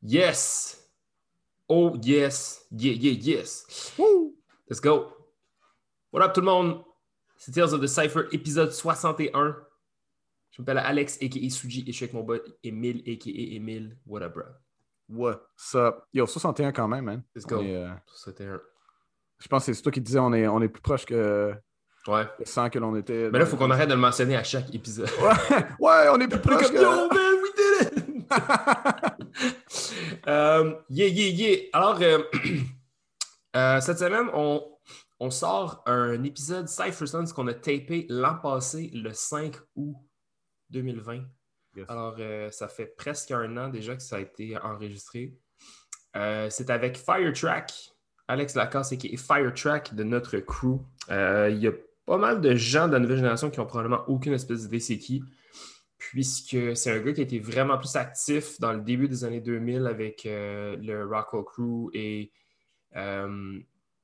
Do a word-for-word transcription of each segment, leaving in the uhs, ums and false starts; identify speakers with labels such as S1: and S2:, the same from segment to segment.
S1: Yes! Oh yes! Yeah, yeah, yes!
S2: Woo!
S1: Let's go! What up tout le monde? C'est Tales of the Cypher, épisode soixante et un. Je m'appelle Alex, a k a. Suji, et je suis avec mon bot Emile, a k a. Emile. What up, bro?
S2: What's up? Yo, soixante et un quand même, man.
S1: Let's go.
S2: On est, euh,
S1: soixante et un.
S2: Je pense que c'est toi qui disais on est, on est plus proche que
S1: Ouais.
S2: le cent que l'on était.
S1: Mais là, il faut qu'on arrête de le mentionner à chaque épisode.
S2: Ouais, ouais, on est plus proche
S1: Comme
S2: que...
S1: yo, man, we did it! um, yeah, yeah, yeah. Alors, euh, euh, cette semaine, on, on sort un épisode Cypher Sons qu'on a tapé l'an passé, le cinq août deux mille vingt.
S2: Yes.
S1: Alors, euh, ça fait presque un an déjà que ça a été enregistré. Euh, c'est avec Firetrack, Alex Lacasse, qui est Firetrack de notre crew. Euh, Il y a pas mal de gens de la nouvelle génération qui n'ont probablement aucune espèce d'idée c'est qui, puisque c'est un gars qui a été vraiment plus actif dans le début des années deux mille avec euh, le Rockwell Crew et euh,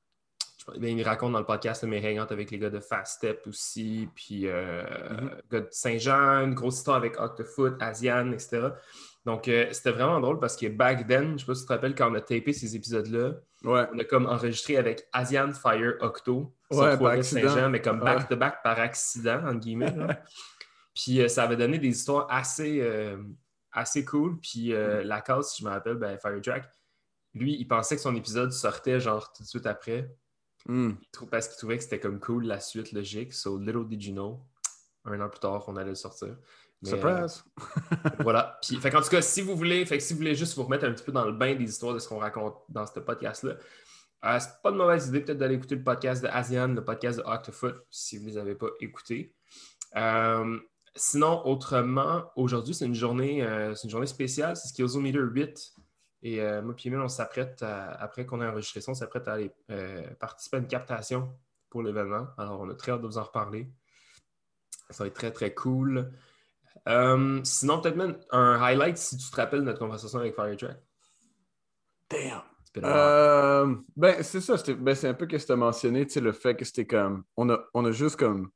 S1: il raconte dans le podcast mes hangout avec les gars de Fast Step aussi, puis euh, mm-hmm. gars de Saint-Jean, une grosse histoire avec Octofoot, Asian, et cetera. Donc, euh, c'était vraiment drôle parce que back then, je ne sais pas si tu te rappelles, quand on a tapé ces épisodes-là,
S2: ouais.
S1: on a comme enregistré avec Asian, Fire, Octo,
S2: ouais, par accident.
S1: Saint-Jean, mais comme
S2: ouais.
S1: back-to-back par accident, entre guillemets. Puis euh, ça avait donné des histoires assez, euh, assez cool. Puis euh, mm. Lacasse, si je me rappelle, ben, Firetrack, lui, il pensait que son épisode sortait genre tout de suite après.
S2: Mm.
S1: Parce qu'il trouvait que c'était comme cool la suite logique. So, little did you know, un an plus tard, on allait le sortir. Mais,
S2: Surprise!
S1: Euh, voilà. Puis, fait en tout cas, si vous voulez, fait que si vous voulez juste vous remettre un petit peu dans le bain des histoires de ce qu'on raconte dans ce podcast-là, euh, c'est pas de mauvaise idée peut-être d'aller écouter le podcast de Asian, le podcast de Octofoot, si vous ne les avez pas écoutés. Euh, sinon, autrement, aujourd'hui, c'est une journée, euh, c'est une journée spéciale. C'est Skillzometer huit. Et euh, moi et Emile, on s'apprête, à, après qu'on ait enregistré ça, on s'apprête à aller euh, participer à une captation pour l'événement. Alors, on a très hâte de vous en reparler. Ça va être très, très cool. Euh, sinon, peut-être même un highlight si tu te rappelles de notre conversation avec Firetrack.
S2: Damn! Euh, ben, c'est ça. Ben, c'est un peu ce que tu as mentionné, le fait que c'était comme... On a, on a juste comme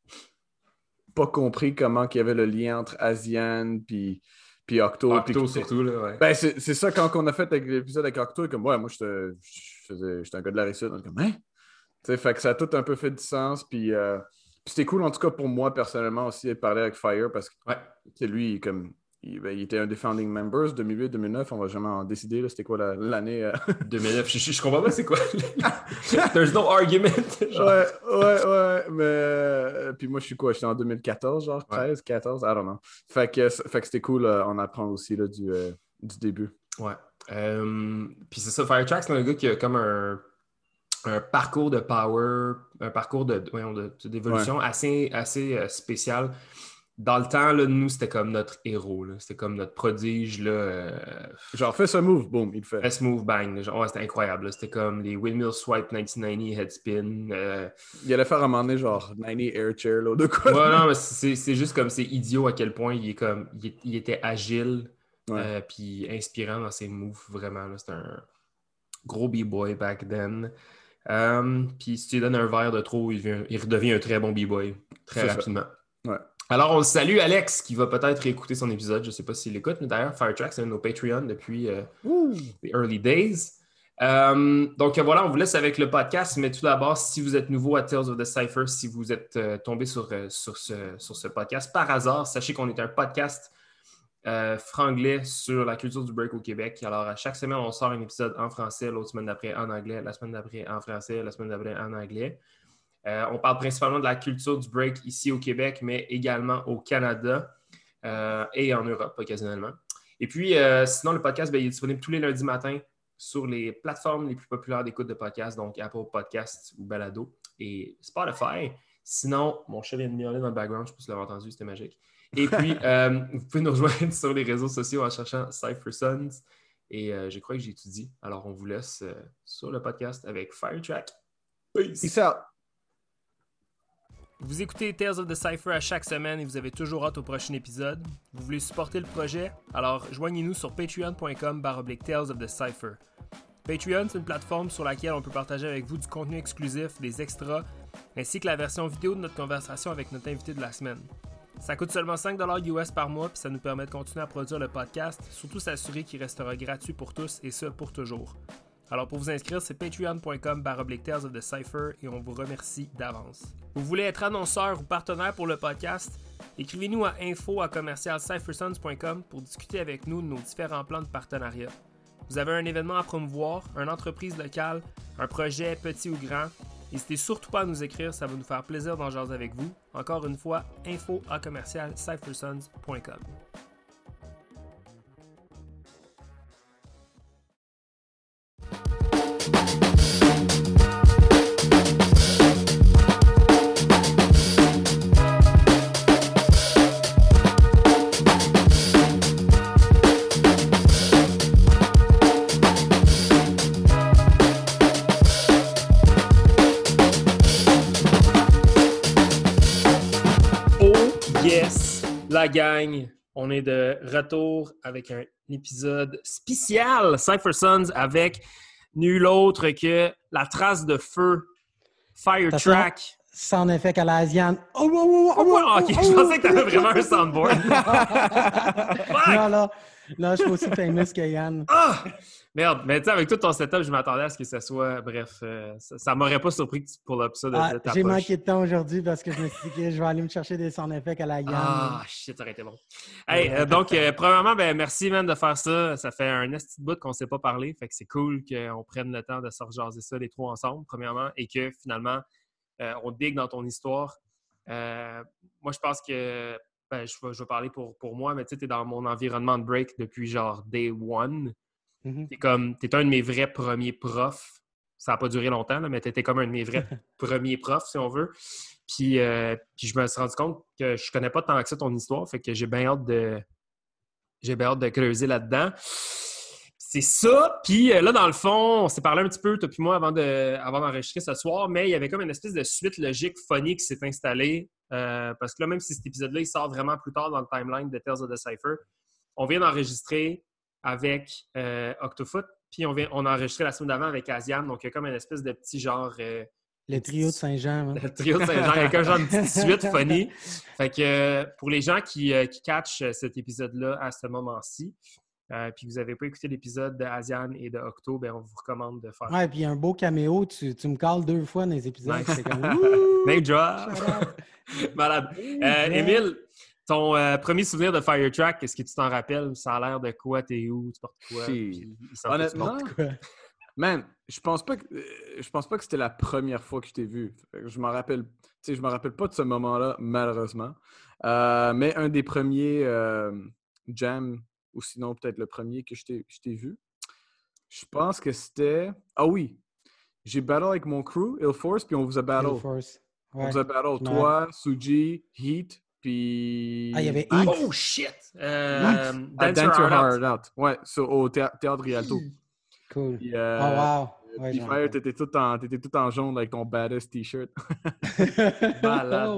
S2: pas compris comment il y avait le lien entre Asian puis... Puis Octo.
S1: Octo puis, surtout, là, ouais.
S2: Ben, c'est, c'est ça, quand on a fait avec l'épisode avec Octo, comme, ouais, moi, j'étais, j'étais un gars de la Rive-Sud. Comme, hein? Tu sais, fait que ça a tout un peu fait du sens. Puis, euh, puis c'était cool, en tout cas, pour moi, personnellement, aussi, de parler avec Fire, parce que,
S1: ouais.
S2: tu sais, lui, comme, il, ben, il était un des founding members, deux mille huit deux mille neuf, on va jamais en décider, là, c'était quoi la, l'année. Euh...
S1: deux mille neuf, je, je, je comprends pas, c'est quoi? There's no argument.
S2: Genre. Ouais, ouais, ouais, mais... Euh, puis moi, je suis quoi? J'étais en deux mille quatorze, genre, treize, ouais. quatorze, I don't know. Fait que, fait que c'était cool, euh, on apprend aussi, là, du, euh, du début.
S1: Ouais. Euh, puis c'est ça, Firetrack, c'est un gars qui a comme un, un parcours de power, un parcours de, de, de, d'évolution ouais. assez, assez euh, spécial. Dans le temps, là, nous, c'était comme notre héros. Là. C'était comme notre prodige. Là, euh...
S2: Genre, fais ce move, boom, il le fait.
S1: Fais ce move, bang. Genre, ouais, c'était incroyable. Là. C'était comme les windmill swipe dix-neuf quatre-vingt-dix headspin. Euh...
S2: Il allait faire à un moment donné, genre, quatre-vingt-dix air chair, là, de quoi.
S1: Ouais, non, mais c'est, c'est juste comme, c'est idiot à quel point il est comme, il, il était agile, ouais. euh, puis inspirant dans ses moves, vraiment. Là. C'était un gros b-boy back then. Um, puis si tu lui donnes un verre de trop, il, vient, il redevient un très bon b-boy, très c'est rapidement.
S2: Ça. Ouais.
S1: Alors, on le salue, Alex, qui va peut-être réécouter son épisode. Je ne sais pas s'il l'écoute, mais d'ailleurs, Firetrack, c'est un de nos Patreons depuis euh, les early days. Euh, donc, voilà, on vous laisse avec le podcast. Mais tout d'abord, si vous êtes nouveau à Tales of the Cypher, si vous êtes euh, tombé sur, euh, sur, ce, sur ce podcast par hasard, sachez qu'on est un podcast euh, franglais sur la culture du break au Québec. Alors, à chaque semaine, on sort un épisode en français, l'autre semaine d'après en anglais, la semaine d'après en français, la semaine d'après en anglais. Euh, on parle principalement de la culture du break ici au Québec, mais également au Canada euh, et en Europe occasionnellement. Et puis, euh, sinon, le podcast, ben, il est disponible tous les lundis matins sur les plateformes les plus populaires d'écoute de podcasts, donc Apple Podcasts ou Balado et Spotify. Sinon, mon chat vient de miauler dans le background, je ne sais pas si vous l'avez entendu, c'était magique. Et puis, euh, vous pouvez nous rejoindre sur les réseaux sociaux en cherchant Cypher Sons. Et euh, je crois que j'étudie. Alors, on vous laisse euh, sur le podcast avec Firetrack.
S2: Peace, Peace out!
S1: Vous écoutez Tales of the Cypher à chaque semaine et vous avez toujours hâte au prochain épisode. Vous voulez supporter le projet? Alors joignez-nous sur patreon point com barre oblique Tales of the Cypher. Patreon, c'est une plateforme sur laquelle on peut partager avec vous du contenu exclusif, des extras, ainsi que la version vidéo de notre conversation avec notre invité de la semaine. Ça coûte seulement cinq dollars U S par mois, puis ça nous permet de continuer à produire le podcast, surtout s'assurer qu'il restera gratuit pour tous, et ce, pour toujours. Alors pour vous inscrire, c'est patreon.com baroblique Tales of the Cypher, et on vous remercie d'avance. Vous voulez être annonceur ou partenaire pour le podcast? Écrivez-nous à info à commercial cyphersons point com pour discuter avec nous de nos différents plans de partenariat. Vous avez un événement à promouvoir, une entreprise locale, un projet petit ou grand, n'hésitez surtout pas à nous écrire, ça va nous faire plaisir d'en jaser avec vous. Encore une fois, info à commercial cyphersons point com. La gang, on est de retour avec un épisode spécial Cypher Sons avec nul autre que la trace de feu, Fire Track.
S3: Sans effet à l'Asian. Oh, oh, oh, oh,
S1: oh, ok, je pensais que tu avais vraiment un soundboard.
S3: non, là, là, je suis aussi famous que Yann.
S1: Ah! Merde, mais tu sais, avec tout ton setup, je m'attendais à ce que ça soit. Bref, euh, ça, ça m'aurait pas surpris que tu pull up ça de,
S3: ah,
S1: de ta
S3: J'ai
S1: poche.
S3: manqué de temps aujourd'hui parce que je me suis dit que je vais aller me chercher des sound effects à la Yann.
S1: Ah, shit, ça aurait été bon. Hey, euh, donc, euh, premièrement, ben, merci, man, de faire ça. Ça fait un esti de bout qu'on ne s'est pas parlé. Fait que c'est cool qu'on prenne le temps de se rejaser ça les trois ensemble, premièrement, et que finalement, euh, on digue dans ton histoire. Euh, moi, je pense que. Ben, je, vais, je vais parler pour, pour moi, mais tu sais, tu es dans mon environnement de break depuis genre day one.
S3: Mm-hmm.
S1: T'es comme, t'es un de mes vrais premiers profs. Ça n'a pas duré longtemps, là, mais t'étais comme un de mes vrais premiers profs, si on veut. Puis, euh, puis je me suis rendu compte que je connais pas tant que ça ton histoire, fait que j'ai bien hâte de j'ai bien hâte de creuser là-dedans. C'est ça. Puis là, dans le fond, on s'est parlé un petit peu, toi puis moi, avant, de, avant d'enregistrer ce soir, mais il y avait comme une espèce de suite logique funny qui s'est installée. Euh, parce que là, même si cet épisode-là, il sort vraiment plus tard dans le timeline de Tales of the Cypher, on vient d'enregistrer avec euh, Octofoot, puis on, vient, on a enregistré la semaine d'avant avec Asian, donc il y a comme une espèce de petit genre... Euh,
S3: le trio de Saint-Jean. Hein?
S1: Le trio de Saint-Jean, avec un genre de petite suite funny. Fait que euh, pour les gens qui, euh, qui catchent cet épisode-là à ce moment-ci, euh, puis que vous n'avez pas écouté l'épisode de Asian et de Octo, ben on vous recommande de faire
S3: ouais, puis un beau caméo, tu, tu me cales deux fois dans les épisodes.
S1: Nice.
S3: C'est comme...
S1: Name drop! Malade. Euh, Émile, ton euh, premier souvenir de Fire Track, est-ce que tu t'en rappelles? Ça a l'air de quoi? T'es où? Tu portes quoi?
S2: Puis, honnêtement, man, je pense pas que je pense pas que c'était la première fois que je t'ai vu. Je m'en rappelle, tu sais, je me rappelle pas de ce moment-là, malheureusement. Euh, mais un des premiers euh, jams, ou sinon peut-être le premier que je t'ai, je t'ai vu, je pense que c'était... Ah oui! J'ai battle avec mon crew, Ill Force, puis on vous a battle.
S3: Ill Force. Ouais.
S2: On vous a battle. Toi, Suji, Heat, puis...
S3: Ah, il y avait Heat.
S1: Oh, shit! Euh,
S2: Dance Your Heart Out. Ouais, so, au thé- Théâtre Rialto.
S3: Cool.
S2: Puis, euh,
S3: oh, wow! Ouais,
S2: puis Fire, t'étais tout, en, t'étais tout en jaune avec ton badass t-shirt.
S1: Malade.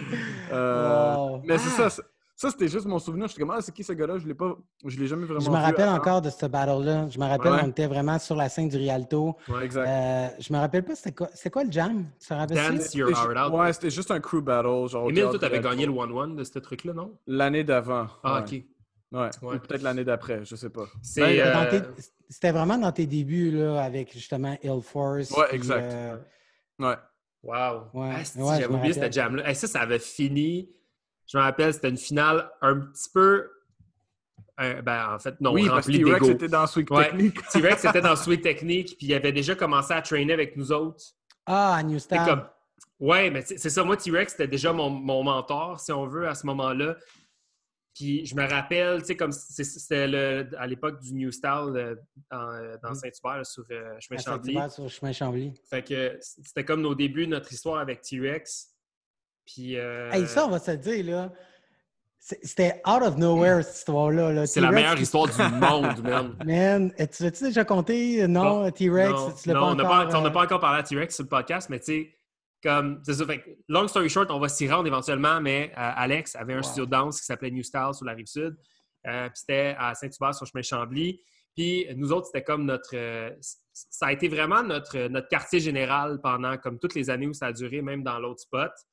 S2: euh,
S3: wow.
S2: Mais
S3: ah.
S2: c'est ça, ça. Ça, c'était juste mon souvenir. J'étais comme, ah, c'est qui ce gars-là? Je l'ai pas, je l'ai jamais vraiment vu.
S3: Je me rappelle
S2: avant.
S3: encore de ce battle-là. Je me rappelle, ouais. On était vraiment sur la scène du Rialto.
S2: Ouais, exact.
S3: Euh, je me rappelle pas, c'était quoi, c'était quoi le jam? Tu te rappelles
S1: Dance
S3: ça?
S1: Your Heart Out.
S2: Ouais, c'était juste un crew battle. Genre,
S1: Émile, toi, t'avais gagné le one one de ce truc-là, non?
S2: L'année d'avant.
S1: Ah,
S2: ouais.
S1: OK.
S2: Ouais. ouais. Ou peut-être l'année d'après, je sais pas.
S1: C'est,
S3: ben,
S1: euh...
S3: tes... C'était vraiment dans tes débuts, là, avec justement Ill Force.
S2: Ouais,
S3: puis,
S2: exact.
S3: Euh...
S2: Ouais.
S1: Wow.
S3: Ouais.
S1: Ah, si,
S3: ouais,
S1: j'avais oublié cette jam-là. Hey, ça, ça avait fini... Je me rappelle, c'était une finale un petit peu... Euh, ben, en fait, non,
S2: oui, parce que T-Rex était dans Sweet
S1: ouais.
S2: Technique.
S1: T-Rex était dans Sweet Technique, puis il avait déjà commencé à trainer avec nous autres.
S3: Ah, à New Star.
S1: Comme... Ouais, mais c'est ça. Moi, T-Rex, c'était déjà mon, mon mentor, si on veut, à ce moment-là. Puis je me rappelle, tu sais, comme c'était le, à l'époque du New Style euh, dans, dans Saint-Hubert, là, sur euh, Chemin Chambly.
S3: sur Chemin Chambly.
S1: Fait que c'était comme nos débuts, notre histoire avec T-Rex. Puis. Euh...
S3: Hey, ça, on va se le dire, là. C'était out of nowhere, cette histoire-là. Là.
S1: C'est la meilleure histoire du monde, man.
S3: Man, tu l'as-tu déjà compté? Non, non T-Rex,
S1: non,
S3: tu l'as
S1: non,
S3: pas
S1: on
S3: encore...
S1: pas, on n'a pas encore parlé à T-Rex sur le podcast, mais tu sais, comme, c'est ça. Fait, long story short, on va s'y rendre éventuellement, mais euh, Alex avait un wow. studio de danse qui s'appelait New Style sur la Rive-Sud. Euh, puis c'était à Saint-Hubert sur Chemin Chambly. Puis nous autres, c'était comme notre... Euh, ça a été vraiment notre, notre quartier général pendant comme toutes les années où ça a duré, même dans l'autre spot.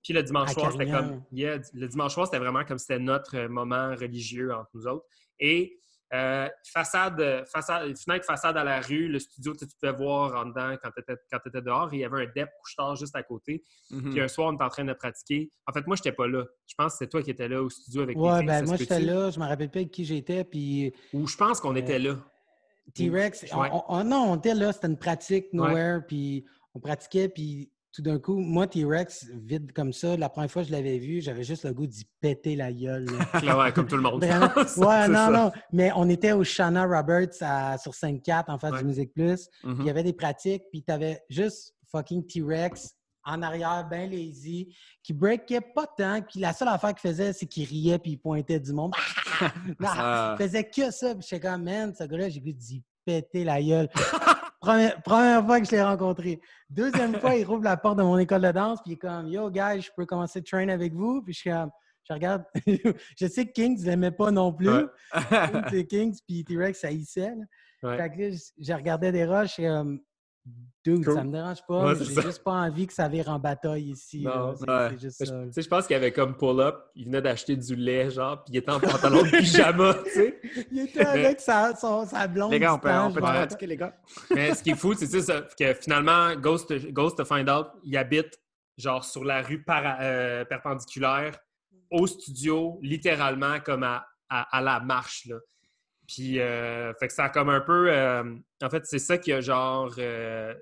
S1: Puis le dimanche
S3: À
S1: soir, c'était
S3: Carignan.
S1: comme... Yeah, le dimanche soir, c'était vraiment comme c'était notre moment religieux entre nous autres. Et euh, façade, façade, fenêtre façade à la rue, le studio, tu pouvais voir en dedans quand tu étais, quand tu étais dehors. Et il y avait un dep couche-tard juste à côté.
S2: Mhm.
S1: Puis un soir, on était en train de pratiquer. En fait, moi, je n'étais pas là. Je pense que c'était toi qui étais là au studio avec
S3: Ouais,
S1: tes filles.
S3: ben
S1: ça
S3: moi,
S1: se
S3: j'étais
S1: peut-tu?
S3: là. Je me rappelle pas avec qui j'étais. Puis
S1: Ou je pense qu'on
S3: Euh,
S1: était là.
S3: T-Rex,
S1: Ouais.
S3: on, on- non, on était là. C'était une pratique nowhere. Puis on pratiquait. Puis tout d'un coup, moi, T-Rex, vide comme ça, la première fois que je l'avais vu, j'avais juste le goût d'y péter la gueule. là.
S1: Là, ouais, comme tout le monde.
S3: Vraiment. Ouais,
S1: C'est
S3: non,
S1: ça.
S3: non. Mais on était au Shanna Roberts à- sur cinquante-quatre en face
S1: Ouais.
S3: du Musique Plus.
S2: Mhm.
S3: Puis il y avait des pratiques. Puis tu avais juste fucking T-Rex en arrière, bien lazy, qui breakait pas tant. Puis la seule affaire qu'il faisait, c'est qu'il riait puis il pointait du monde. Non,
S2: Ah.
S3: il faisait que ça. Puis j'étais comme, man, ce gars-là, j'ai goût d'y péter la gueule. Première, première fois que je l'ai rencontré. Deuxième fois, il rouvre la porte de mon école de danse, puis il est comme, yo, guys, je peux commencer à train avec vous. Puis je suis comme, je regarde, je sais que Kings ne l'aimait pas non plus.
S1: Ouais.
S3: Kings, Kings puis T-Rex, ça haïssait. Là.
S1: Ouais.
S3: Fait que là, je, je regardais des rushs et comme, dude,
S1: Cool.
S3: ça me dérange pas,
S1: Ouais,
S3: mais
S1: c'est
S3: j'ai
S1: ça.
S3: juste pas envie que ça vire en bataille ici.
S1: Non,
S3: là. C'est,
S2: ouais.
S3: c'est juste
S1: Tu
S3: ça. là.
S1: sais, je pense qu'il avait comme pull-up, il venait d'acheter du lait, genre, puis il était en pantalon de pyjama, tu sais.
S3: Il était avec sa, son, sa blonde.
S2: Les gars, on
S3: du
S2: peut,
S3: temps,
S2: on
S3: je
S2: peut
S3: me rappelle.
S2: pratiquer, les gars.
S1: Mais ce qui est fou, c'est ça, que finalement, Ghost, Ghost to Find Out, il habite genre sur la rue para- euh, perpendiculaire au studio, littéralement comme à, à, à la marche, là. Puis, euh, fait que ça a comme un peu... euh, en fait, c'est ça qui a genre... euh,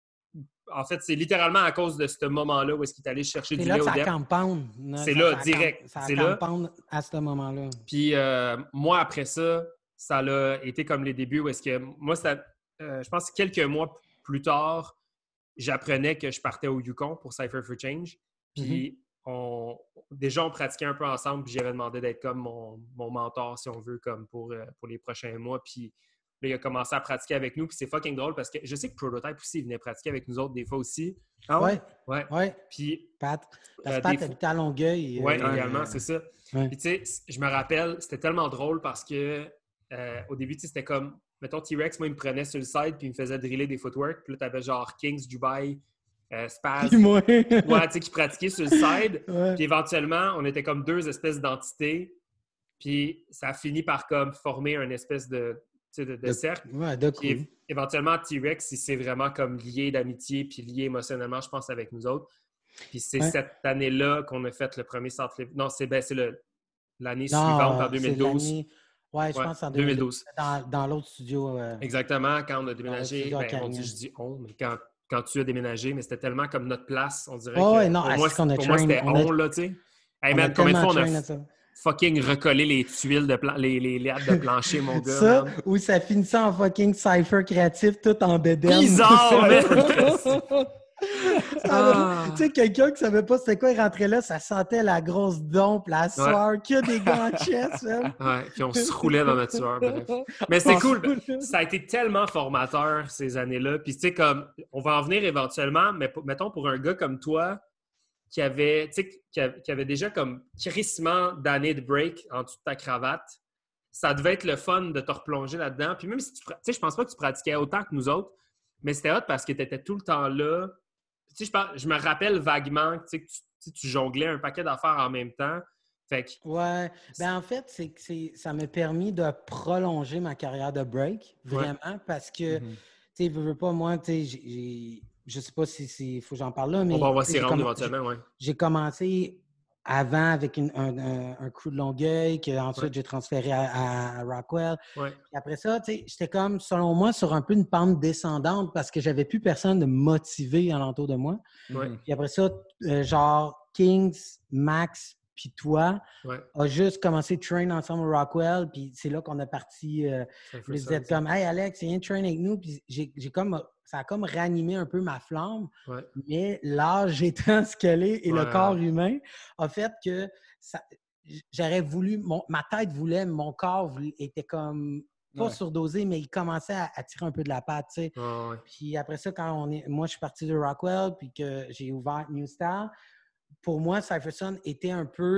S1: en fait, c'est littéralement à cause de ce moment-là où est-ce qu'il est allé chercher
S3: C'est
S1: du
S3: là
S1: lait
S3: que
S1: au
S3: ça
S1: dep.
S3: campound.
S1: C'est là,
S3: a
S1: direct.
S3: camp- Ça a
S1: C'est là.
S3: campound à ce moment-là.
S1: Puis euh, moi, après ça, ça a été comme les débuts où est-ce que... Moi, c'était, euh, je pense que quelques mois plus tard, j'apprenais que je partais au Yukon pour Cypher for Change. Puis on, déjà, on pratiquait un peu ensemble. Puis j'avais demandé d'être comme mon, mon mentor, si on veut, comme pour, euh, pour les prochains mois. Puis là, il a commencé à pratiquer avec nous. Puis c'est fucking drôle parce que je sais que Prototype aussi, il venait pratiquer avec nous autres des fois aussi.
S2: Ah ouais?
S3: Ouais,
S1: Ouais.
S3: ouais.
S1: Puis
S3: Pat. Parce
S1: Euh,
S3: que Pat
S1: des fois-
S3: habitait à Longueuil.
S1: oui,
S3: euh,
S1: également, c'est ça.
S3: ouais.
S1: Puis, tu sais, je me rappelle, c'était tellement drôle parce que euh, au début, tu sais, c'était comme, mettons, T-Rex, moi, il me prenait sur le side puis il me faisait driller des footwork. Puis là, t'avais genre Kings, Dubai, euh, Spaz,
S3: Puis moi.
S1: ouais, tu sais, qui pratiquaient sur le side.
S3: Ouais.
S1: Puis éventuellement, on était comme deux espèces d'entités. Puis ça a fini par comme former une espèce de, tu sais, de, de
S3: De-
S1: cercle.
S3: Ouais, de
S1: Puis
S3: coup.
S1: é- éventuellement, T-Rex, il s'est vraiment comme lié d'amitié puis lié émotionnellement, je pense, avec nous autres. Puis c'est
S3: Ouais.
S1: cette année-là qu'on a fait le premier centre libre. Non, c'est ben, c'est le- l'année
S3: Non,
S1: suivante, en
S3: c'est
S1: deux mille douze.
S3: l'année- Ouais, je
S1: Ouais,
S3: pense en
S1: deux mille
S3: deux mille
S1: douze.
S3: douze. Dans, dans l'autre studio. euh,
S1: Exactement, quand on a
S3: le
S1: déménagé,
S3: studio à
S1: ben, on
S3: Carignan.
S1: dit, je dis on, mais quand, quand tu as déménagé, mais c'était tellement comme notre place, on dirait
S3: Oh,
S1: que
S3: ouais, non,
S1: pour
S3: est-ce
S1: moi,
S3: qu'on a
S1: pour moi,
S3: train-
S1: c'était
S3: on a-
S1: on, là, tu sais. Hey
S3: on a
S1: man, combien de
S3: tellement
S1: fois on
S3: train
S1: a
S3: à ça.
S1: fucking recollé les tuiles, de plan- les, les lattes de plancher, mon gars,
S3: Ça,
S1: man.
S3: où ça finissait en fucking cypher créatif, tout en bédaine.
S1: Bizarre, man!
S2: Ah.
S3: Tu sais, quelqu'un qui savait pas c'était quoi, il rentrait là, ça sentait la grosse dompe, la sueur, que des gants de chest, man.
S1: Ouais, puis on se roulait dans notre sueur, bref. Mais c'est cool. Ça a été tellement formateur ces années-là. Puis tu sais, comme, on va en venir éventuellement, mais pour- mettons pour un gars comme toi qui avait, tu sais, qui avait, qui avait déjà comme crissement d'années de break en dessous de ta cravate, ça devait être le fun de te replonger là-dedans. Puis même si tu, pra- tu sais, je pense pas que tu pratiquais autant que nous autres, mais c'était hot parce que tu étais tout le temps là. Tu sais, je, par- je me rappelle vaguement tu sais, que tu, tu sais, tu jonglais un paquet d'affaires en même temps. Fait que,
S3: Ouais. Ben en fait, c'est que c'est- ça m'a permis de prolonger ma carrière de break,
S1: Ouais.
S3: vraiment, parce que,
S2: Mhm.
S3: tu sais, veux, veux pas, moi, tu sais, j'ai- j'ai- je sais pas si il faut que j'en parle là, mais
S1: on va, on va
S3: tu sais,
S1: s'y
S3: j'ai
S1: rendre
S3: comm-
S1: éventuellement, ouais.
S3: j'ai commencé avant avec une- un, un- un crew de Longueuil, que ensuite
S1: Ouais.
S3: j'ai transféré à, à Rockwell.
S1: Ouais.
S3: Puis après ça, tu sais, j'étais comme, selon moi, sur un peu une pente descendante parce que j'avais plus personne de motivé alentour de moi.
S1: Ouais.
S3: Puis après ça, euh, genre, Kings, Max, puis toi,
S1: Ouais.
S3: a juste commencé de train ensemble au Rockwell. Puis c'est là qu'on a parti. Euh,
S1: Ça fait
S3: vous
S1: ça,
S3: êtes
S1: ça.
S3: comme, hey Alex, viens train avec nous. Puis j'ai, j'ai comme, ça a comme ranimé un peu ma flamme.
S1: Ouais.
S3: Mais l'âge étant ce qu'elle est et
S1: Ouais,
S3: le corps
S1: ouais.
S3: humain a fait que ça, j'aurais voulu, mon- ma tête voulait, mon corps voulait- était comme pas
S2: Ouais.
S3: surdosé, mais il commençait à, à tirer un peu de la patte, tu sais.
S1: Ouais, ouais.
S3: Puis après ça, quand on est, moi, je suis parti de Rockwell, puis que j'ai ouvert New Star, pour moi, Cypherson était un peu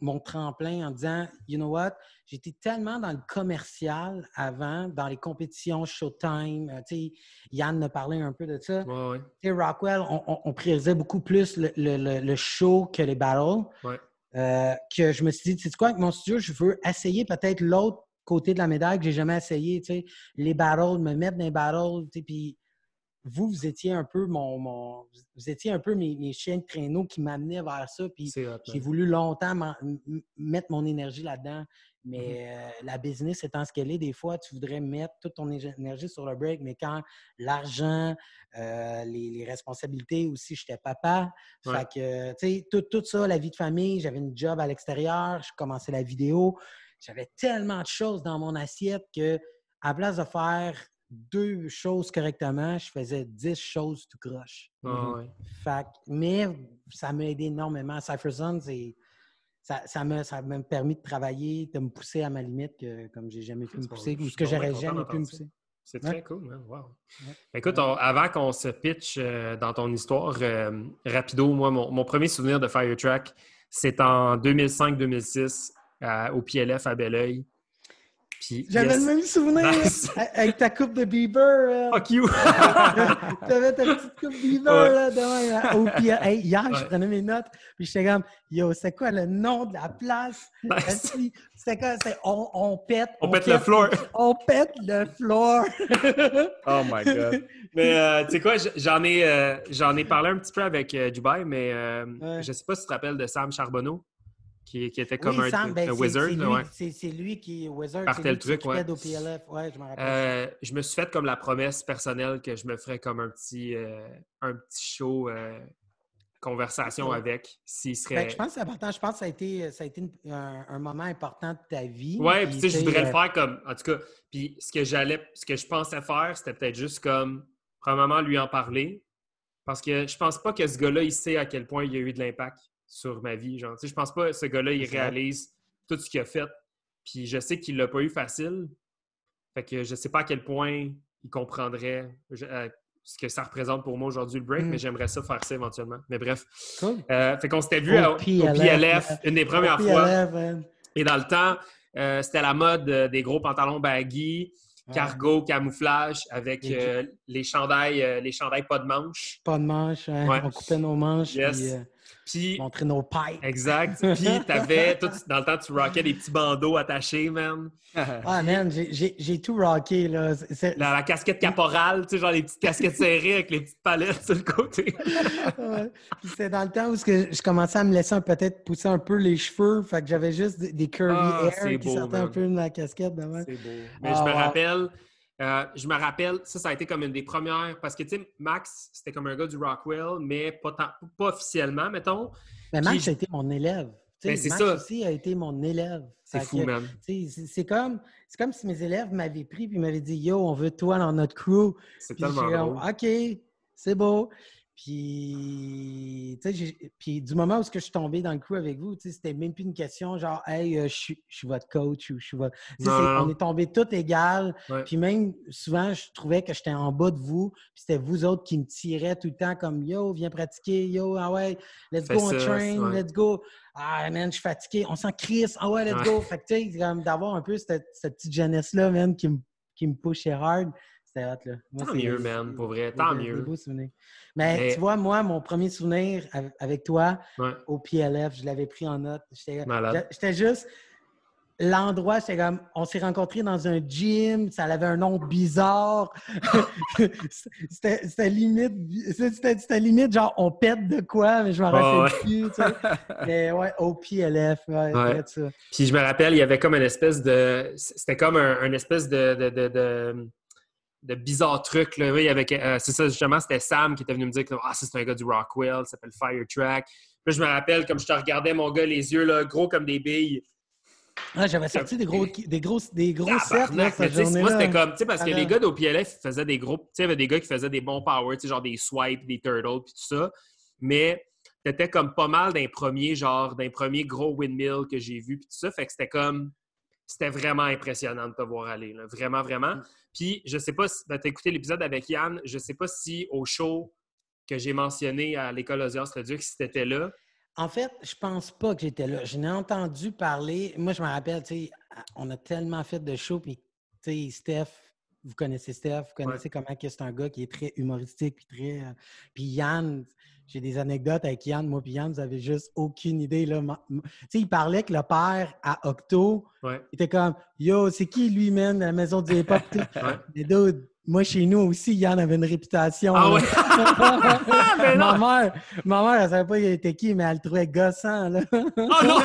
S3: mon tremplin en disant, you know what, j'étais tellement dans le commercial avant, dans les compétitions Showtime, euh, tu sais, Yann me parlait un peu de ça.
S1: Ouais, ouais.
S3: Tu sais, Rockwell, on, on, on priorisait beaucoup plus le, le, le, le show que les battles.
S1: Ouais.
S3: Euh, que je me suis dit, tu sais quoi, avec mon studio, je veux essayer peut-être l'autre côté de la médaille que j'ai jamais essayé, tu sais, les battles, me mettre dans les battles, tu sais, puis vous, vous étiez un peu mon, mon vous étiez un peu mes, mes chiens de traîneau qui m'amenaient vers ça, puis j'ai voulu longtemps mettre mon énergie là-dedans, mais mm-hmm. euh, la business étant ce qu'elle est, des fois, tu voudrais mettre toute ton énergie sur le break, mais quand l'argent, euh, les, les responsabilités aussi, j'étais papa, ouais. Fait que, tu sais, tout, tout ça, la vie de famille, j'avais une job à l'extérieur, je commençais la vidéo, j'avais tellement de choses dans mon assiette que, à place de faire deux choses correctement, je faisais dix choses tout croche.
S1: Oh, mm-hmm. ouais.
S3: Fait, mais ça m'a aidé énormément. CypherZone, c'est, ça, ça, m'a, ça m'a permis de travailler, de me pousser à ma limite que, comme j'ai jamais pu me pousser ou ce que j'aurais jamais pu me pousser.
S1: C'est
S3: ouais.
S1: très cool, hein? Wow. Ouais. Écoute, on, avant qu'on se pitch euh, dans ton histoire, euh, rapido, moi, mon, mon premier souvenir de Firetrack, c'est en deux mille cinq deux mille six euh, au P L F à Belleuil. Puis,
S3: j'avais yes. le même souvenir nice. Avec ta coupe de Bieber.
S1: Fuck you!
S3: T'avais ta petite coupe Bieber ouais. là, devant. Au P L F. Hey, hier, ouais. je prenais mes notes, puis j'étais comme, yo, c'est quoi le nom de la place? Nice. C'était quoi? C'était on, on pète.
S1: On, on pète, pète le floor.
S3: On pète le floor.
S2: Oh my God.
S1: Mais euh, tu sais quoi, j'en ai, euh, j'en ai parlé un petit peu avec euh, Dubaï, mais euh, ouais. je sais pas si tu te rappelles de Sam Charbonneau. Qui, qui était comme
S3: oui,
S1: un,
S3: Sam, ben,
S1: un
S3: c'est,
S1: wizard.
S3: C'est lui,
S1: là, ouais.
S3: c'est, c'est lui qui est wizard.
S1: Partait
S3: c'est lui
S1: le truc,
S3: qui
S1: ouais.
S3: Au P L F. Ouais, je me rappelle.
S1: Euh, je me suis fait comme la promesse personnelle que je me ferais comme un petit, euh, un petit show euh, conversation ouais. avec. S'il serait...
S3: Ben, je pense que c'est important. Je pense que ça a été, ça a été une, un, un moment important de ta vie.
S1: Oui, puis tu sais, je voudrais euh... le faire comme... En tout cas, puis ce que j'allais, ce que je pensais faire, c'était peut-être juste comme, premièrement, lui en parler. Parce que je pense pas que ce gars-là, il sait à quel point il y a eu de l'impact sur ma vie. Genre, tu sais, je pense pas que ce gars-là, il réalise tout ce qu'il a fait. Puis je sais qu'il l'a pas eu facile. Fait que je sais pas à quel point il comprendrait je, euh, ce que ça représente pour moi aujourd'hui, le break, mm. mais j'aimerais ça faire ça éventuellement. Mais bref.
S3: Cool.
S1: Euh, fait qu'on s'était vu au, au P L F, P L F une des premières
S3: au
S1: fois.
S3: P L F, man.
S1: Et dans le temps, euh, c'était la mode euh, des gros pantalons baggy, cargo, ouais. camouflage, avec euh, les chandails, euh, les chandails pas de manches.
S3: Pas de manches, hein? Ouais. On coupait nos manches.
S1: Yes.
S3: Puis, euh,
S1: puis
S3: montrer nos pipes.
S1: Exact. Puis t'avais, tout, dans le temps, tu rockais des petits bandeaux attachés, man.
S3: Ah, man, j'ai, j'ai, j'ai tout rocké, là. C'est...
S1: La, la casquette caporale, tu sais, genre les petites casquettes serrées avec les petites palettes sur le côté.
S3: Ouais. Puis c'était dans le temps où je commençais à me laisser un, peut-être pousser un peu les cheveux. Fait que j'avais juste des, des curly ah, hair qui beau, sortaient man. Un peu de la casquette. Devant.
S1: C'est beau. Mais ah, je me ouais. rappelle... Euh, je me rappelle, ça, ça a été comme une des premières... Parce que, tu sais, Max, c'était comme un gars du Rockwell, mais pas, tant, pas officiellement, mettons.
S3: Mais Max Puis, a été mon élève.
S1: Ben, c'est
S3: Max
S1: ça.
S3: aussi a été mon élève.
S1: C'est
S3: fait
S1: fou,
S3: que,
S1: man.
S3: C'est, c'est, comme, c'est comme si mes élèves m'avaient pris et m'avaient dit « Yo, on veut toi dans notre crew. »
S1: C'est puis tellement drôle.
S3: « OK, c'est beau. » Puis, tu sais, j'ai, puis du moment où je suis tombé dans le crew avec vous, tu sais, c'était même plus une question genre, hey, euh, je suis, je suis votre coach ou je suis votre. Tu sais, on est tombé tous égal. Ouais. Puis même souvent, je trouvais que j'étais en bas de vous. Puis c'était vous autres qui me tiraient tout le temps comme, yo, viens pratiquer, yo, ah ouais, let's Fais go on train, ouais. let's go. Ah man, je suis fatigué, on sent Chris, ah ouais, let's ouais. go. Fait que tu sais, comme d'avoir un peu cette, cette petite jeunesse-là, man, qui me, qui me pushait hard. C'était hot, là.
S1: Moi, tant mieux, man, pour vrai, tant
S3: des,
S1: mieux.
S3: Des beaux souvenirs. Mais, Mais tu vois, moi, mon premier souvenir avec toi
S1: ouais.
S3: au P L F, je l'avais pris en note. J'étais,
S1: Malade.
S3: J'étais juste... L'endroit, c'était comme... On s'est rencontrés dans un gym, ça avait un nom bizarre. c'était, c'était limite... C'était, c'était limite genre, on pète de quoi, mais je m'en oh, rappelle ouais. plus, tu sais. Mais ouais, au P L F, ouais,
S1: ouais.
S3: ça.
S1: Puis je me rappelle, il y avait comme une espèce de... C'était comme un, un espèce de... de, de, de... de bizarres trucs. Là. Oui, avec, euh, c'est ça, justement, c'était Sam qui était venu me dire que ah, ça, c'est un gars du Rockwell, ça s'appelle Firetrack. Puis je me rappelle, comme je te regardais, mon gars, les yeux là, gros comme des billes.
S3: Ah, j'avais sorti des gros, des gros, des gros sets. Là, cette
S1: moi, c'était comme, tu sais, parce que les gars d'O P L F faisaient des gros, tu sais, il y avait des gars qui faisaient des bons power, tu sais, genre des swipes, des turtles, puis tout ça. Mais t'étais comme pas mal d'un premier, genre, d'un premier gros windmill que j'ai vu, puis tout ça. Fait que c'était comme, c'était vraiment impressionnant de te voir aller, là. Vraiment, vraiment. Puis, je sais pas si, ben, t'as écouté l'épisode avec Yann, je sais pas si au show que j'ai mentionné à l'École Osias Leduc, si t'étais là.
S3: En fait, je pense pas que j'étais là. Je n'ai entendu parler. Moi, je me rappelle, tu sais, on a tellement fait de shows, puis, tu sais, Steph, vous connaissez Steph, vous connaissez ouais. comment que c'est un gars qui est très humoristique, puis très. Euh, puis Yann, j'ai des anecdotes avec Yann. Moi, puis Yann, vous avez juste aucune idée, là. Tu sais, il parlait que le père à Octo,
S1: ouais.
S3: il était comme, yo, c'est qui lui, man, à la maison du hip-hop?
S1: ouais.
S3: Mais d'autres. Moi, chez nous aussi, Yann avait une réputation.
S1: Ah ouais?
S3: mais ma mère, ma mère, elle savait pas il était qui, mais elle le trouvait gossant, là.
S1: Oh non!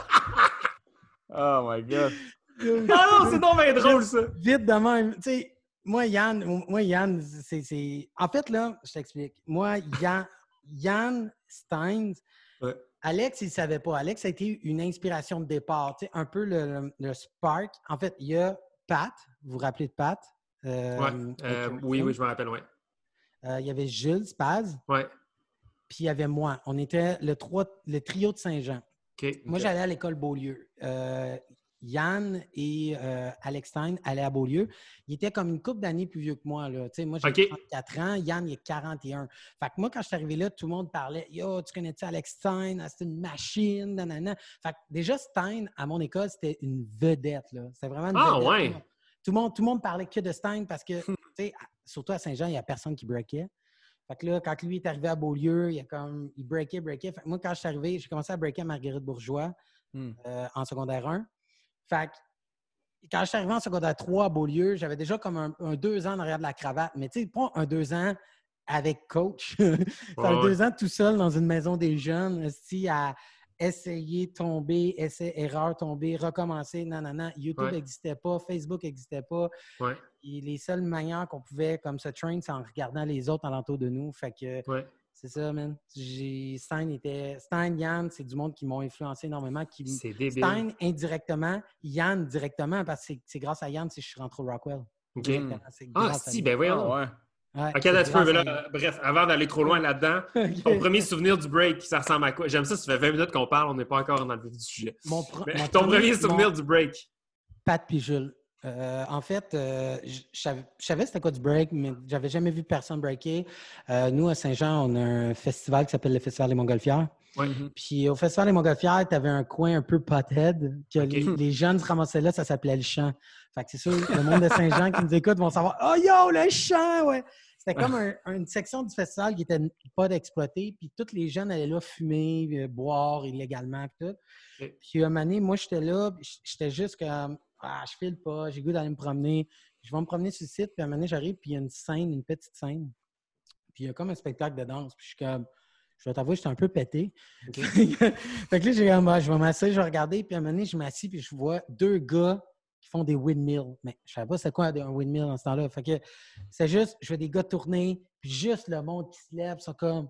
S2: Oh my God!
S1: Ah non, c'est donc bien drôle, ça!
S3: Vite de même. Tu sais, moi, Yann, moi, Yann, c'est, c'est... En fait, là, je t'explique. Moi, Yann, Yann Stein,
S1: ouais.
S3: Alex, il ne savait pas. Alex a été une inspiration de départ. Tu sais, un peu le, le, le spark. En fait, il y a Pat. Vous vous rappelez de Pat?
S1: Euh, ouais. Euh, oui, oui, je me rappelle, oui.
S3: Euh, il y avait Jules Spaz.
S1: Oui.
S3: Puis il y avait moi. On était le, trois, le trio de Saint-Jean.
S1: Okay,
S3: moi,
S1: okay.
S3: j'allais à l'école Beaulieu. Euh, Yann et euh, Alex Stein allaient à Beaulieu. Ils étaient comme une couple d'années plus vieux que moi. Là. Moi, j'ai
S1: okay.
S3: trente-quatre ans. Yann, il est quarante et un. Fait que moi, quand je suis arrivé là, tout le monde parlait « Yo, tu connais-tu Alex Stein? C'est une machine. » Nanana. Fait que déjà, Stein, à mon école, c'était une vedette. Là. C'était vraiment une
S1: ah,
S3: vedette.
S1: Ouais.
S3: Là. Tout le monde, tout le monde parlait que de Stein parce que, tu sais, surtout à Saint-Jean, il n'y a personne qui breakait. Fait que là, quand lui est arrivé à Beaulieu, il, a comme, il breakait, breakait. Fait que moi, quand je suis arrivé, j'ai commencé à breaker à Marguerite Bourgeois mm. euh, en secondaire un. Fait que quand je suis arrivé en secondaire trois à Beaulieu, j'avais déjà comme un, un deux ans en arrière de la cravate. Mais tu sais, pas un deux ans avec coach. C'est ouais, un ouais. deux ans tout seul dans une maison des jeunes, aussi à essayer, tomber, essai, erreur, tomber, recommencer, non, non, non. YouTube n'existait ouais. pas, Facebook n'existait pas.
S1: Ouais.
S3: Et les seules manières qu'on pouvait comme se train, c'est en regardant les autres alentour de nous. Fait que
S1: ouais.
S3: c'est ça, man. J'ai, Stein, était, Stein, Yann, c'est du monde qui m'ont influencé énormément. Qui,
S1: c'est débile.
S3: Stein indirectement, Yann directement, parce que c'est, c'est grâce à Yann si je suis rentré au Rockwell.
S1: OK. Ah, si, ben voyons.
S2: Ah, ouais.
S1: Ouais, OK, là, tu peux, mais là, bref, avant d'aller trop loin là-dedans, okay. ton premier souvenir du break, ça ressemble à quoi? J'aime ça, ça fait vingt minutes qu'on parle, on n'est pas encore dans le vif du sujet.
S3: Mon pro-
S1: mais
S3: mon
S1: ton premier, premier souvenir
S3: mon...
S1: du break?
S3: Pat puis Jules. Euh, en fait, euh, je savais, savais c'était quoi du break, mais j'avais jamais vu personne breaker. Euh, nous, à Saint-Jean, on a un festival qui s'appelle le Festival des Montgolfières.
S1: Ouais.
S3: Puis au Festival des Montgolfières, tu avais un coin un peu pothead, que okay. les, les jeunes se ramassaient là, ça s'appelait le champ. Fait que c'est sûr, le monde de Saint-Jean qui nous écoute vont savoir « Oh yo, le champ! » ouais. C'était comme un, une section du festival qui était pas d'exploiter, puis tous les jeunes allaient là fumer, euh, boire illégalement, puis tout. Okay. Puis un moment donné, moi, j'étais là, j'étais juste comme « Ah, je file pas, j'ai goût d'aller me promener. » Je vais me promener sur le site, puis à un moment donné, j'arrive, puis il y a une scène, une petite scène. Puis il y a comme un spectacle de danse, puis je suis comme... Je vais t'avouer, j'étais un peu pété. Okay. Fait que là, j'ai dit, je vais m'asseoir, je vais regarder, puis à un moment donné, je m'assis, puis je vois deux gars qui font des windmills. Mais je ne savais pas c'était quoi un windmill dans ce temps-là. Fait que c'est juste, je vois des gars tourner, puis juste le monde qui se lève, sont comme.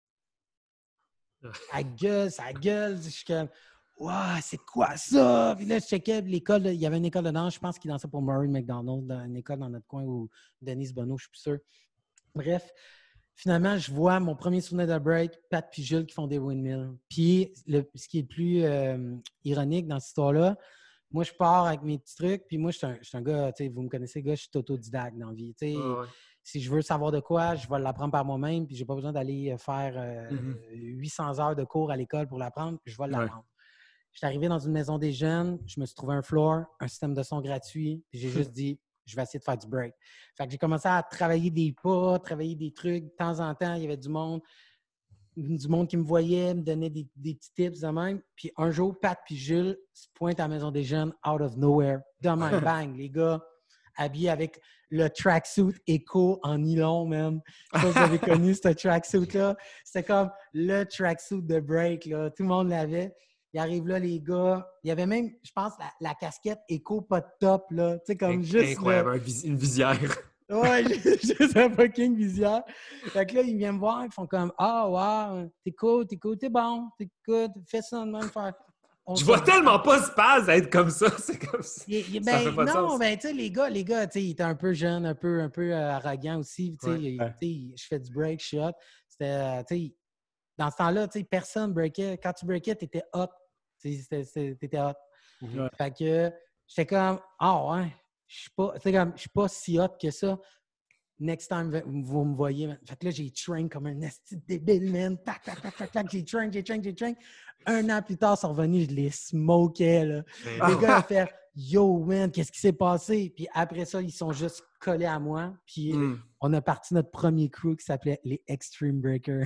S3: Ça gueule, ça gueule. Je suis comme, waouh, c'est quoi ça? Puis là, je checkais l'école, il y avait une école de danse, je pense qu'il dansait pour Murray McDonald, dans une école dans notre coin, ou Denise Bonneau, je suis plus sûr. Bref. Finalement, je vois mon premier souvenir de break, Pat puis Jules qui font des windmills. Puis, le, ce qui est le plus euh, ironique dans cette histoire-là, moi, je pars avec mes petits trucs, puis moi, je suis un, un gars, tu sais, vous me connaissez, gars, je suis autodidacte dans la vie. Tu sais, oh, ouais. Si je veux savoir de quoi, je vais l'apprendre par moi-même, puis j'ai pas besoin d'aller faire euh, mm-hmm. huit cents heures de cours à l'école pour l'apprendre, puis je vais l'apprendre. Ouais. Je suis arrivé dans une maison des jeunes, je me suis trouvé un floor, un système de son gratuit, puis j'ai juste dit, je vais essayer de faire du break. Fait que j'ai commencé à travailler des pas, travailler des trucs. De temps en temps, il y avait du monde, du monde qui me voyait, me donnait des, des petits tips de même. Puis un jour, Pat puis Jules se pointent à la maison des jeunes, out of nowhere. De même, bang, les gars habillés avec le tracksuit Echo en nylon, même. Je sais pas si vous avez connu ce tracksuit-là. C'était comme le tracksuit de break, là. Tout le monde l'avait. Il arrive là, les gars. Il y avait même, je pense, la, la casquette Echo pas de top, là. Tu sais, comme juste.
S1: Incroyable, là. Une visière.
S3: Ouais, juste un fucking visière. Fait que là, ils viennent me voir, ils font comme ah, oh, wow, t'es cool, t'es cool, t'es bon, t'es good, fais ça de même faire.
S1: On je vois tellement pas Spaz être comme ça, c'est comme ça.
S3: Il, il, ben, ça fait pas non, sens. Ben, tu sais, les gars, les gars, tu sais, ils étaient un peu jeunes, un peu, un peu euh, arrogants aussi. Tu sais, ouais. Je fais du break shot. C'était, tu sais, dans ce temps-là, tu sais, personne breakait. Quand tu breakais, t'étais hot. T'étais hot. Mm-hmm. Fait que j'étais comme, ah oh, ouais, je suis pas, comme, je suis pas si hot que ça. next time, vous me voyez. Man. Fait que là, j'ai train comme un esti de débile, man. Tac, tac, tac, tac, tac. J'ai train, j'ai train, j'ai train. Un an plus tard, ils sont revenus, je les smokais, là. Les gars ont fait « Yo, man, qu'est-ce qui s'est passé? » Puis après ça, ils sont juste collés à moi. Puis mm. on a parti notre premier crew qui s'appelait les Extreme Breakers.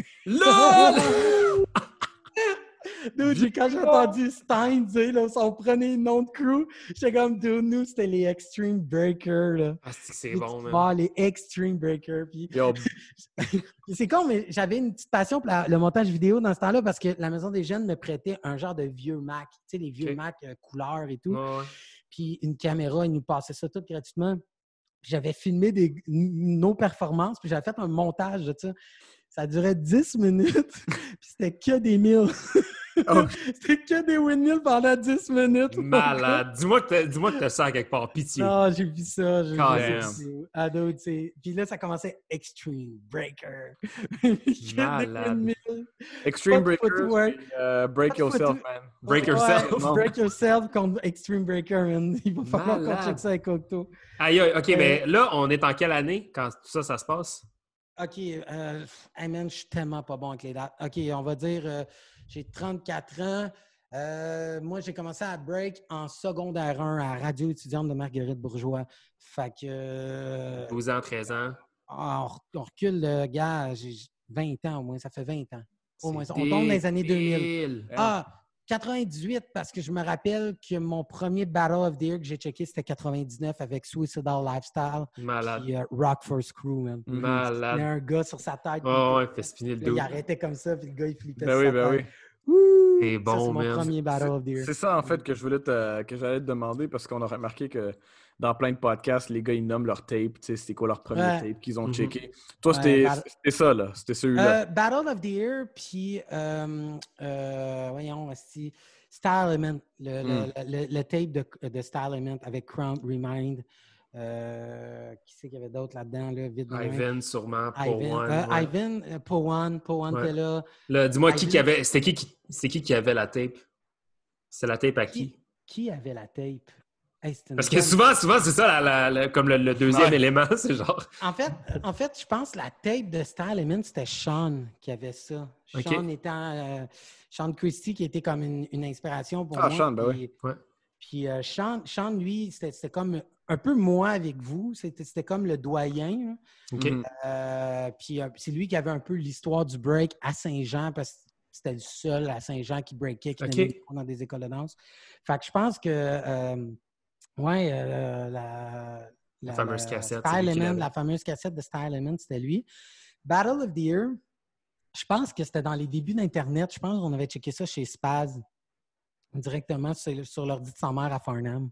S3: LOL! Dude, quand j'ai entendu Stein dire là, son premier nom de crew, j'étais comme, dude, nous, c'était les Extreme Breakers. Là.
S1: Ah, c'est, c'est bon, man.
S3: Ah, les Extreme Breakers. Puis... c'est con, mais j'avais une petite passion pour la, le montage vidéo dans ce temps-là parce que la Maison des Jeunes me prêtait un genre de vieux Mac. Tu sais, les vieux okay. Mac euh, couleurs et tout. Oh, ouais. Puis une caméra, ils nous passaient ça tout gratuitement. Puis j'avais filmé des, nos performances, puis j'avais fait un montage de ça. Ça durait dix minutes, puis c'était que des mills. Oh. C'était que des windmills pendant dix minutes.
S1: Malade. Dis-moi que, dis-moi que t'as ça quelque part. Pitié.
S3: Non, j'ai vu ça. J'ai vu ça. Ado, puis là, ça commençait Extreme Breaker.
S1: Malade.
S2: Extreme Breaker. Uh, break yourself, man.
S1: Break ouais, yourself.
S3: Ouais, break yourself contre Extreme Breaker, man. Il va falloir qu'on check ça avec Octo.
S1: Aïe, aïe, OK, euh, mais là, on est en quelle année quand tout ça, ça se passe?
S3: OK. Euh, hey man, je suis tellement pas bon avec les dates. OK, on va dire... Euh, j'ai trente-quatre ans. Euh, moi, j'ai commencé à break en secondaire un à Radio étudiante de Marguerite Bourgeois. Fait que... Euh,
S1: douze ans, treize ans.
S3: On, on recule, le gars, j'ai vingt ans au moins. Ça fait vingt ans. Au moins. On tombe dans les années deux mille. Ah, quatre-vingt-dix-huit, parce que je me rappelle que mon premier Battle of the Year que j'ai checké, c'était quatre-vingt-dix-neuf avec Suicidal Lifestyle.
S1: Malade.
S3: Puis uh, Rock First Crew, man.
S1: Malade.
S3: Il y a un gars sur sa tête.
S1: Oh, ouais, il fait spinner le dos.
S3: Il arrêtait comme ça, puis le gars, il flippait
S2: ben
S3: sur
S2: oui,
S3: sa
S2: ben
S3: tête.
S2: Oui.
S3: Wouh!
S1: C'est bon,
S3: ça, c'est mon
S1: man.
S3: premier Battle of the Year.
S2: C'est ça, en fait, que je voulais te, que j'allais te demander, parce qu'on a remarqué que dans plein de podcasts, les gars, ils nomment leur tape, tu sais, c'était quoi leur premier ouais. tape qu'ils ont mm-hmm. checké. Toi, c'était, ouais, c'était ça, là. C'était celui-là.
S3: Euh, Battle of the Year, puis, euh, euh, voyons, aussi, Style Element, le, mm. le, le, le tape de, de Style Element avec Crown Remind. Euh, qui c'est qu'il y avait d'autres là-dedans, là, vite de
S1: Ivan, sûrement,
S3: Ivan,
S1: Powan.
S3: Euh,
S1: ouais.
S3: Ivan, euh, Powan, Powan ouais. était là.
S1: là dis-moi, Ivan, qui qui avait, c'était qui qui, c'est qui qui avait la tape? C'est la tape à qui?
S3: Qui, qui avait la tape? Hey,
S1: Parce que souvent, souvent, c'est ça, la, la, la, comme le, le deuxième ouais. élément, c'est genre...
S3: En fait, en fait, je pense que la tape de Style Element, c'était Sean qui avait ça. Okay. Sean étant... Euh, Sean Christie, qui était comme une, une inspiration pour
S2: ah,
S3: moi.
S2: Ah, Sean, ben
S3: puis,
S2: oui. Ouais.
S3: Puis euh, Sean, Sean, lui, c'était, c'était comme un peu moi avec vous. C'était, c'était comme le doyen.
S1: Okay.
S3: Euh, puis euh, c'est lui qui avait un peu l'histoire du break à Saint-Jean parce que c'était le seul à Saint-Jean qui breakait, qui okay. donnait dans des écoles de danse. Fait que je pense que, euh, ouais, euh, la,
S1: la,
S3: la
S1: fameuse cassette.
S3: Style Element, la fameuse cassette de Style Element, c'était lui. Battle of the Year, je pense que c'était dans les débuts d'Internet. Je pense qu'on avait checké ça chez Spaz. Directement sur, sur l'ordi de sa mère à Farnham.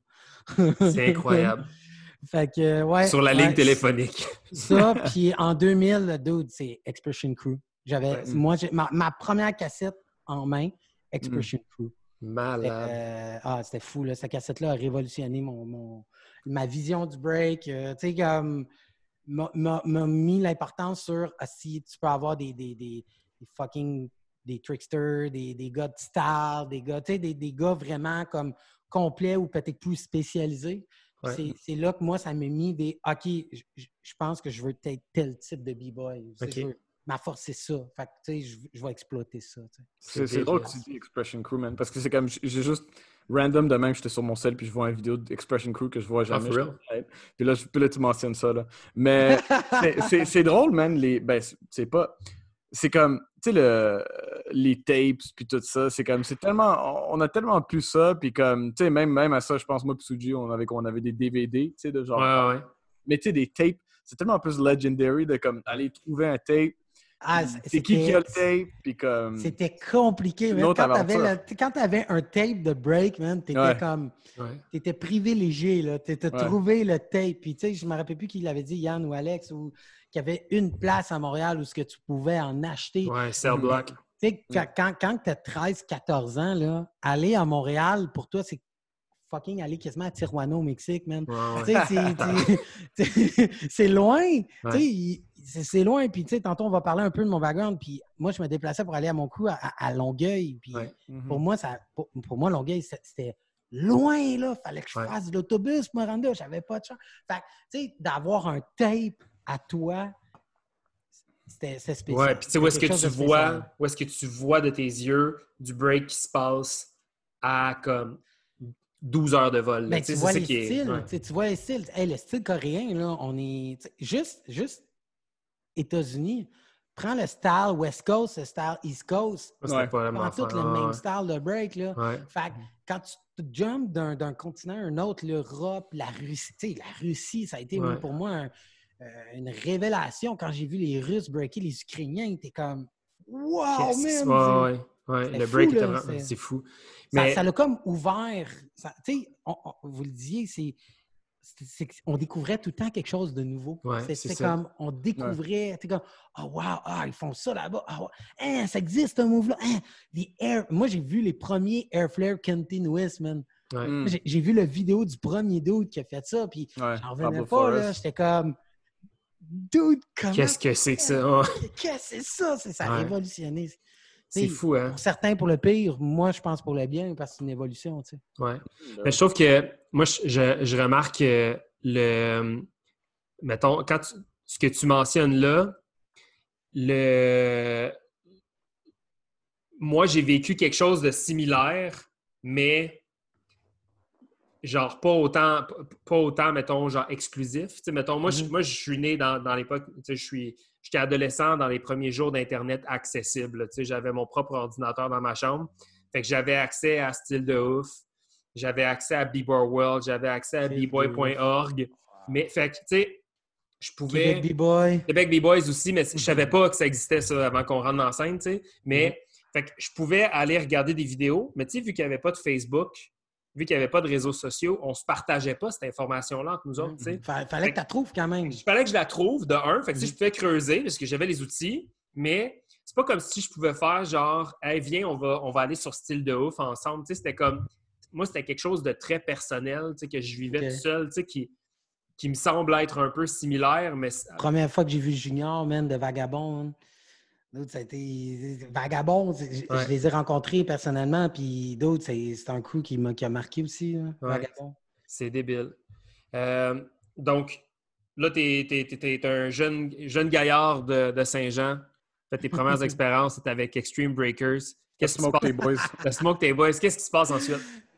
S1: C'est incroyable.
S3: Fait que, ouais,
S1: sur la
S3: ouais,
S1: ligne téléphonique.
S3: Ça, puis en deux mille, dude, c'est Expression Crew. J'avais, ouais. moi, j'ai, ma, ma première cassette en main, Expression mm. Crew.
S1: Malade.
S3: Euh, ah, c'était fou, là. Cette cassette-là a révolutionné mon, mon, ma vision du break. Euh, tu sais, comme, m'a, m'a, m'a mis l'importance sur ah, si tu peux avoir des, des, des, des fucking... des tricksters, des, des gars de style, des gars, tu sais, des, des gars vraiment comme complets ou peut-être plus spécialisés. Ouais. C'est, c'est là que moi, ça m'a mis des « OK, je, je pense que je veux peut-être tel type de b-boy. Okay. Veux, ma force, c'est ça. Fait que, tu sais, je, je vais exploiter ça.
S2: C'est, c'est drôle que tu dis Expression Crew, man, parce que c'est comme, j'ai juste random de même, j'étais sur mon cell puis je vois une vidéo d'Expression Crew que je vois jamais.
S1: Oh,
S2: je, puis, là, je, puis là, tu mentionnes ça, là. Mais c'est, c'est, c'est drôle, man. Les, ben, c'est pas... C'est comme, tu sais, le, les tapes puis tout ça, c'est comme, c'est tellement, on a tellement plus ça, puis comme, tu sais, même, même à ça, je pense, moi puis Suji, on avait, on avait des D V D, tu sais, de genre.
S1: Ouais, ouais.
S2: Mais tu sais, des tapes, c'est tellement plus legendary de comme, aller trouver un tape. Ah, c'est qui qui a le tape, puis comme...
S3: C'était compliqué, man. Quand t'avais, le, quand t'avais un tape de break, man, t'étais ouais. comme... Ouais. T'étais privilégié, là. T'étais ouais. trouvé le tape. Puis, tu sais, je me rappelle plus qui l'avait dit, Yann ou Alex, ou qu'il y avait une place à Montréal où ce que tu pouvais en acheter.
S1: Ouais, Cell Block.
S3: Tu sais, quand, quand, quand t'as treize quatorze ans, là, aller à Montréal, pour toi, c'est fucking aller quasiment à Tijuana au Mexique, man.
S1: Ouais,
S3: ouais. C'est, c'est, c'est loin. Ouais. C'est, c'est loin. Puis, tu sais, tantôt, on va parler un peu de mon background. Puis, moi, je me déplaçais pour aller à mon crew à, à Longueuil. Puis, ouais. mm-hmm. pour moi, ça, pour, pour moi, Longueuil, c'était loin, là. Fallait que je ouais. fasse l'autobus pour me rendre là. J'avais pas de chance. Fait tu sais, d'avoir un tape à toi, c'était, c'était spécial.
S1: Ouais, puis tu sais, où est-ce que tu vois,
S3: spécial.
S1: où est-ce que tu vois de tes yeux du break qui se passe à comme douze heures de vol.
S3: Ben, tu, vois
S1: c'est
S3: les
S1: qui est,
S3: styles,
S1: ouais.
S3: tu vois les styles. Hey, le style coréen, là, on est juste, juste États-Unis. Prends le style West Coast, le style East Coast.
S1: Ça, c'était pas
S3: Prends tout le
S1: ah,
S3: même
S1: ouais.
S3: style de break. Là.
S1: Ouais.
S3: Fait que quand tu te jumps d'un, d'un continent à un autre, l'Europe, la Russie, tu sais, la Russie, ça a été
S1: ouais.
S3: pour moi un, euh, une révélation. Quand j'ai vu les Russes breaker les Ukrainiens, t'es comme wow,
S1: Qu'est-ce
S3: man!
S1: ouais, ouais, ouais. Le
S3: fou,
S1: break
S3: là,
S1: était vraiment...
S3: c'est...
S1: C'est fou.
S3: Ça,
S1: Mais...
S3: ça l'a comme ouvert. Tu sais, vous le disiez, c'est... C'est, c'est, on découvrait tout le temps quelque chose de nouveau.
S1: Ouais,
S3: c'est,
S1: c'est
S3: c'est
S1: ça.
S3: comme, on découvrait, c'est comme, oh wow, ah, ils font ça là-bas. Oh, hein, ça existe, un move-là. Hein, les air... Moi, j'ai vu les premiers Air Flare Continuous, man.
S1: Ouais.
S3: Mm. J'ai, j'ai vu la vidéo du premier dude qui a fait ça, puis
S2: ouais,
S3: j'en revenais pas, là. J'étais comme, dude, comment...
S1: Qu'est-ce que c'est que ça?
S3: Qu'est-ce que c'est ça? C'est, ça a ouais. révolutionné.
S1: C'est
S3: T'sais,
S1: fou, hein?
S3: Pour certains, pour le pire. Moi, je pense pour le bien, parce que c'est une évolution, tu sais.
S1: Ouais. Mais je trouve que, moi, je, je, je remarque que le... Mettons, quand tu, ce que tu mentionnes là, le... Moi, j'ai vécu quelque chose de similaire, mais genre pas autant, pas autant, mettons, genre exclusif. Tu sais, mettons, moi, mm-hmm. je, moi, je suis né dans, dans l'époque, tu sais, je suis... J'étais adolescent dans les premiers jours d'Internet accessible. Tu sais, j'avais mon propre ordinateur dans ma chambre. Fait que j'avais accès à Style de ouf. J'avais accès à B-Boy World. J'avais accès à b boy point org. Mais, fait que, tu sais, je pouvais...
S3: Québec B-Boy.
S1: Québec B-Boys aussi, mais je savais pas que ça existait, ça, avant qu'on rentre dans la scène, tu sais. Mais, mm-hmm. fait que je pouvais aller regarder des vidéos. Mais, tu sais, vu qu'il n'y avait pas de Facebook, vu qu'il n'y avait pas de réseaux sociaux, on ne se partageait pas cette information-là entre nous autres.
S3: Mm-hmm. Fallait, fallait que, que tu la trouves quand même.
S1: Il fallait que je la trouve, de un. Fait que mm-hmm. je pouvais creuser parce que j'avais les outils, mais c'est pas comme si je pouvais faire genre, hey, viens, on va, on va aller sur Style de ouf ensemble. T'sais, c'était comme, moi, c'était quelque chose de très personnel que je vivais okay. tout seul, qui, qui me semble être un peu similaire. Mais...
S3: Première fois que j'ai vu Junior, man, de Vagabond. Man. D'autres, ça a été Vagabond. Ouais. Je les ai rencontrés personnellement, puis d'autres, c'est, c'est un crew qui m'a, qui a marqué aussi. Hein, ouais. Vagabond.
S1: C'est débile. Euh, donc, là, t'es, t'es, t'es, t'es un jeune, jeune gaillard de, de Saint-Jean. Fait tes premières expériences, c'était avec Extreme Breakers.
S2: Qu'est-ce qui se passe?
S1: Boys. Le Smoke tes boys. Qu'est-ce qui se passe ensuite?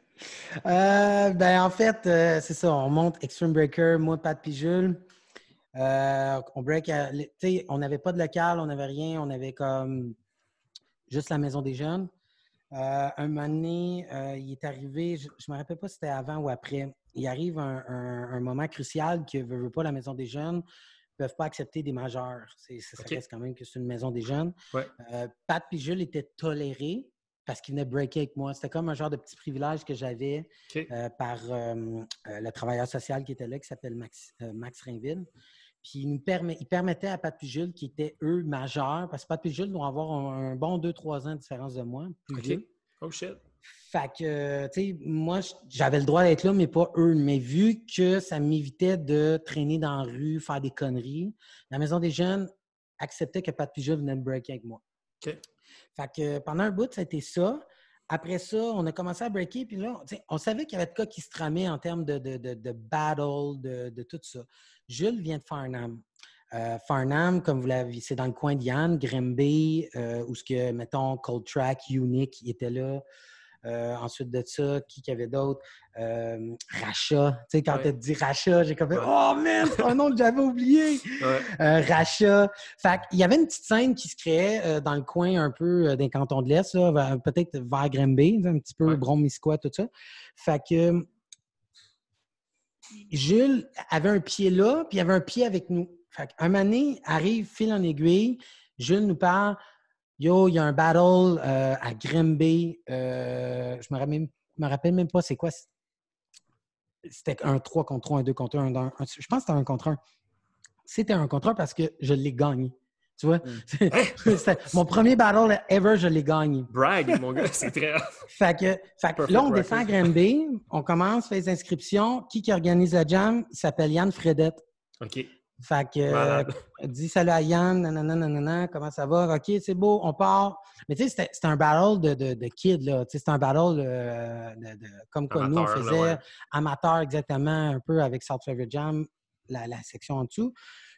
S3: Euh, ben, en fait, euh, c'est ça. On monte Extreme Breaker, moi, Pat puis Jules. Euh, on break à, on n'avait pas de local, on n'avait rien, on avait comme juste la maison des jeunes. Euh, un moment donné, euh, il est arrivé, je ne me rappelle pas si c'était avant ou après, il arrive un, un, un moment crucial que veut, veut pas la maison des jeunes, ne peuvent pas accepter des majeurs. C'est, c'est, okay. Ça reste quand même que c'est une maison des jeunes.
S1: Ouais.
S3: Euh, Pat et Jules étaient tolérés parce qu'ils venaient breaker avec moi. C'était comme un genre de petit privilège que j'avais okay. euh, par euh, euh, le travailleur social qui était là, qui s'appelle Max, euh, Max Rainville. Puis il, nous permet, il permettait à Pat et Jules, qui étaient, eux, majeurs, parce que Pat et Jules doivent avoir un, un bon deux trois ans de différence de moi. Plus
S1: OK.
S3: vieux.
S1: Oh shit.
S3: Fait que, tu sais, moi, j'avais le droit d'être là, mais pas eux. Mais vu que ça m'évitait de traîner dans la rue, faire des conneries, la maison des jeunes acceptait que Pat et Jules venaient me breaker avec moi.
S1: OK.
S3: Fait que pendant un bout, ça a été ça. Après ça, on a commencé à breaker, puis là, on savait qu'il y avait de cas qui se tramaient en termes de, de, de, de battle, de, de tout ça. Jules vient de Farnham. Euh, Farnham, comme vous l'avez vu, c'est dans le coin de Yann, Grimby, euh, où ce que, mettons, Cold Track, Unique, il était là. Euh, ensuite de ça, qui qu'il y avait d'autre? Euh, Racha. Tu sais, quand ouais. tu as dit Racha, j'ai comme fait, ouais. Oh man, c'est un nom que j'avais oublié!
S1: Ouais.
S3: Euh, Racha. Fait qu'il y avait une petite scène qui se créait euh, dans le coin un peu euh, des cantons de l'Est, là, vers, peut-être vers Grimby, un petit peu ouais. Brome-Misquois, tout ça. Fait que Jules avait un pied là, puis il avait un pied avec nous. Fait qu'un moment donné, arrive, fil en aiguille, Jules nous parle. Yo, il y a un battle euh, à Grimby. Euh, je me rappelle, me rappelle même pas c'est quoi. C'était un trois contre trois, un deux contre un. un, un je pense que c'était un contre un. C'était un contre un parce que je l'ai gagné. Tu vois? Mm. C'était mon premier battle ever, je l'ai gagné.
S1: Brag, mon gars, c'est très...
S3: fait que, fait que là, on descend à Grimby. On commence, fait les inscriptions. Qui qui organise la jam? Il s'appelle Yann Fredette.
S1: OK.
S3: Fait que, euh, dis salut à Yann, nanana, nanana, comment ça va? OK, c'est beau, on part. Mais tu sais, c'était, c'était un battle de, de, de kids, là. Tu sais, c'était un battle euh, de, de, comme quoi nous, on faisait, là, ouais. Amateur exactement, un peu avec South Flavor Jam, la, la section en dessous.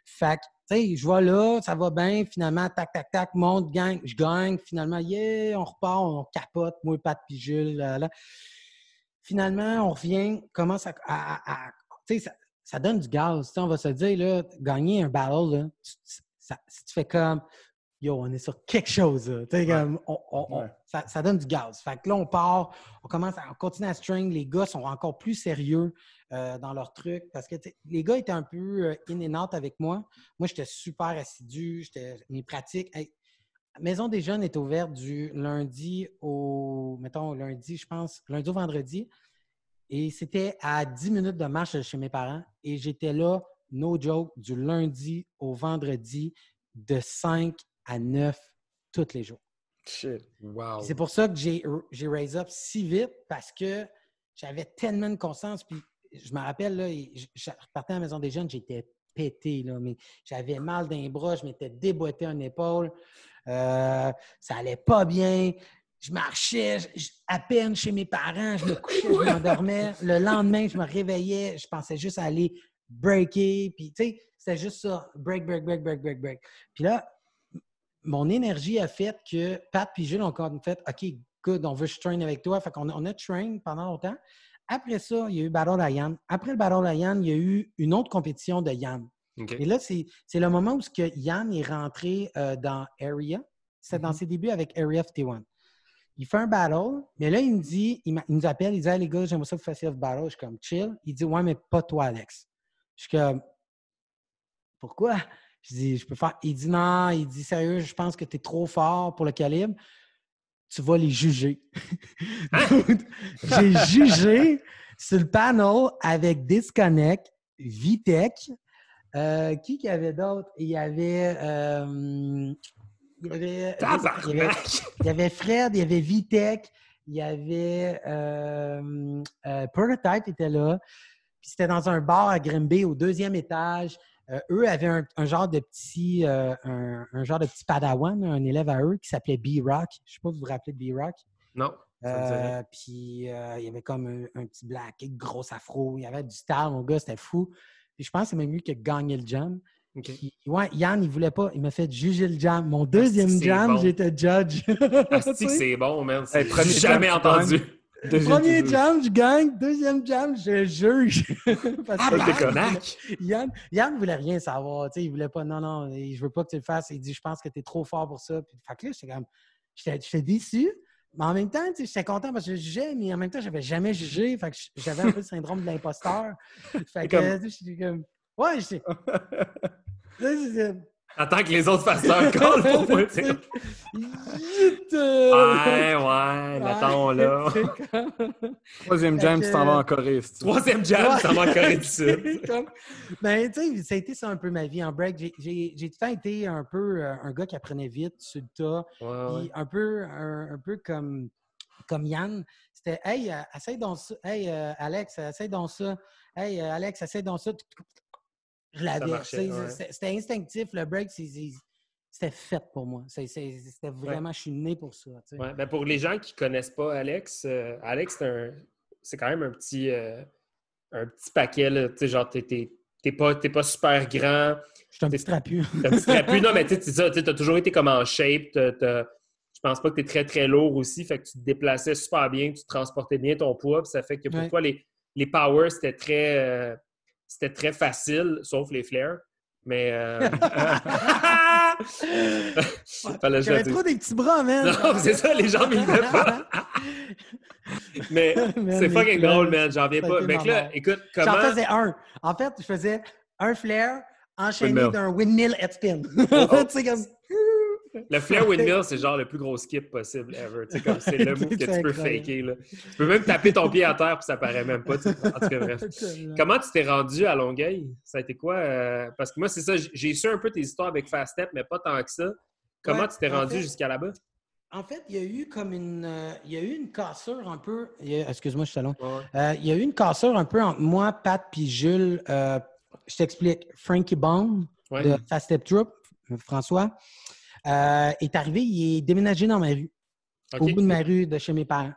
S3: Fait que, tu sais, je vais là, ça va bien, finalement, tac, tac, tac, monte, gagne, je gagne, finalement, yeah, on repart, on capote, moi, Pat puis Jules, là, là. Finalement, on revient, commence à... à, à, à tu sais, ça, ça donne du gaz, on va se dire, là, gagner un battle, là, tu, ça, si tu fais comme, yo, on est sur quelque chose, là, tu sais, comme, on, on, on,
S2: Ouais.
S3: ça, ça donne du gaz. Fait que là, on part, on commence à on continue à string, les gars sont encore plus sérieux euh, dans leur truc, parce que les gars étaient un peu euh, in and out avec moi. Moi, j'étais super assidu, j'étais, mes pratiques... Hey, Maison des Jeunes est ouverte du lundi au, mettons, lundi, je pense, lundi au vendredi. Et c'était à dix minutes de marche chez mes parents. Et j'étais là, no joke, du lundi au vendredi, de cinq à neuf tous les jours.
S2: Shit.
S1: Wow.
S3: Puis c'est pour ça que j'ai, j'ai raise up si vite, parce que j'avais tellement de conscience. Puis je me rappelle, là, je, je repartais à la Maison des Jeunes, j'étais pété, là, mais j'avais mal d'un bras, je m'étais déboîté une épaule. Euh, ça allait pas bien. Je marchais je, à peine chez mes parents, je me couchais, je m'endormais. Le lendemain, je me réveillais, je pensais juste à aller breaker. Puis, tu sais, c'était juste ça, break, break, break, break, break, break. Puis là, mon énergie a fait que Pat et Jules ont encore fait « OK, good, on veut que je train avec toi. » Fait qu'on a, on a train pendant longtemps. Après ça, il y a eu Battle à Yann. Après le Battle à Yann, il y a eu une autre compétition de Yann. Okay. Et là, c'est, c'est le moment où que Yann est rentré euh, dans Area. C'était mm-hmm. dans ses débuts avec Area cinquante et un. Il fait un battle, mais là, il me dit, il, il nous appelle, il dit hey, « les gars, j'aimerais ça que vous fassiez le battle. » Je suis comme « chill. » Il dit « ouais, mais pas toi, Alex. » Je suis comme « pourquoi? » Je dis « je peux faire. » Il dit « non. » Il dit « sérieux, je pense que tu es trop fort pour le calibre. Tu vas les juger. » J'ai jugé sur le panel avec Disconnect, Vitech. Euh, qui qu'il y avait d'autre? Il y avait... Euh, Il y avait, il, y avait, il y avait Fred, il y avait Vitech, il y avait euh, euh, Prototype était là. Puis c'était dans un bar à Grimby au deuxième étage. Euh, eux avaient un, un genre de petit euh, un, un genre de petit padawan, un élève à eux qui s'appelait B-Rock. Je ne sais pas si vous vous rappelez de B-Rock.
S1: Non.
S3: Euh, puis euh, il y avait comme un, un petit black, un gros afro. Il y avait du style, mon gars, c'était fou. Puis je pense que c'est même lui qui a gagné le jam. Okay. Puis, ouais, Yann, il voulait pas. Il m'a fait juger le jam. Mon deuxième Asti jam, bon. J'étais judge.
S1: Asti que c'est bon, man. Hey, premier jamais entendu.
S3: Premier jam, je gagne. Deuxième jam, je juge. Parce
S1: ah,
S3: que
S1: Yann,
S3: Yann, Yann voulait rien savoir. Tu sais, il voulait pas. Non, non, je veux pas que tu le fasses. Il dit, je pense que tu es trop fort pour ça. Puis, fait que là, j'étais comme. J'étais déçu. Mais en même temps, j'étais content parce que je jugeais, mais en même temps, j'avais jamais jugé. Fait que j'avais un peu le syndrome de l'imposteur. Fait que j'étais comme. Ouais, j'étais.
S1: Attends que les autres fassent leur call pour moi. Ouais, ouais, mettons là.
S2: Troisième jam, tu t'en vas en Corée.
S1: Troisième jam, tu t'en vas en Corée du Sud.
S3: Ben, tu sais, ça a été ça un peu ma vie en break. J'ai, j'ai, j'ai tout le temps été un peu euh, un gars qui apprenait vite sur le tas.
S1: Ouais, ouais.
S3: Un peu, un, un peu comme, comme Yann. C'était, hey, euh, essaye donc ça. Hey, euh, Alex, essaye donc ça. Hey, euh, Alex, essaye donc ça. Je l'avais. Marchait, ouais. c'était, c'était instinctif. Le break, c'est, c'est, c'était fait pour moi. C'est, c'est, c'était vraiment, ouais. Je suis né pour ça. Tu sais.
S1: Ouais, ben pour les gens qui ne connaissent pas Alex, euh, Alex, c'est, un, c'est quand même un petit, euh, un petit paquet. Là, tu sais, genre, t'es, t'es, t'es, pas, t'es pas super grand.
S3: Je suis un petit trapu.
S1: T'es un petit trapu. Non, mais tu sais, tu as toujours été comme en shape. T'as, t'as, je pense pas que tu es très, très lourd aussi. Fait que tu te déplaçais super bien, tu transportais bien ton poids. Puis ça fait que pour ouais. toi, les, les powers, c'était très... Euh, C'était très facile, sauf les flares. Mais. Euh...
S3: Fallait J'avais trop des petits bras, man.
S1: Non, c'est ça, les gens m'y veulent pas. mais man, c'est fucking drôle, man. J'en viens pas. Mais là, écoute, comment.
S3: J'en faisais un. En fait, je faisais un flare enchaîné windmill. D'un windmill head spin.
S1: Oh.
S3: Tu sais, comme.
S1: Le flare windmill, c'est genre le plus gros skip possible ever. Tu sais, comme c'est le move que tu peux faker. Là. Tu peux même taper ton pied à terre puis ça paraît même pas. Tu sais. En tout cas, bref. Comment tu t'es rendu à Longueuil? Ça a été quoi? Euh... Parce que moi, c'est ça. J'ai su un peu tes histoires avec Fast Step, mais pas tant que ça. Comment ouais, tu t'es rendu fait, jusqu'à là-bas?
S3: En fait, il y a eu comme une... Euh, il y a eu une cassure un peu... A, excuse-moi, je suis long. Ouais. Euh, il y a eu une cassure un peu entre moi, Pat puis Jules. Euh, je t'explique. Frankie Bond ouais. de Fast Step Troop, François. Euh, est arrivé, il est déménagé dans ma rue, okay. Au bout de ma rue de chez mes parents.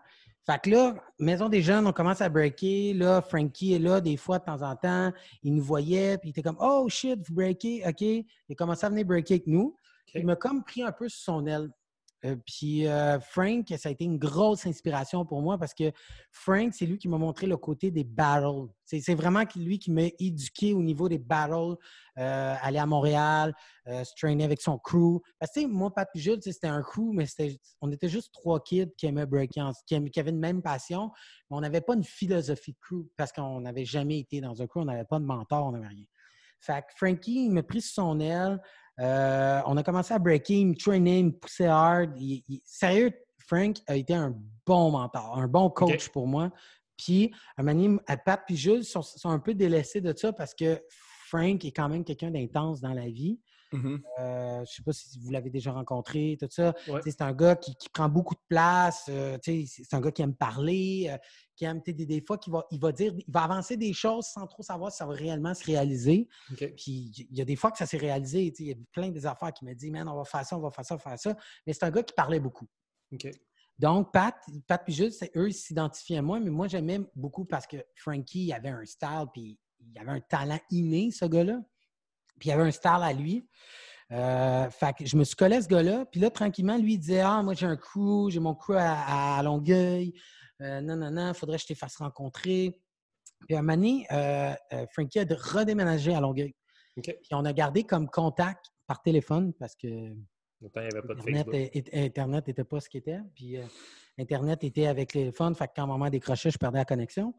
S3: Fait que là, Maison des jeunes, on commence à breaker. Là, Frankie est là, des fois, de temps en temps. Il nous voyait, puis il était comme « Oh, shit, vous breakez? OK. » Il a commencé à venir breaker avec nous. Okay. Il m'a comme pris un peu sous son aile. Euh, puis euh, Frank, ça a été une grosse inspiration pour moi parce que Frank, c'est lui qui m'a montré le côté des battles. C'est, c'est vraiment lui qui m'a éduqué au niveau des battles, euh, aller à Montréal, euh, se traîner avec son crew. Parce que moi, Pat et Jules, c'était un crew, mais c'était, on était juste trois kids qui aimaient breaker, qui, aimaient, qui avaient une même passion, mais on n'avait pas une philosophie de crew parce qu'on n'avait jamais été dans un crew, on n'avait pas de mentor, on n'avait rien. Fait que Frankie, il m'a pris sous son aile. Euh, on a commencé à breaker, il me traînait, il me poussait hard. Il, il, sérieux, Frank a été un bon mentor, un bon coach okay. pour moi. Puis, à un moment donné, Pat et Jules sont, sont un peu délaissés de ça parce que Frank est quand même quelqu'un d'intense dans la vie. Mm-hmm. Euh, je ne sais pas si vous l'avez déjà rencontré, tout ça. Ouais. C'est un gars qui, qui prend beaucoup de place. Euh, c'est un gars qui aime parler, euh, qui aime des, des fois qu'il va, il va dire, il va avancer des choses sans trop savoir si ça va réellement se réaliser. Okay. Puis il y a des fois que ça s'est réalisé. Il y a plein des affaires qui me disent, man, on va faire ça, on va faire ça, on va faire ça. Mais c'est un gars qui parlait beaucoup.
S1: Okay.
S3: Donc, Pat, Pat puis Jules, eux, ils s'identifiaient à moi, mais moi, j'aimais beaucoup parce que Frankie il avait un style, puis il avait un talent inné, ce gars-là. Puis il avait un style à lui. Euh, fait que je me suis collé à ce gars-là. Puis là, tranquillement, lui, il disait « Ah, moi, j'ai un crew, j'ai mon crew à, à Longueuil. Euh, non, non, non, il faudrait que je te fasse rencontrer. » Puis à un moment donné, euh, euh, Frankie a redéménagé à Longueuil. Okay. Puis on a gardé comme contact par téléphone parce que
S1: longtemps, il n'y avait pas de
S3: Internet,
S1: Facebook.
S3: Et, et, Internet n'était pas ce qu'il était. Puis euh, Internet était avec le téléphone. Fait que quand maman décrochait, je perdais la connexion.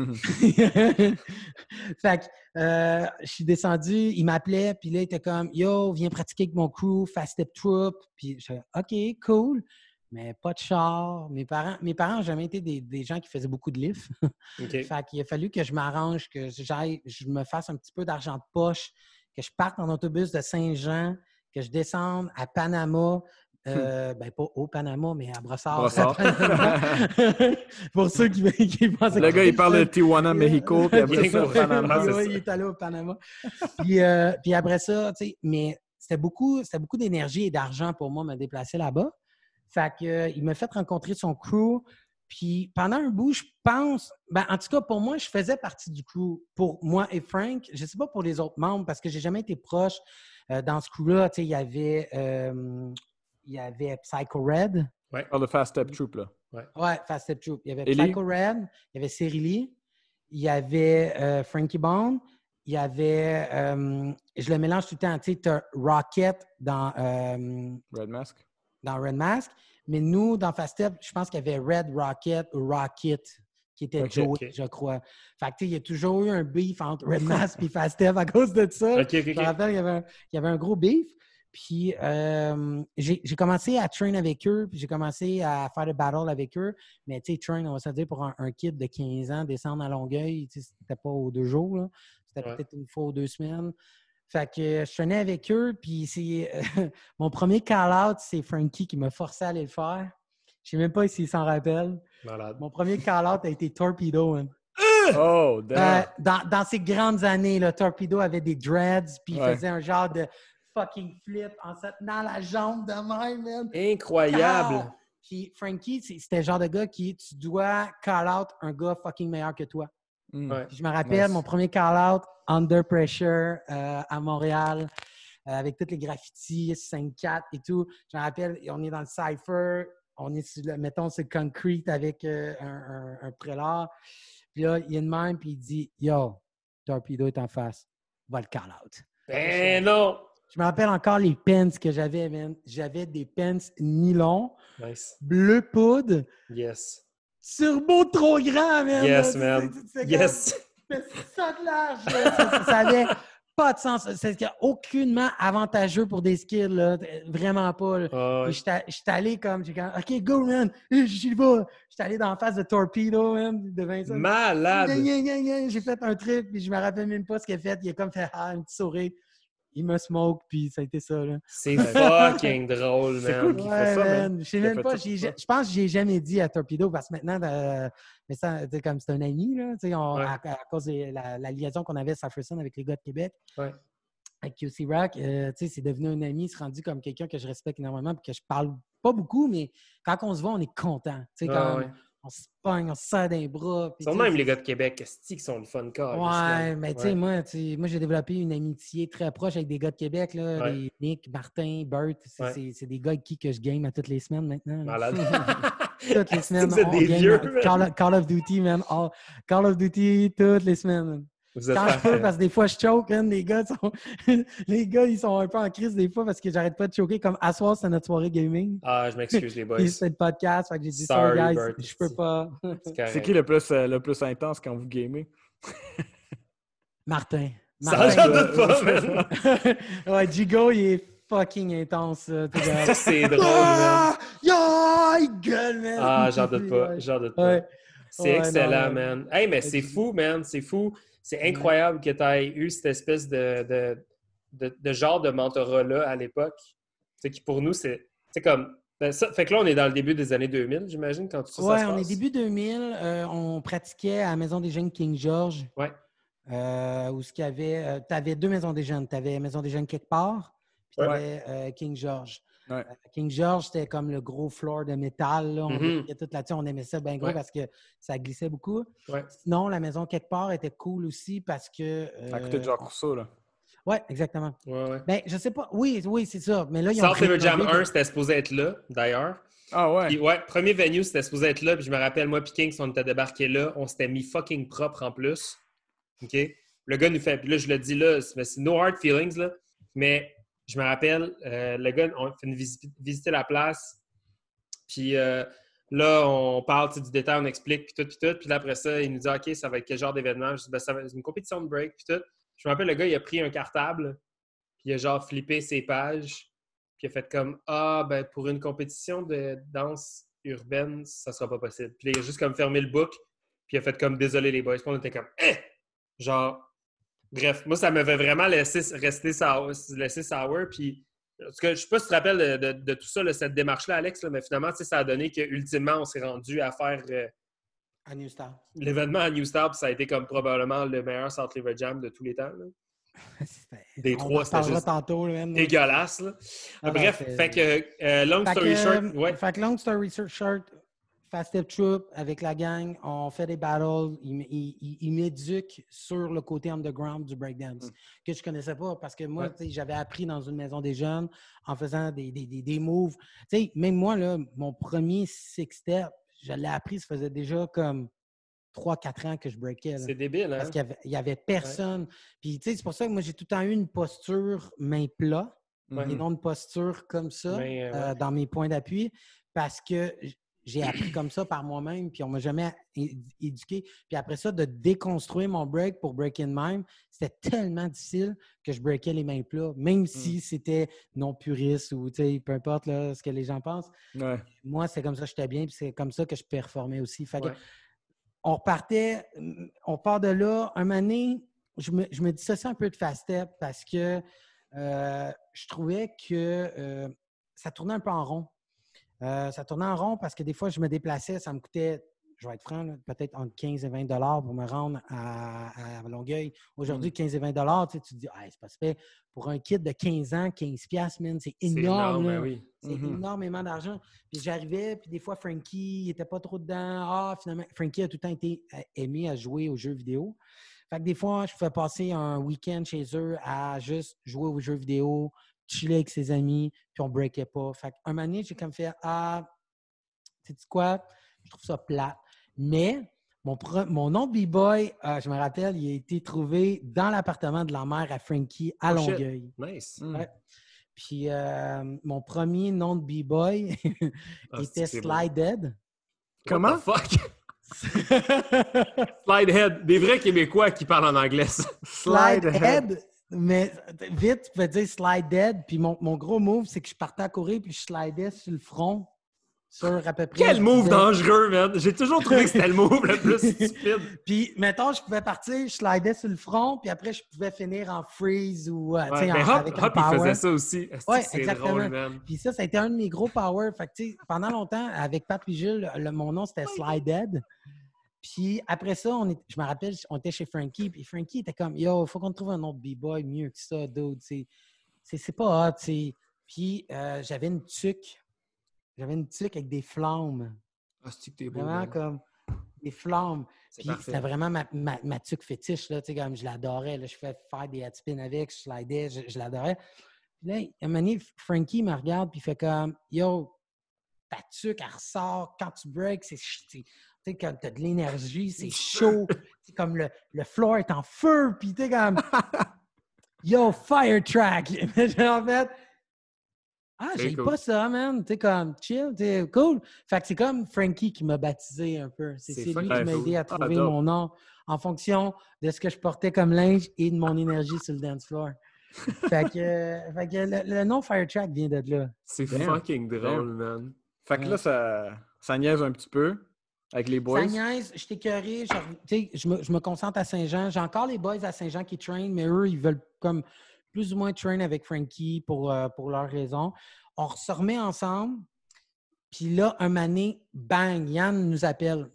S3: Fait que euh, je suis descendu, il m'appelait, puis là, il était comme « Yo, viens pratiquer avec mon crew, Fast Step Troop. » Puis je suis « OK, cool. » Mais pas de char. Mes parents mes parents n'ont jamais été des, des gens qui faisaient beaucoup de lift. Okay. Fait qu'il a fallu que je m'arrange, que j'aille, je me fasse un petit peu d'argent de poche, que je parte en autobus de Saint-Jean, que je descende à Panama. Euh, ben, pas au Panama, mais à Brossard.
S2: Brossard.
S3: Pour ceux qui, qui pensent
S2: Le gars, il parle de Tijuana, Mexico, puis après ça, au Panama.
S3: Oui, il est allé au Panama. puis, euh, puis après ça, tu sais, mais c'était beaucoup, c'était beaucoup d'énergie et d'argent pour moi me déplacer là-bas. Fait que, euh, il m'a fait rencontrer son crew. Puis pendant un bout, je pense, ben, en tout cas, pour moi, je faisais partie du crew. Pour moi et Frank, je ne sais pas pour les autres membres, parce que j'ai jamais été proche euh, dans ce crew-là. Tu sais, il y avait... Euh, il y avait Psycho Red.
S2: Ouais. Oh, le Fast Step Troop, là.
S3: Ouais, ouais Fast Step Troop. Il y avait Ellie. Psycho Red, il y avait Cyrili, il y avait euh, Frankie Bone, il y avait, euh, je le mélange tout le temps, tu sais, tu as Rocket dans... Euh,
S2: Red Mask.
S3: Dans Red Mask. Mais nous, dans Fast Step, je pense qu'il y avait Red Rocket ou Rocket, qui était okay, Joey, okay. je crois. Fait que, tu sais, il y a toujours eu un beef entre Red Mask et Fast Step à cause de ça.
S1: Okay, okay,
S3: je me rappelle, il y avait un, il y avait un gros beef. Puis, euh, j'ai, j'ai commencé à train avec eux, puis j'ai commencé à faire des battles avec eux. Mais, tu sais, train, on va se dire, pour un, un kid de quinze ans, descendre à Longueuil, tu sais, c'était pas aux deux jours, là. C'était ouais. peut-être une fois aux deux semaines. Fait que je traînais avec eux, puis c'est euh, mon premier call-out, c'est Frankie qui m'a forcé à aller le faire. Je sais même pas s'il s'en rappelle.
S1: Malade.
S3: Mon premier call-out a été Torpedo. Hein.
S2: Oh, damn!
S3: Euh, dans, dans ces grandes années, là, Torpedo avait des dreads, puis il
S2: ouais.
S3: faisait un genre de fucking flip en se tenant la jambe de même, man.
S1: Incroyable!
S3: Ah! Puis Frankie, c'était le genre de gars qui, tu dois call-out un gars fucking meilleur que toi.
S2: Mm. Ouais.
S3: Je me rappelle, nice. Mon premier call-out, Under Pressure, euh, à Montréal, euh, avec tous les graffitis, cinq quatre et tout. Je me rappelle, on est dans le Cypher, on est, sur le, mettons, sur le concrete avec euh, un, un, un prélat. Puis là, il y a une même, puis il dit « Yo, Torpedo est en face, va le call-out. »
S1: Ben non!
S3: Je me rappelle encore les pens que j'avais, man. J'avais des pens nylon,
S1: nice.
S3: Bleu poudre.
S1: Yes.
S3: Turbo trop grand, man.
S1: Yes, man.
S3: C'est, c'est
S1: yes.
S3: Comme, ça de large. ça, ça avait pas de sens. C'est aucunement avantageux pour des skills, là. Vraiment pas.
S1: Oh, ouais.
S3: J'étais allé comme, j'ai comme, OK, go, man. J'y vais. J'étais allé dans la face de Torpedo, man, de Vincent.
S1: Malade.
S3: J'ai fait un trip, puis je me rappelle même pas ce qu'il a fait. Il a comme fait ah, un petit sourire. Il me smoke, puis ça a été ça, là.
S1: C'est fucking drôle, man.
S2: C'est cool qu'il
S3: ouais,
S2: fait ça,
S3: man.
S2: man.
S3: Je sais même pas, je pense que j'ai jamais dit à Torpedo, parce que maintenant, euh, mais ça, comme c'est un ami, là, on, ouais. à, à cause de la, la liaison qu'on avait à Safferson avec les gars de Québec,
S1: ouais.
S3: avec Q C Rock, euh, c'est devenu un ami, il s'est rendu comme quelqu'un que je respecte énormément, puis que je parle pas beaucoup, mais quand on se voit, on est content. Ouais,
S1: quand, ouais.
S3: on se pogne, on se serre dans les bras.
S1: Ils sont même les gars de Québec, qu'est-ce qu'ils sont le fun car.
S3: Ouais, mais tu sais, moi, moi j'ai développé une amitié très proche avec des gars de Québec, là,
S1: ouais.
S3: les Nick, Martin, Bert. C'est, ouais. c'est, c'est des gars avec qui que je game à toutes les semaines maintenant.
S1: Malade.
S3: Toutes les semaines.
S1: Vous êtes des
S3: game
S1: vieux,
S3: Call, Call of Duty, man. All, Call of Duty toutes les semaines.
S1: Vous êtes
S3: Quand je peux, parce que des fois, je choke, hein, les gars sont... les gars, ils sont un peu en crise des fois parce que j'arrête pas de choquer. Comme à soir, c'est notre soirée gaming.
S1: Ah, je m'excuse, les boys.
S3: Puis c'est le podcast, fait que j'ai dit
S1: Sorry,
S3: ça, guys,
S1: Bert,
S3: je peux pas.
S2: C'est, c'est qui le plus, euh, le plus intense quand vous gamez?
S3: Martin.
S1: Martin. Ça, j'en doute pas, man.
S3: Ouais, Gigo, il est fucking intense.
S1: Ça, c'est drôle, man.
S3: Yo, il gueule, man.
S1: Ah, j'en doute pas, j'en doute pas. Ouais. C'est ouais, excellent, non, man. Hey, mais c'est fou, man, c'est fou. C'est incroyable que tu aies eu cette espèce de, de, de, de genre de mentorat-là à l'époque. C'est qui pour nous, c'est, c'est comme... Ben ça, fait que là, on est dans le début des années deux mille, j'imagine, quand tout ça,
S3: ouais,
S1: ça se passe.
S3: Oui, on est début deux mille. Euh, on pratiquait à la Maison des Jeunes King George.
S1: Ouais.
S3: Euh, où il y avait... Euh, tu avais deux Maisons des Jeunes. Tu avais Maison des Jeunes quelque part, puis tu avais ouais. euh, King George.
S2: Ouais.
S3: King George, c'était comme le gros floor de métal. Là. On
S1: mm-hmm.
S3: tout là-dessus. On aimait ça bien gros ouais. parce que ça glissait beaucoup.
S1: Ouais.
S3: Sinon, la maison quelque part était cool aussi parce que... Euh...
S2: À côté de Jean Rousseau, là.
S3: Oui, exactement.
S1: Ouais, ouais.
S3: Ben, je sais pas. Oui, oui, c'est ça. Mais là, ils
S1: South
S3: ont
S1: River Jam un, c'était supposé être là, d'ailleurs.
S2: Ah ouais?
S1: Puis, ouais, premier venue, c'était supposé être là. Puis je me rappelle, moi, puis Kings, on était débarqués là. On s'était mis fucking propre en plus. OK? Le gars nous fait... Puis là, je le dis là, c'est, c'est no hard feelings, là. Mais... Je me rappelle, euh, le gars, on fait une visite, visiter la place. Puis euh, là, on parle du détail, on explique, puis tout, puis tout. Puis là, après ça, il nous dit « OK, ça va être quel genre d'événement? » Je dis ben, « Ça va être une compétition de break, puis tout. » Je me rappelle, le gars, il a pris un cartable, puis il a genre flippé ses pages, puis il a fait comme « Ah, ben pour une compétition de danse urbaine, ça sera pas possible. » Puis il a juste comme fermé le book, puis il a fait comme « Désolé les boys. » Puis on était comme eh! Genre... Bref, moi, ça m'avait vraiment laissé rester sour, laissé sour. Puis, en tout cas, je ne sais pas si tu te rappelles de, de, de tout ça, là, cette démarche-là, Alex, là, mais finalement, ça a donné qu'ultimement, on s'est rendu à faire euh,
S3: à New Star.
S1: L'événement à New Star, puis ça a été comme probablement le meilleur South River Jam de tous les temps. Là. Des on trois, c'était juste
S3: tantôt, même,
S1: dégueulasse. Là. Ah, Bref,
S3: non,
S1: fait que euh, long
S3: fait
S1: story
S3: que,
S1: short. Ouais.
S3: Fait que long story short, Fast Step Troop avec la gang, on fait des battles, ils il, il m'éduquent sur le côté underground du breakdance, mm. que je ne connaissais pas parce que moi, ouais. j'avais appris dans une maison des jeunes en faisant des, des, des, des moves. T'sais, même moi, là, mon premier six-step, je l'ai appris, ça faisait déjà comme trois quatre ans que je breakais. Là,
S1: c'est débile, hein?
S3: Parce qu'il n'y avait, avait personne. Ouais. Puis, tu sais, c'est pour ça que moi, j'ai tout le temps eu une posture main plat ouais. et non une posture comme ça Mais, euh, ouais. euh, dans mes points d'appui parce que j'ai appris comme ça par moi-même, puis on ne m'a jamais éduqué. Puis après ça, de déconstruire mon break pour break in même, c'était tellement difficile que je breakais les mains plats, même si mm. c'était non puriste ou peu importe là, ce que les gens pensent.
S2: Ouais.
S3: Moi, c'est comme ça que j'étais bien, puis c'est comme ça que je performais aussi. Fait
S1: ouais.
S3: que, on repartait, on part de là. Un moment donné, je me, je me dissociais un peu de Fast Step parce que euh, je trouvais que euh, ça tournait un peu en rond. Euh, ça tournait en rond parce que des fois, je me déplaçais, ça me coûtait, je vais être franc, là, peut-être entre quinze et vingt dollars pour me rendre à, à Longueuil. Aujourd'hui, mm. quinze et vingt dollars, tu te dis, ah, c'est pas super. Pour un kid de quinze ans, quinze piastres, man, c'est énorme. C'est, énorme, oui. c'est mm-hmm. énormément d'argent. Puis j'arrivais, puis des fois, Frankie, il n'était pas trop dedans. Ah, finalement, Frankie a tout le temps été aimé à jouer aux jeux vidéo. Fait que des fois, je pouvais passer un week-end chez eux à juste jouer aux jeux vidéo, chiller avec ses amis, puis on breakait pas. Fait qu'un moment donné, j'ai comme fait « Ah, sais-tu quoi? Je trouve ça plate. » Mais mon, pro- mon nom de B-Boy, euh, je me rappelle, il a été trouvé dans l'appartement de la mère à Frankie à
S1: oh,
S3: Longueuil.
S1: Shit. Nice.
S3: Ouais. Mm. Puis euh, mon premier nom de B-Boy oh, était Slidehead.
S2: Comment?
S1: What the fuck? Slidehead. Des vrais Québécois qui parlent en anglais.
S3: Slidehead. Mais vite, tu peux dire slide dead. Puis mon, mon gros move, c'est que je partais à courir puis je slidais sur le front sur à peu près...
S1: Quel move disais... dangereux, man! J'ai toujours trouvé que c'était le move le plus stupide.
S3: Puis, mettons, je pouvais partir, je slidais sur le front, puis après, je pouvais finir en freeze ou
S1: ouais,
S3: tu sais,
S1: en,
S3: Hop,
S1: avec Hop, un power. Il faisait ça aussi.
S3: Oui,
S1: c'est
S3: exactement.
S1: Drôle, man.
S3: Puis ça, ça a été un de mes gros power. Fait que, tu sais, pendant longtemps, avec Pat et Jules, le, mon nom, c'était Slide Dead. Puis après ça, on est, je me rappelle, on était chez Frankie, puis Frankie était comme « Yo, il faut qu'on trouve un autre B-boy mieux que ça, dude. C'est, c'est, c'est pas hot, tu sais. » Puis euh, j'avais une tuque. J'avais une tuque avec des flammes.
S1: Ah, c'est que t'es beau.
S3: Vraiment
S1: man.
S3: comme des flammes.
S1: C'est
S3: Puis
S1: parfait.
S3: c'était vraiment ma, ma, ma tuque fétiche, là, tu sais, comme je l'adorais. Là, je fais faire des headspins avec, je slidais, je, je l'adorais. Puis là, à un moment donné, Frankie me regarde, puis il fait comme « Yo, ta tuque, elle ressort. Quand tu breaks, c'est... » Tu sais, comme t'as de l'énergie, c'est chaud. C'est comme le, le floor est en feu, puis t'es comme « Yo, fire track! » En fait... Ah,
S1: C'est
S3: j'ai
S1: cool.
S3: pas ça, man. T'es comme chill, t'es cool. Fait que c'est comme Frankie qui m'a baptisé un peu. C'est,
S1: C'est
S3: c'est lui
S1: fucking
S3: qui m'a
S1: cool.
S3: aidé à
S2: Ah,
S3: trouver
S2: dope.
S3: mon nom en fonction de ce que je portais comme linge et de mon énergie sur le dance floor. Fait que, euh, fait que le, le nom Firetrack vient de là.
S1: C'est
S2: Damn.
S1: fucking drôle,
S2: Damn.
S1: man.
S2: Fait que
S3: Ouais.
S2: là, ça, ça niaise un petit peu avec les boys.
S3: Ça niaise, je t'ai écœuré, je, tu sais, je, me, je me concentre à Saint-Jean. J'ai encore les boys à Saint-Jean qui traînent, mais eux, ils veulent comme plus ou moins train avec Frankie pour, euh, pour leurs raisons. On se remet ensemble. Puis là, un mané, bang, Yann nous appelle.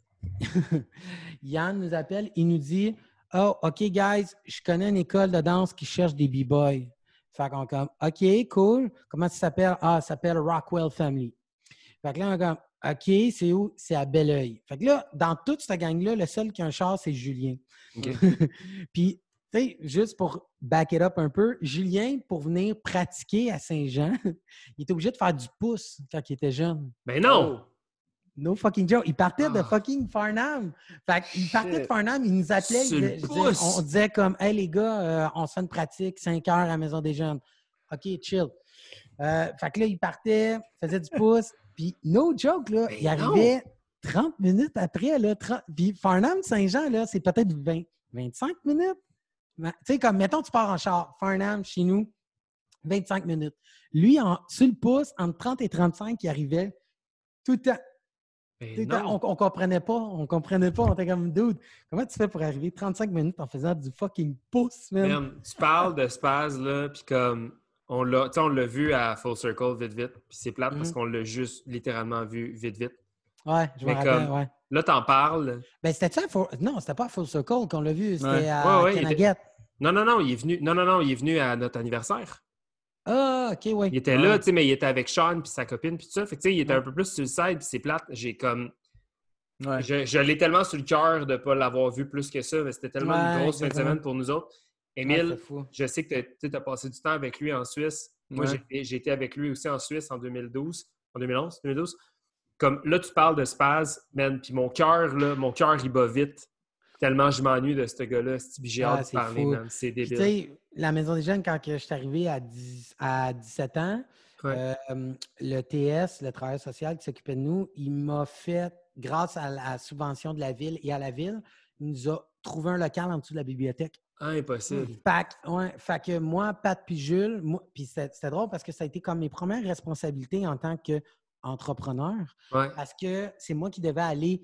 S3: Yann nous appelle, il nous dit « Oh, OK, guys, je connais une école de danse qui cherche des b-boys. » Fait qu'on comme « OK, cool. Comment ça s'appelle? » Ah, ça s'appelle Rockwell Family. Fait que là, on comme « OK, c'est où? » C'est à Belleuil. Fait que là, dans toute cette gang-là, le seul qui a un char, c'est Julien.
S1: Okay.
S3: Puis, tu sais, juste pour back it up un peu, Julien, pour venir pratiquer à Saint-Jean, il était obligé de faire du pouce quand il était jeune.
S1: Ben non!
S2: Oh.
S3: No fucking joke. Il partait de
S1: Ah.
S3: fucking Farnham. Fait qu'il partait de Farnham, il nous appelait, il
S1: Sur le
S3: disait- je disais-
S1: pouce.
S3: on disait comme « Hey les gars, euh, on se fait une pratique, cinq heures à la Maison des Jeunes. » OK, chill. Euh, fait que là, il partait, faisait du pouce, puis no joke, là,
S1: Ben
S3: il arrivait trente minutes après, là, trente puis Farnham-Saint-Jean, là, c'est peut-être vingt, vingt-cinq minutes. Tu sais, comme, mettons, tu pars en char, Farnham, chez nous, vingt-cinq minutes. Lui, en, sur le pouce, entre trente et trente-cinq, il arrivait tout le temps.
S1: Ben
S3: Tout le temps.
S1: non.
S3: On, on comprenait pas, on comprenait pas. On était comme, dude, comment tu fais pour arriver trente-cinq minutes en faisant du fucking pouce, man?
S1: Man, tu parles de Spaz, là, puis comme, on l'a, tu sais, on l'a vu à Full Circle vite, vite, puis c'est plate parce
S3: Mhm.
S1: qu'on l'a juste littéralement vu vite, vite.
S3: Ouais, je me
S1: Mais
S3: rappelle,
S1: comme,
S3: ouais.
S1: là, t'en parles.
S3: Ben, c'était-tu à Full... Non, c'était pas à Full Circle qu'on l'a vu, c'était
S2: Ouais.
S3: à
S1: Ouais, ouais, il
S3: Kennaguet.
S1: Non, non, non, il est venu, non, non, non, il est venu à notre anniversaire.
S3: Ah, OK, oui.
S1: Il était
S2: Ouais.
S1: là, tu sais, mais il était avec Sean puis sa copine puis tout ça. Fait que, tu sais, il était
S3: Ouais.
S1: un peu plus sur le side puis c'est plate. J'ai comme...
S2: Ouais.
S1: Je, je l'ai tellement sur le cœur de ne pas l'avoir vu plus que ça, mais c'était tellement une
S3: Ouais,
S1: grosse fin de
S3: exactement.
S1: semaine pour nous autres.
S3: Ouais,
S1: Émile,
S3: c'était fou.
S1: je sais que tu as passé du temps avec lui en Suisse. Moi,
S2: Ouais.
S1: j'ai, j'ai été avec lui aussi en Suisse en deux mille douze. En deux mille onze, deux mille douze. Comme là, tu parles de Spaz, man, puis mon cœur, là, mon cœur, il bat vite. Tellement je m'ennuie de ce gars-là. J'ai
S3: Ah,
S1: hâte de
S3: c'est
S1: parler,
S3: fou.
S1: man. C'est
S3: Puis, tu
S1: débile.
S3: sais, la Maison des Jeunes, quand que je suis arrivé à, dix, à dix-sept ans,
S1: Ouais.
S3: euh, le T S, le travailleur social qui s'occupait de nous, il m'a fait, grâce à la subvention de la ville et à la ville, il nous a trouvé un local en dessous de la bibliothèque.
S1: Ah, impossible.
S3: Fait, que- ouais, fait que moi, Pat puis Jules, moi, puis c'était, c'était drôle parce que ça a été comme mes premières responsabilités en tant qu'entrepreneur.
S1: Ouais.
S3: Parce que c'est moi qui devais aller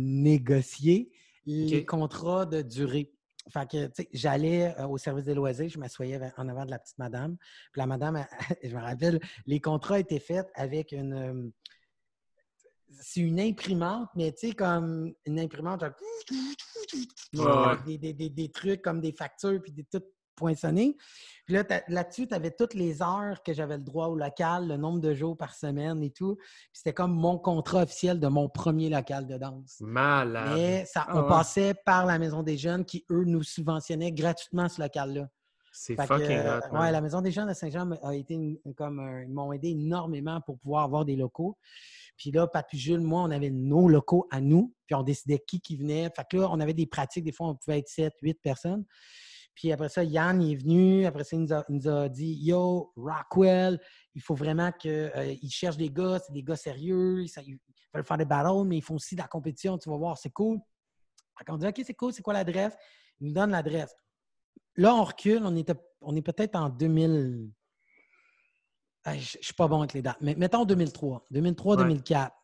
S3: négocier les
S1: OK.
S3: contrats de durée. Fait que, tu sais, j'allais euh, au service des loisirs, je m'assoyais en avant de la petite madame. Puis la madame, elle- je me rappelle, les contrats étaient faits avec une... euh, c'est une imprimante, mais tu sais, comme une imprimante, genre,
S1: Ouais.
S3: avec des, des, des, des trucs comme des factures, puis des tout poinçonnés. Puis là, t'as- là-dessus, tu avais toutes les heures que j'avais le droit au local, le nombre de jours par semaine et tout. Puis c'était comme mon contrat officiel de mon premier local de danse.
S1: Malade.
S3: Mais ça,
S2: Ah
S3: on
S2: ouais.
S3: passait par la Maison des Jeunes qui, eux, nous subventionnaient gratuitement ce local-là.
S1: C'est
S3: Fait que,
S1: fucking
S3: euh,
S1: hot,
S3: ouais,
S1: man.
S3: la Maison des Jeunes de Saint-Jean a été une- comme un- ils m'ont aidé énormément pour pouvoir avoir des locaux. Puis là, Pat puis Jules, moi, on avait nos locaux à nous, puis on décidait qui qui venait. Fait que là, on avait des pratiques, des fois, on pouvait être sept, huit personnes. Puis après ça, Yann il est venu. Après ça, il nous a, il nous a dit « Yo, Rockwell, il faut vraiment qu'ils euh, cherchent des gars, c'est des gars sérieux, ils, ils veulent faire des battles, mais ils font aussi de la compétition, tu vas voir, c'est cool. » Fait qu'on dit « OK, c'est cool, c'est quoi l'adresse? » Il nous donne l'adresse. Là, on recule, on, était, on est peut-être en deux mille... Ah, je ne suis pas bon avec les dates, mais mettons deux mille trois. deux mille trois,
S1: Ouais.
S3: deux mille quatre.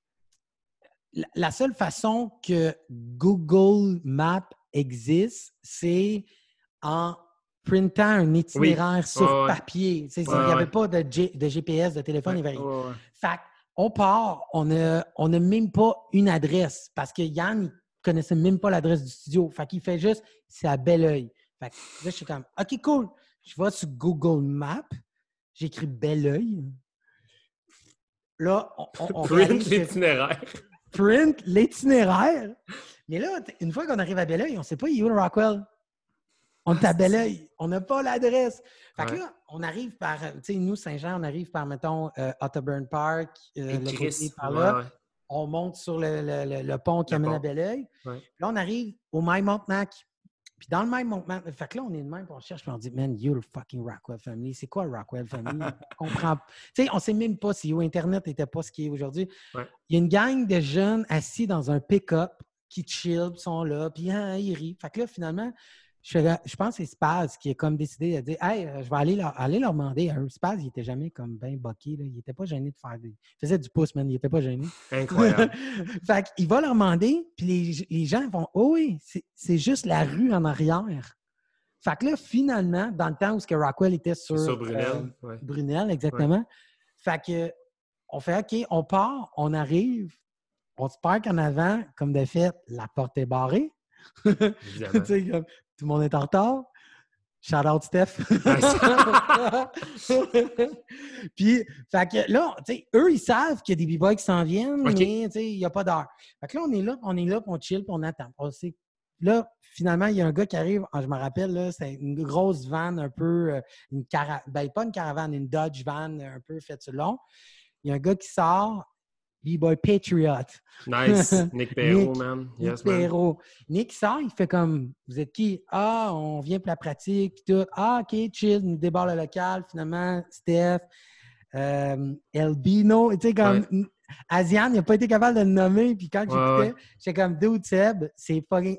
S3: La, la seule façon que Google Maps existe, c'est en printant un itinéraire
S1: Oui.
S3: sur
S1: Ouais, ouais.
S3: papier. Tu sais,
S1: Ouais,
S3: il n'y avait
S1: ouais.
S3: pas de, G- de G P S, de téléphone,
S1: Ouais.
S3: il n'y avait rien.
S2: Ouais, ouais.
S3: Fait qu'on part, on n'a on a même pas une adresse parce que Yann, il ne connaissait même pas l'adresse du studio. Fait qu'il fait juste, c'est à Belleuil. Fait que là, je suis comme, OK, cool. Je vais sur Google Maps, j'écris Belleuil. Là, on, on, on
S1: Print
S3: réalise que-
S1: l'itinéraire.
S3: print l'itinéraire. Mais là, une fois qu'on arrive à Belleuil, on ne sait pas, il est où le Rockwell? On est à Belleuil. On n'a pas l'adresse. Fait que ouais. là, on arrive par... Tu sais, nous, Saint-Jean, on arrive par, mettons, euh, Otterburn Park, euh, le côté par là. Ouais, ouais. On monte sur le, le, le, le pont qui le amène pont. à Belleuil. Ouais. Là, on arrive au Mile-Montmac. Puis dans le Mile-Montmac, fait que là, on est de même, puis on cherche, puis on dit, man, you the fucking Rockwell Family. C'est quoi Rockwell Family? On comprend. Tu sais, on ne sait même pas si Internet n'était pas ce qu'il est aujourd'hui. Ouais. Il y a une gang de jeunes assis dans un pick-up qui chill, puis sont là, puis hein, ils rient. Fait que là, finalement, je, je pense que c'est Spaz qui a comme décidé de dire, hey, je vais aller leur, aller leur demander à eux. Spaz, il n'était jamais comme bien bucké, là. Il n'était pas gêné de faire des... Il faisait du pouce, man. Il n'était pas gêné.
S1: Incroyable.
S3: Fait qu'il va leur demander, puis les, les gens vont, oh oui, c'est, c'est juste la rue en arrière. Fait que là, finalement, dans le temps où que Rockwell était sur,
S1: sur Brunel,
S3: euh,
S1: ouais.
S3: Brunel, exactement. Ouais. Fait que on fait, OK, on part, on arrive, on se parque en avant, comme de fait, la porte est barrée.
S1: Évidemment.
S3: Tu sais, comme, tout le monde est en retard. Shout out Steph. Puis, fait que là, tu sais, eux, ils savent qu'il y a des b-boys qui s'en viennent, okay. mais tu sais, il n'y a pas d'heure. Fait que là, on est là, on est là, on chill, puis on attend. On sait. Là, finalement, il y a un gars qui arrive, je me rappelle, là, c'est une grosse van un peu, une caravane, ben pas une caravane, une Dodge van un peu faite sur le long. Il y a un gars qui sort, B-Boy Patriot.
S1: Nice. Nick Perrault, Nick, man. Yes,
S3: Nick Perrault. Nick sort, il fait comme, vous êtes qui? Ah, on vient pour la pratique, tout. Ah, OK, chill, nous débarre le local. Finalement, Steph, euh, Elbino, tu sais, comme... Ouais. Asian, il n'a pas été capable de le nommer, puis quand j'écoutais, ouais, ouais. j'étais comme Dude Seb, c'est fucking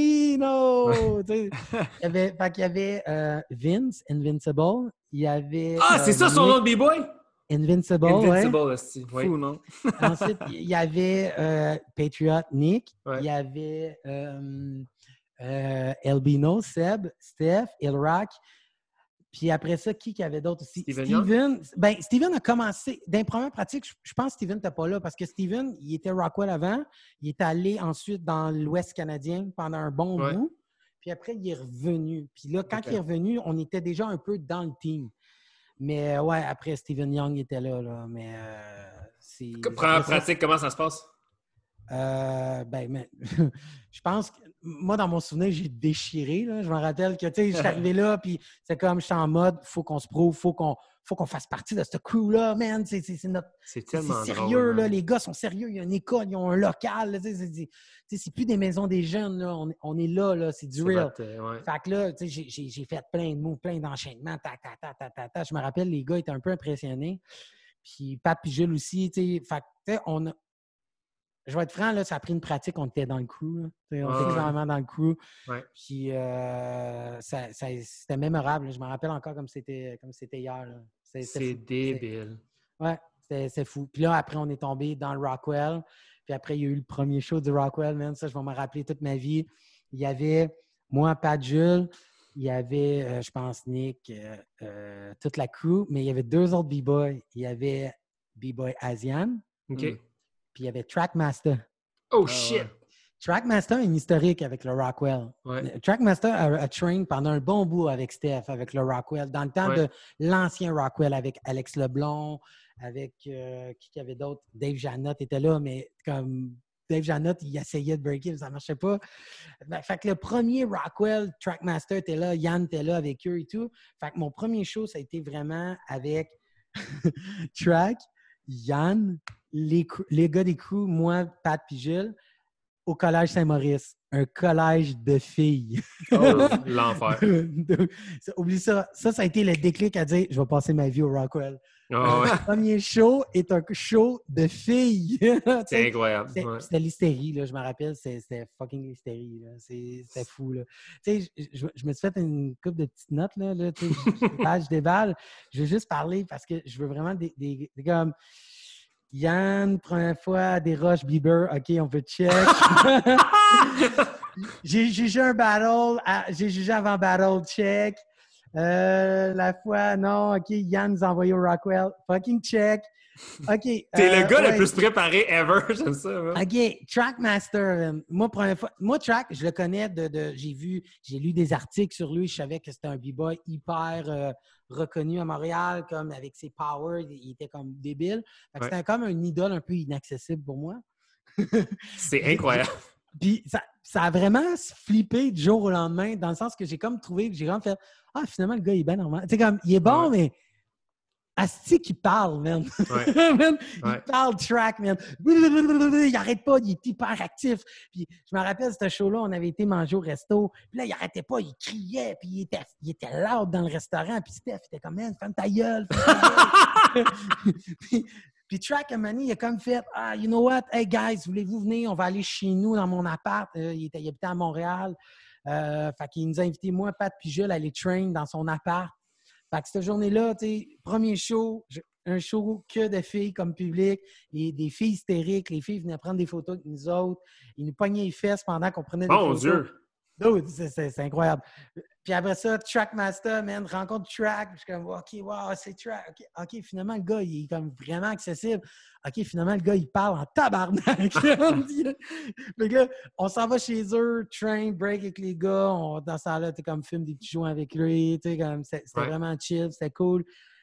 S3: Elbino! il y avait, fait qu'il y avait euh, Vince, Invincible, il y avait.
S1: Ah, euh, c'est ça Nick, son nom de B-Boy?
S3: Invincible,
S1: Invincible,
S3: ouais.
S1: aussi. Oui.
S2: Fou, non?
S3: Ensuite, il y avait euh, Patriot, Nick,
S1: ouais.
S3: il y avait euh, euh, Elbino, Seb, Steph, Ilrak. Puis après ça, qui qu'il y avait d'autres aussi?
S1: Steven,
S3: Steven, ben, Steven a commencé. Dans les premières pratiques, je, je pense que Steven n'était pas là parce que Steven, il était Rockwell avant. Il est allé ensuite dans l'Ouest canadien pendant un bon
S1: ouais.
S3: bout. Puis après, il est revenu. Puis là, quand okay. il est revenu, on était déjà un peu dans le team. Mais ouais, après, Steven Young était là. là mais euh, c'est.
S1: Première pratique, comment ça se passe?
S3: Euh, ben, mais, je pense que moi, dans mon souvenir, j'ai déchiré. Là. Je me rappelle que, tu sais, je suis arrivé là, puis c'est comme, je suis en mode, il faut qu'on se prouve, il faut qu'on, faut qu'on fasse partie de ce crew-là, man. C'est, c'est, c'est, notre,
S1: c'est tellement
S3: c'est sérieux,
S1: drôle,
S3: là. Les gars sont sérieux. Il y a une école, ils ont un local. Là, c'est, c'est, c'est, c'est plus des maisons des jeunes, là. On, on est là, là. C'est du
S1: c'est
S3: real.
S1: Votre, ouais.
S3: Fait que là, tu sais, j'ai, j'ai, j'ai fait plein de mots, plein d'enchaînements. Ta, ta, ta, ta, ta, ta. Je me rappelle, les gars étaient un peu impressionnés. Puis Pat puis Jules aussi, tu sais. Fait que, tu sais, on a. Je vais être franc, là, ça a pris une pratique, on était dans le crew. Là. On
S1: ah,
S3: était
S1: ouais.
S3: clairement dans le crew.
S1: Ouais.
S3: Puis ça, ça, c'était mémorable. Je me rappelle encore comme c'était, comme c'était hier. Là.
S1: C'est, c'est débile.
S3: C'est, ouais, c'est, c'est fou. Puis là, après, on est tombé dans le Rockwell. Puis après, il y a eu le premier show du Rockwell, man. Ça, je vais me rappeler toute ma vie. Il y avait moi, Pat Jules, il y avait, euh, je pense, Nick, euh, euh, toute la crew, mais il y avait deux autres B-boys. Il y avait B-boy Asian.
S1: OK.
S3: Mm. Puis il y avait Trackmaster.
S1: Oh, ah, shit! Ouais.
S3: Trackmaster a une historique avec le Rockwell.
S1: Ouais.
S3: Trackmaster a, a train pendant un bon bout avec Steph, avec le Rockwell, dans le temps ouais. de l'ancien Rockwell, avec Alex Leblond, avec euh, qui qu'il y avait d'autres? Dave Janotte était là, mais comme Dave Janotte, il essayait de breaker, mais ça ne marchait pas. Fait que le premier Rockwell, Trackmaster était là, Yann était là avec eux et tout. Fait que mon premier show, ça a été vraiment avec Track, Yann, les, les gars des crews, moi, Pat puis Gilles, au Collège Saint-Maurice. Un collège de filles.
S1: Oh, l'enfer.
S3: Oublie ça. Ça, ça a été le déclic à dire « Je vais passer ma vie au Rockwell ».
S1: Oh, ouais.
S3: Le premier show est un show de filles.
S1: C'est incroyable.
S3: C'était,
S1: ouais.
S3: c'était l'hystérie, là, je me rappelle. C'était, c'était fucking l'hystérie. Là. C'est, c'était fou. Là. Tu sais, je, je, je me suis fait une couple de petites notes. Là, là, tu sais, je, déballe, je déballe. Je veux juste parler parce que je veux vraiment des, des, des comme... Yann, première fois, des Roches Bieber. OK, on peut check. j'ai jugé un battle. À, j'ai jugé avant battle. Check. Euh, la fois, non. OK, Yann nous a envoyé au Rockwell. Fucking check. OK.
S1: T'es
S3: euh,
S1: le gars
S3: ouais.
S1: le plus préparé ever. J'aime ça. Man.
S3: OK. Trackmaster. Moi, première fois. Moi, Track, je le connais. De, de, j'ai vu, j'ai lu des articles sur lui. Je savais que c'était un b-boy hyper euh, reconnu à Montréal, comme avec ses powers. Il était comme débile. Fait que ouais. C'était comme un idole un peu inaccessible pour moi.
S1: C'est incroyable.
S3: Puis ça, ça a vraiment flippé du jour au lendemain, dans le sens que j'ai comme trouvé, j'ai vraiment fait « Ah, finalement, le gars, il est bien normal. » Tu sais, comme, il est bon, ouais. mais asti qu'il parle, man.
S1: Ouais.
S3: man
S1: ouais.
S3: Il parle track, man. Il arrête pas, il est hyper actif. Puis je me rappelle, ce show-là, on avait été manger au resto. Puis là, il arrêtait pas, il criait, puis il était, il était loud dans le restaurant. Puis Steph était comme « Man, ferme ta gueule, ferme ta gueule. » puis, Puis Track, à un moment donné, il a comme fait « Ah, you know what? Hey guys, voulez-vous venir? On va aller chez nous dans mon appart. Euh, » il, était, il habitait à Montréal. Euh, fait qu'il nous a invités, moi, Pat puis Jules, à aller train dans son appart. Fait que cette journée-là, tu sais, premier show, un show que de filles comme public, et des filles hystériques. Les filles venaient prendre des photos avec nous autres. Ils nous pognaient les fesses pendant qu'on prenait des
S1: oh,
S3: photos.
S1: Dieu!
S3: Dude, c'est, c'est, c'est incroyable. Puis après ça, Trackmaster, man, rencontre Track. Je suis comme, OK, wow, c'est Track. OK, OK, finalement, le gars, il est comme vraiment accessible. OK, finalement, le gars, il parle en tabarnak. Fait que là, on s'en va chez eux, train, break avec les gars. On, dans ce temps-là, t'es comme, filme des petits jouets avec lui. Comme, c'était c'était ouais. vraiment chill, c'était cool.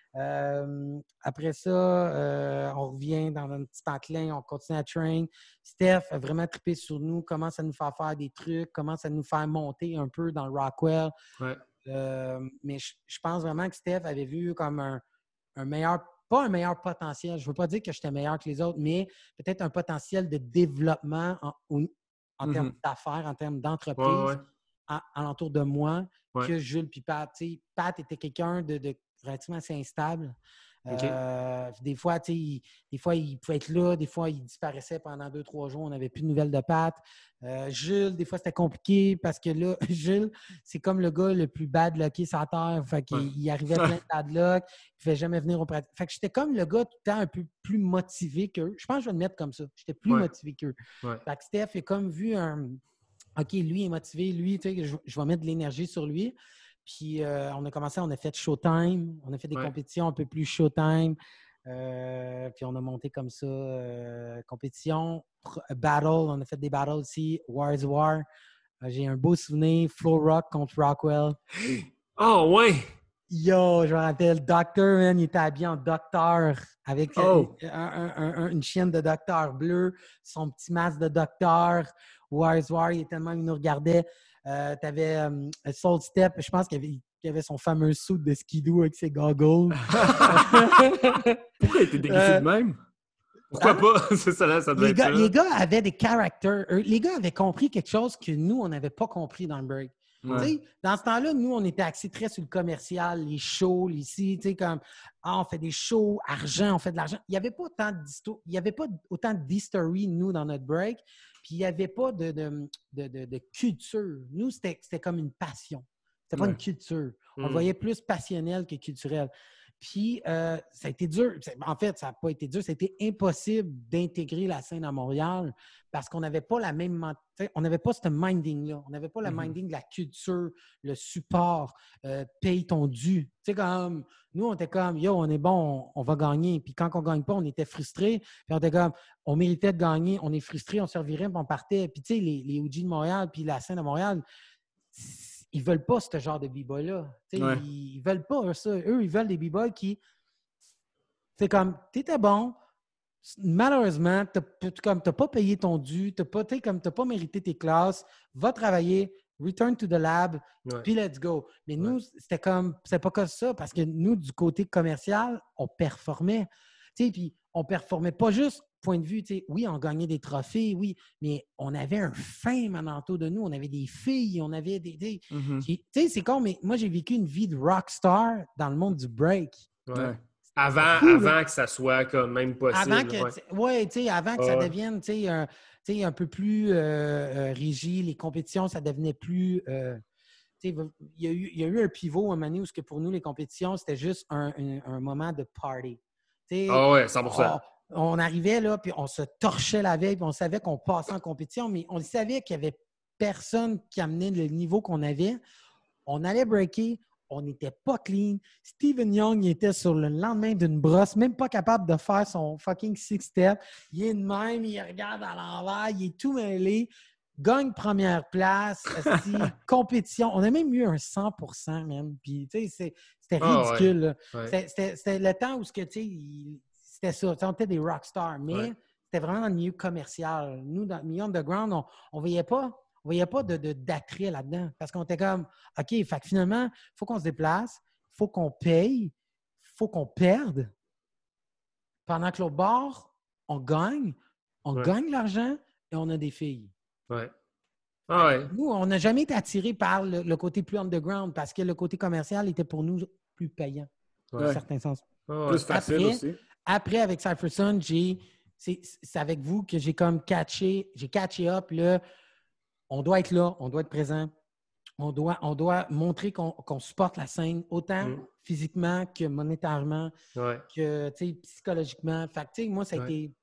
S3: Euh, après ça, euh, on revient dans un petit patelin, on continue à train. Steph a vraiment trippé sur nous, commence à nous faire faire des trucs, commence à nous faire monter un peu dans le Rockwell.
S1: Ouais.
S3: Euh, mais je, je pense vraiment que Steph avait vu comme un, un meilleur, pas un meilleur potentiel, je ne veux pas dire que j'étais meilleur que les autres, mais peut-être un potentiel de développement en, en mm-hmm. termes d'affaires, en termes d'entreprise,
S1: ouais, ouais.
S3: en, alentour de moi,
S1: ouais.
S3: que Jules puis Pat. T'sais, Pat était quelqu'un de, de relativement assez instable. Okay. Euh, des fois, tu sais, il, des fois, il pouvait être là, des fois, il disparaissait pendant deux, trois jours, on n'avait plus de nouvelles de Pat. Euh, Jules, des fois, c'était compliqué parce que là, Jules, c'est comme le gars le plus bad lucké sur la terre. Fait qu'il ouais. il arrivait plein de bad luck, il ne pouvait jamais venir au pratique. Fait que j'étais comme le gars tout le temps un peu plus motivé qu'eux. Je pense que je vais le mettre comme ça. J'étais plus ouais. motivé qu'eux.
S1: Ouais.
S3: Fait que Steph a comme vu un... OK, lui est motivé, lui, tu sais, je, je vais mettre de l'énergie sur lui. Puis, euh, on a commencé, on a fait Showtime. On a fait des ouais. compétitions un peu plus Showtime. Euh, puis, on a monté comme ça. Euh, compétition, battle. On a fait des battles aussi. Wars War. Euh, j'ai un beau souvenir. Flow Rock contre Rockwell.
S1: Oh, ouais!
S3: Yo, je me rappelle. Docteur, man, il était habillé en docteur avec
S1: oh.
S3: un, un, un, une chienne de docteur bleu, son petit masque de docteur. Wars War, il, tellement, il nous regardait. Euh, tu avais um, Soul Step, je pense qu'il avait, il avait son fameux suit de skidoo avec ses goggles.
S2: Pourquoi il était déguisé euh, de même?
S1: Pourquoi hein? pas? C'est ça, là, ça doit
S3: les,
S1: être
S3: gars,
S1: ça.
S3: les gars avaient des caractères. Les gars avaient compris quelque chose que nous, on n'avait pas compris dans le break. Ouais. Dans ce temps-là, nous, on était axés très sur le commercial, les shows, ici, comme ah, on fait des shows, argent, on fait de l'argent. Il n'y avait pas autant d'histoires, il n'y avait pas autant d'history, nous, dans notre break. Puis il n'y avait pas de, de, de, de, de culture. Nous, c'était, c'était comme une passion. C'était pas ouais. une culture. On mm. le voyait plus passionnel que culturel. Puis, euh, ça a été dur. En fait, ça n'a pas été dur. Ça a été impossible d'intégrer la scène à Montréal parce qu'on n'avait pas la même... On n'avait pas ce minding-là. On n'avait pas le mm-hmm. minding de la culture, le support, euh, paye ton dû. Tu sais, comme... Nous, on était comme, yo, on est bon, on, on va gagner. Puis quand on ne gagne pas, on était frustrés. Puis on était comme, on méritait de gagner. On est frustrés, on se revirait, puis on partait. Puis tu sais, les, les O G de Montréal, puis la scène à Montréal... Ils ne veulent pas ce genre de b-boy-là. Ouais. Ils ne veulent pas ça. Eux, ils veulent des b-boys qui... C'est comme, tu étais bon, malheureusement, tu n'as pas payé ton dû, tu n'as pas mérité tes classes, va travailler, return to the lab, ouais. puis let's go. Mais nous, ouais. c'était comme, c'est pas comme ça, parce que nous, du côté commercial, on performait. Puis on performait pas juste point de vue, tu sais, oui, on gagnait des trophées, oui, mais on avait un fame en entour de nous, on avait des filles, on avait des... des mm-hmm. Tu sais, c'est con, mais moi, j'ai vécu une vie de rockstar dans le monde du break.
S1: Ouais. Avant, cool, avant que ça soit comme même possible.
S3: Avant que,
S1: ouais,
S3: ouais, tu sais, avant que
S1: oh.
S3: ça devienne, tu sais, un, un peu plus euh, euh, rigide, les compétitions, ça devenait plus... Euh, il y, a eu, il y a eu un pivot à un moment donné où que pour nous, les compétitions, c'était juste un, un, un moment de party.
S1: Ah oh ouais, cent pour cent.
S3: Oh, on arrivait là, puis on se torchait la veille, puis on savait qu'on passait en compétition, mais on savait qu'il n'y avait personne qui amenait le niveau qu'on avait. On allait breaker, on n'était pas clean. Steven Young il était sur le lendemain d'une brosse, même pas capable de faire son fucking six-step. Il est de même, il regarde à l'envers, il est tout mêlé. Gagne première place, aussi, compétition. On a même eu un cent pour cent, même. Puis, tu sais, c'était ridicule. Oh, ouais. Ouais. C'était, c'était le temps où, tu sais, c'était ça. On était des rockstars, mais ouais. c'était vraiment dans le milieu commercial. Nous, dans le milieu underground, on ne voyait pas, on voyait pas de, de, d'attrait là-dedans. Parce qu'on était comme, OK, fait que finalement, il faut qu'on se déplace, il faut qu'on paye, il faut qu'on perde. Pendant que l'autre bord, on gagne, on
S1: ouais.
S3: gagne l'argent et on a des filles.
S1: Ouais. Ah ouais.
S3: Nous, on n'a jamais été attirés par le, le côté plus underground parce que le côté commercial était pour nous plus payant, ouais. dans un certain sens.
S1: Ah ouais.
S2: Plus facile
S3: après,
S2: aussi.
S3: Après, avec Cypher Sun, j'ai, c'est, c'est avec vous que j'ai comme catché, j'ai catché up le on doit être là, on doit être présent, on doit, on doit montrer qu'on, qu'on supporte la scène autant mm. physiquement que monétairement,
S1: ouais.
S3: que psychologiquement. Fait que, moi, ça a ouais. été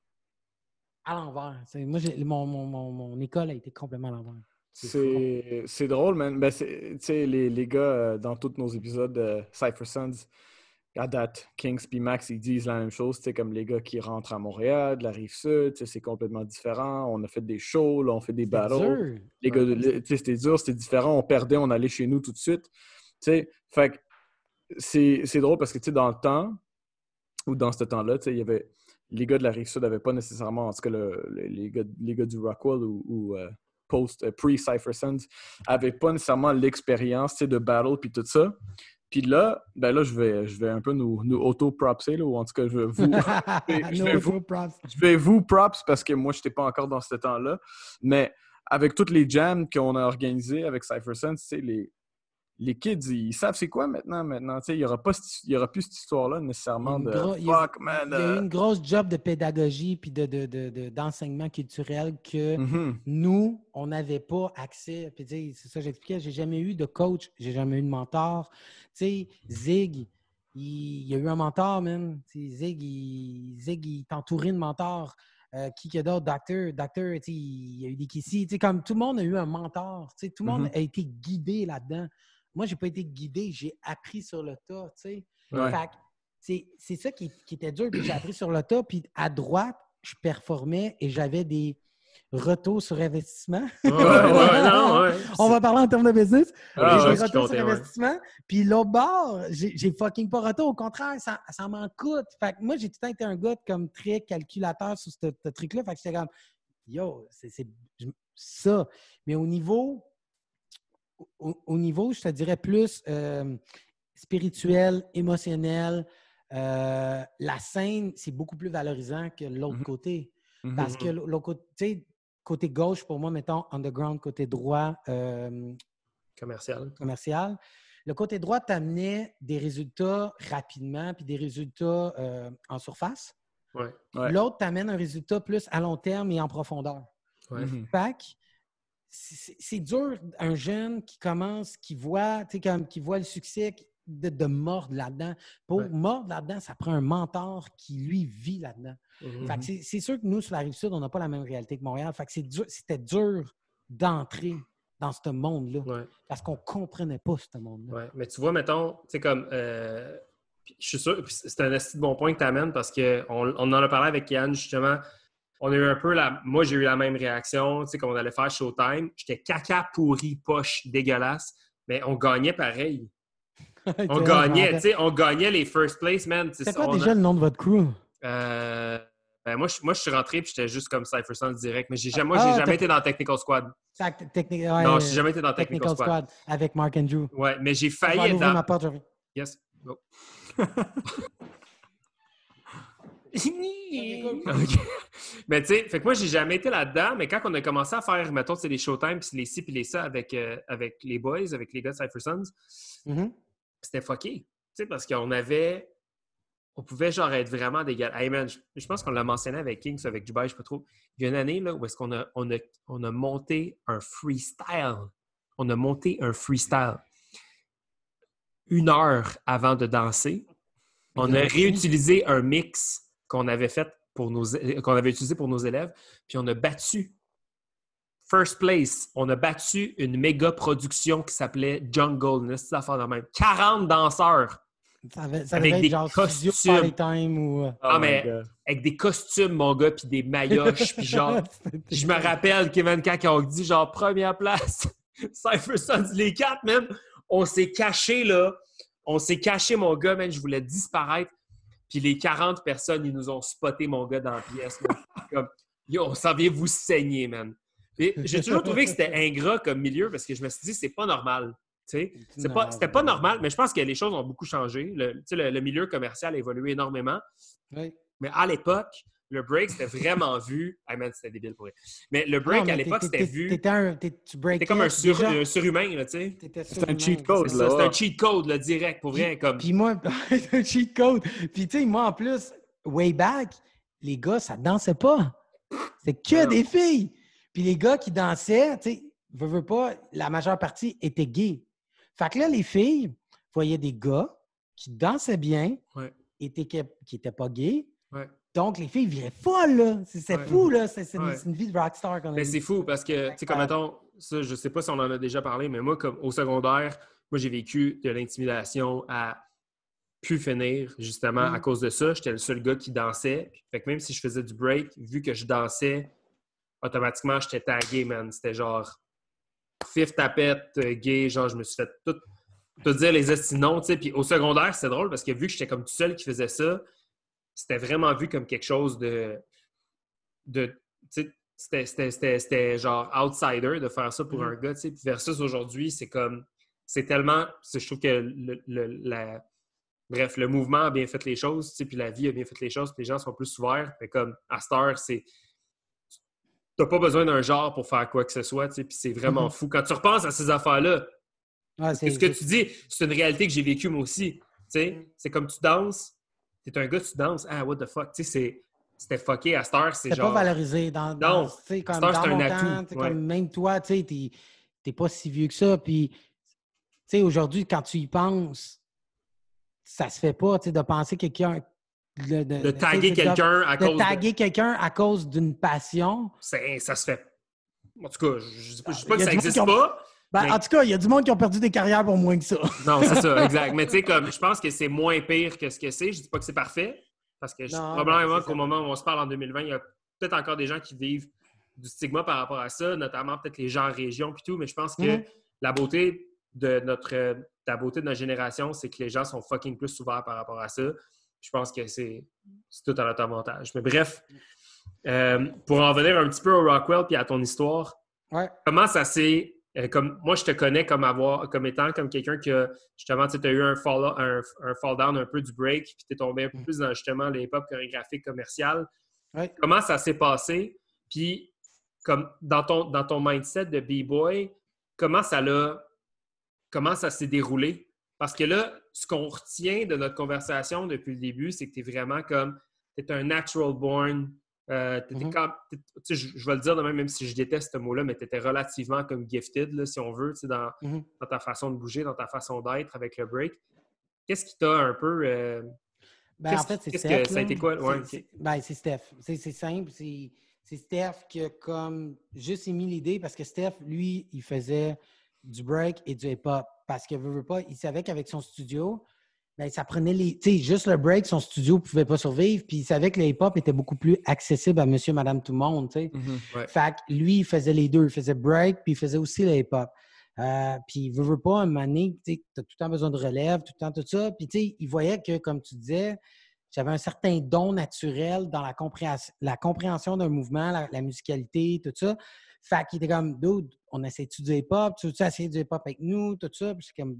S3: à l'envers. C'est, moi, j'ai, mon, mon, mon, mon école a été complètement à l'envers.
S2: C'est, c'est, c'est drôle, man. Ben, c'est, les, les gars, euh, dans tous nos épisodes de euh, Cypher Sons, à date, Kings et Max, ils disent la même chose. Comme les gars qui rentrent à Montréal, de la Rive-Sud, c'est complètement différent. On a fait des shows, là, on fait des c'était battles. Dur. Les gars, ouais. C'était dur, c'était différent. On perdait, on allait chez nous tout de suite. T'sais, fait que c'est, c'est drôle parce que dans le temps, ou dans ce temps-là, il y avait les gars de la Rive-Sud n'avaient pas nécessairement, en tout cas, le, le, les, gars, les gars du Rockwell ou, ou euh, post, euh, pre-Cypher Sons n'avaient pas nécessairement l'expérience de battle puis tout ça. Puis là, ben là, je vais, je vais un peu nous, nous auto-propser, là, ou en tout cas, je vais vous, je vais, je vais vous, je vais vous props parce que moi, je n'étais pas encore dans ce temps-là. Mais avec toutes les jams qu'on a organisées avec Cypher Sons, les, les kids, ils savent c'est quoi maintenant. maintenant. Il n'y aura, aura plus cette histoire-là nécessairement de gros, fuck,
S3: il,
S2: man.
S3: Il y a eu une grosse job de pédagogie puis de, de, de, de, d'enseignement culturel que mm-hmm. nous, on n'avait pas accès. Puis, c'est ça que j'expliquais. J'ai jamais eu de coach, j'ai jamais eu de mentor. Tu sais, Zig, il, il y a eu un mentor, man. T'sais, Zig, il, Zig, il t'entourait de mentors. Euh, qui que d'autre? Docteur, Docteur, il y a eu des Kissy. Comme tout le monde a eu un mentor. Tout le monde mm-hmm. a été guidé là-dedans. Moi, je n'ai pas été guidé, j'ai appris sur le tas, tu sais. Ouais. Fait que c'est, c'est ça qui, qui était dur, puis j'ai appris sur le tas. Puis à droite, je performais et j'avais des retours sur investissement. Ouais, ouais, non, ouais. On va parler en termes de business. Ah, j'ai ouais, des retours sur ouais. investissement. Puis l'autre bord, j'ai, j'ai fucking pas retour. Au contraire, ça, ça m'en coûte. Fait que moi, j'ai tout le temps été un gars comme très calculateur sur ce, ce truc-là. Fait que j'étais comme, yo, c'est, c'est ça. Mais au niveau... Au, au niveau, je te dirais, plus euh, spirituel, émotionnel, euh, la scène, c'est beaucoup plus valorisant que l'autre mm-hmm. côté. Mm-hmm. Parce que l'autre côté, côté gauche, pour moi, mettons, underground, côté droit, euh,
S1: commercial.
S3: commercial. Le côté droit t'amenait des résultats rapidement puis des résultats euh, en surface.
S1: Ouais. Ouais.
S3: L'autre t'amène un résultat plus à long terme et en profondeur.
S1: Ouais.
S3: Mm-hmm. Fait que, C'est, c'est dur, un jeune qui commence, qui voit, tu sais, comme, qui voit le succès, de, de mordre là-dedans. Pour ouais. mordre là-dedans, ça prend un mentor qui, lui, vit là-dedans. Mm-hmm. Fait que c'est, c'est sûr que nous, sur la Rive-Sud, on n'a pas la même réalité que Montréal. Fait que c'est dur, c'était dur d'entrer dans ce monde-là
S1: ouais.
S3: parce qu'on ne comprenait pas ce monde-là.
S1: Ouais. Mais tu vois, mettons, tu sais, comme... Euh, je suis sûr, c'est un assez bon point que tu amènes parce qu'on on en a parlé avec Yann, justement. On a eu un peu la... Moi, j'ai eu la même réaction, tu sais, quand on allait faire Showtime. J'étais caca pourri, poche, dégueulasse, mais on gagnait pareil. On gagnait, tu sais, on gagnait les first place, man.
S3: C'est quoi déjà a... le nom de votre crew?
S1: Euh... Ben, moi, je, moi, je suis rentré et j'étais juste comme Cypher Sons direct, mais j'ai jamais, moi, j'ai ah, jamais été dans Technical Squad.
S3: Techni... Ouais,
S1: non, j'ai jamais été dans Technical, Technical Squad.
S3: Squad. Avec Mark Andrew.
S1: Ouais, mais j'ai failli être dans...
S3: ma porte,
S1: yes, go. Okay. Mais tu sais, fait que moi, j'ai jamais été là-dedans, mais quand on a commencé à faire, mettons, c'est les Showtime, puis les ci, puis les ça avec, euh, avec les boys, avec les gars de Cypher Sons,
S3: mm-hmm.
S1: c'était fucké. Tu sais, parce qu'on avait... On pouvait genre être vraiment des gars. Hey man, je, je pense qu'on l'a mentionné avec Kings, avec Dubaï, je sais pas trop. Il y a une année là, où est-ce qu'on a, on a, on a monté un freestyle. On a monté un freestyle. Une heure avant de danser, on a réutilisé un mix qu'on avait fait pour nos, qu'on avait utilisé pour nos élèves, puis on a battu first place. On a battu une méga production qui s'appelait Jungle, une petite affaire de même. quarante danseurs.
S3: Ça avait, ça
S1: avec
S3: avait
S1: des
S3: genre
S1: costumes.
S3: Time ou...
S1: Ah, oh mais avec des costumes, mon gars, puis des maillotches, puis genre... je me rappelle, Kevin, quand on dit genre première place, Cypher Sons, les quatre, même, on s'est caché, là. On s'est caché, mon gars, même, je voulais disparaître. Puis les quarante personnes, ils nous ont spoté, mon gars, dans la pièce. comme, yo, on s'en vient vous saigner, man. Et j'ai toujours trouvé que c'était ingrat comme milieu parce que je me suis dit, c'est pas normal. C'est
S3: Non,
S1: pas, c'était
S3: c'est
S1: pas
S3: pas
S1: normal, mais je pense que les choses ont beaucoup changé. Le, le, le milieu commercial a évolué énormément.
S3: Oui.
S1: Mais à l'époque, le break, c'était vraiment vu. Ah, man, c'était débile pour eux. Mais le
S3: Ah
S1: break,
S3: non,
S1: à
S3: mais
S1: l'époque,
S3: t'étais-
S1: c'était
S3: t'étais-
S1: vu.
S3: T'étais un, t'es- tu breakais
S1: C'était comme un, sur,
S3: déjà-
S1: un surhumain, là, tu sais.
S3: t'étais
S2: C'est un
S3: surhumain,
S2: cheat
S3: c'est
S2: code,
S1: C'est
S3: ça.
S2: là.
S1: ça, c'est un
S2: ouais.
S1: cheat code, là, direct, pour vrai.
S3: Puis,
S1: Comme...
S3: puis moi, un cheat code. Puis tu sais, moi, en plus, way back, les gars, ça dansait pas. C'est que
S1: Non.
S3: des filles. Puis les gars qui dansaient, tu sais, veux, veux pas, la majeure partie était gay. Fait que là, les filles voyaient des gars qui dansaient bien,
S1: Ouais.
S3: étaient, qui n'étaient pas gays.
S1: Ouais.
S3: Donc, les filles viraient folles, là. C'est c'est
S1: Ouais.
S3: fou, là. C'est c'est une,
S1: Ouais.
S3: c'est une vie de rockstar qu'on a
S1: Mais
S3: eue.
S1: c'est fou parce que, tu sais, comme mettons, ça, je sais pas si on en a déjà parlé, mais moi, comme au secondaire, moi, j'ai vécu de l'intimidation à pu finir, justement,
S3: Mm.
S1: à cause de ça. J'étais le seul gars qui dansait. Fait que même si je faisais du break, vu que je dansais, automatiquement, j'étais tagué, man. C'était genre fif tapette, euh, gay, genre, je me suis fait tout, tout dire les estinons, tu sais. Puis au secondaire, c'était drôle parce que vu que j'étais comme tout seul qui faisait ça, c'était vraiment vu comme quelque chose de. de tu sais, c'était, c'était, c'était, c'était genre outsider de faire ça pour
S3: Mm.
S1: un gars, tu sais. Puis versus aujourd'hui, c'est comme. C'est tellement. c'est- Je trouve que le, le- la. Bref, le mouvement a bien fait les choses, tu sais, puis la vie a bien fait les choses, puis les gens sont plus ouverts. Mais comme à cette heure, c'est. T'as pas besoin d'un genre pour faire quoi que ce soit, tu sais, puis c'est vraiment
S3: Mhm.
S1: fou. Quand tu repenses à ces affaires-là,
S3: Ouais,
S1: parce que
S3: c'est-
S1: ce que
S3: c'est-
S1: tu dis, c'est une réalité que j'ai vécue moi aussi. Tu sais,
S3: Mm.
S1: c'est comme tu danses, t'es un gars, tu danses, ah, what the fuck, tu sais, c'est- c'était fucké à cette heure, c'est
S3: c'est
S1: genre.
S3: pas valorisé dans, dans,
S1: Non,
S3: tu sais,
S1: à
S3: comme
S1: cette heure,
S3: dans
S1: c'est un
S3: mon
S1: atout.
S3: temps, tu sais,
S1: Ouais.
S3: comme même toi, tu sais, t'es, t'es pas si vieux que ça. Puis, tu sais, aujourd'hui, quand tu y penses, ça se fait pas, tu sais, de penser quelqu'un. De, de,
S1: De taguer
S3: de-
S1: quelqu'un à
S3: de
S1: cause
S3: taguer
S1: de.
S3: quelqu'un à cause d'une passion.
S1: C'est- Ça se fait. En tout cas, je je dis pas, je dis
S3: Il
S1: pas
S3: y
S1: que
S3: a
S1: ça
S3: du monde qui
S1: n'existe
S3: ont-
S1: pas.
S3: Ben,
S1: mais-
S3: En tout cas, il y a du monde qui ont perdu des carrières pour moins que ça.
S1: Non, c'est ça, exact. Mais tu sais, comme je pense que c'est moins pire que ce que c'est. Je dis pas que c'est parfait. Parce que je,
S3: Non,
S1: probablement
S3: ben, c'est
S1: qu'au
S3: ça.
S1: moment où on se parle en deux mille vingt, il y a peut-être encore des gens qui vivent du stigma par rapport à ça, notamment peut-être les gens en région et tout. Mais je pense que
S3: Mhm.
S1: la beauté de notre euh, la beauté de notre génération, c'est que les gens sont fucking plus ouverts par rapport à ça. Je pense que c'est c'est tout à notre avantage. Mais bref, euh, pour en venir un petit peu au Rockwell puis à ton histoire,
S3: Ouais.
S1: comment ça s'est. euh, comme, moi, je te connais comme, avoir, comme étant comme quelqu'un qui a justement, tu as eu un fall, un, un fall down un peu du break, puis tu es tombé un peu plus dans justement les hip-hop chorégraphiques commerciales.
S3: Ouais.
S1: Comment ça s'est passé? Puis, comme dans ton, dans ton mindset de B-boy, comment ça l'a. Comment ça s'est déroulé? Parce que là, ce qu'on retient de notre conversation depuis le début, c'est que tu es vraiment comme. Tu es un natural born. Euh, t'étais
S3: Mhm.
S1: comme, t'es- tu sais, je, je vais le dire de même, même si je déteste ce mot-là, mais tu étais relativement comme gifted, là, si on veut, tu sais, dans,
S3: Mhm.
S1: dans ta façon de bouger, dans ta façon d'être avec le break. Qu'est-ce qui t'a un peu. euh,
S3: Ben,
S1: qu'est-ce
S3: en fait,
S1: qui-
S3: c'est
S1: qu'est-ce
S3: Steph.
S1: que ça a
S3: là.
S1: été quoi? Ouais,
S3: C'est-
S1: ok.
S3: c'est- ben, c'est Steph. C'est c'est simple. C'est c'est Steph qui a comme juste émis l'idée parce que Steph, lui, il faisait du break et du hip-hop. Parce que, veut, veut pas, il savait qu'avec son studio, ben, ça prenait les. Tu sais, juste le break, son studio ne pouvait pas survivre. Puis il savait que le hip-hop était beaucoup plus accessible à monsieur, madame, tout le monde. Tu sais.
S2: Mhm.
S1: Ouais.
S3: Fait que lui, il faisait les deux. Il faisait break, puis il faisait aussi le hip-hop. Euh, puis, veut, veut pas, un moment donné, tu as tout le temps besoin de relève, tout le temps, tout ça. Puis, tu sais, il voyait que, comme tu disais, j'avais un certain don naturel dans la compréhension, la compréhension d'un mouvement, la, la musicalité, tout ça. Fait qu'il était comme, dude, on essaie-tu du hip-hop? Tu veux-tu essayer du hip-hop avec nous? Tout ça. Puis, c'est comme,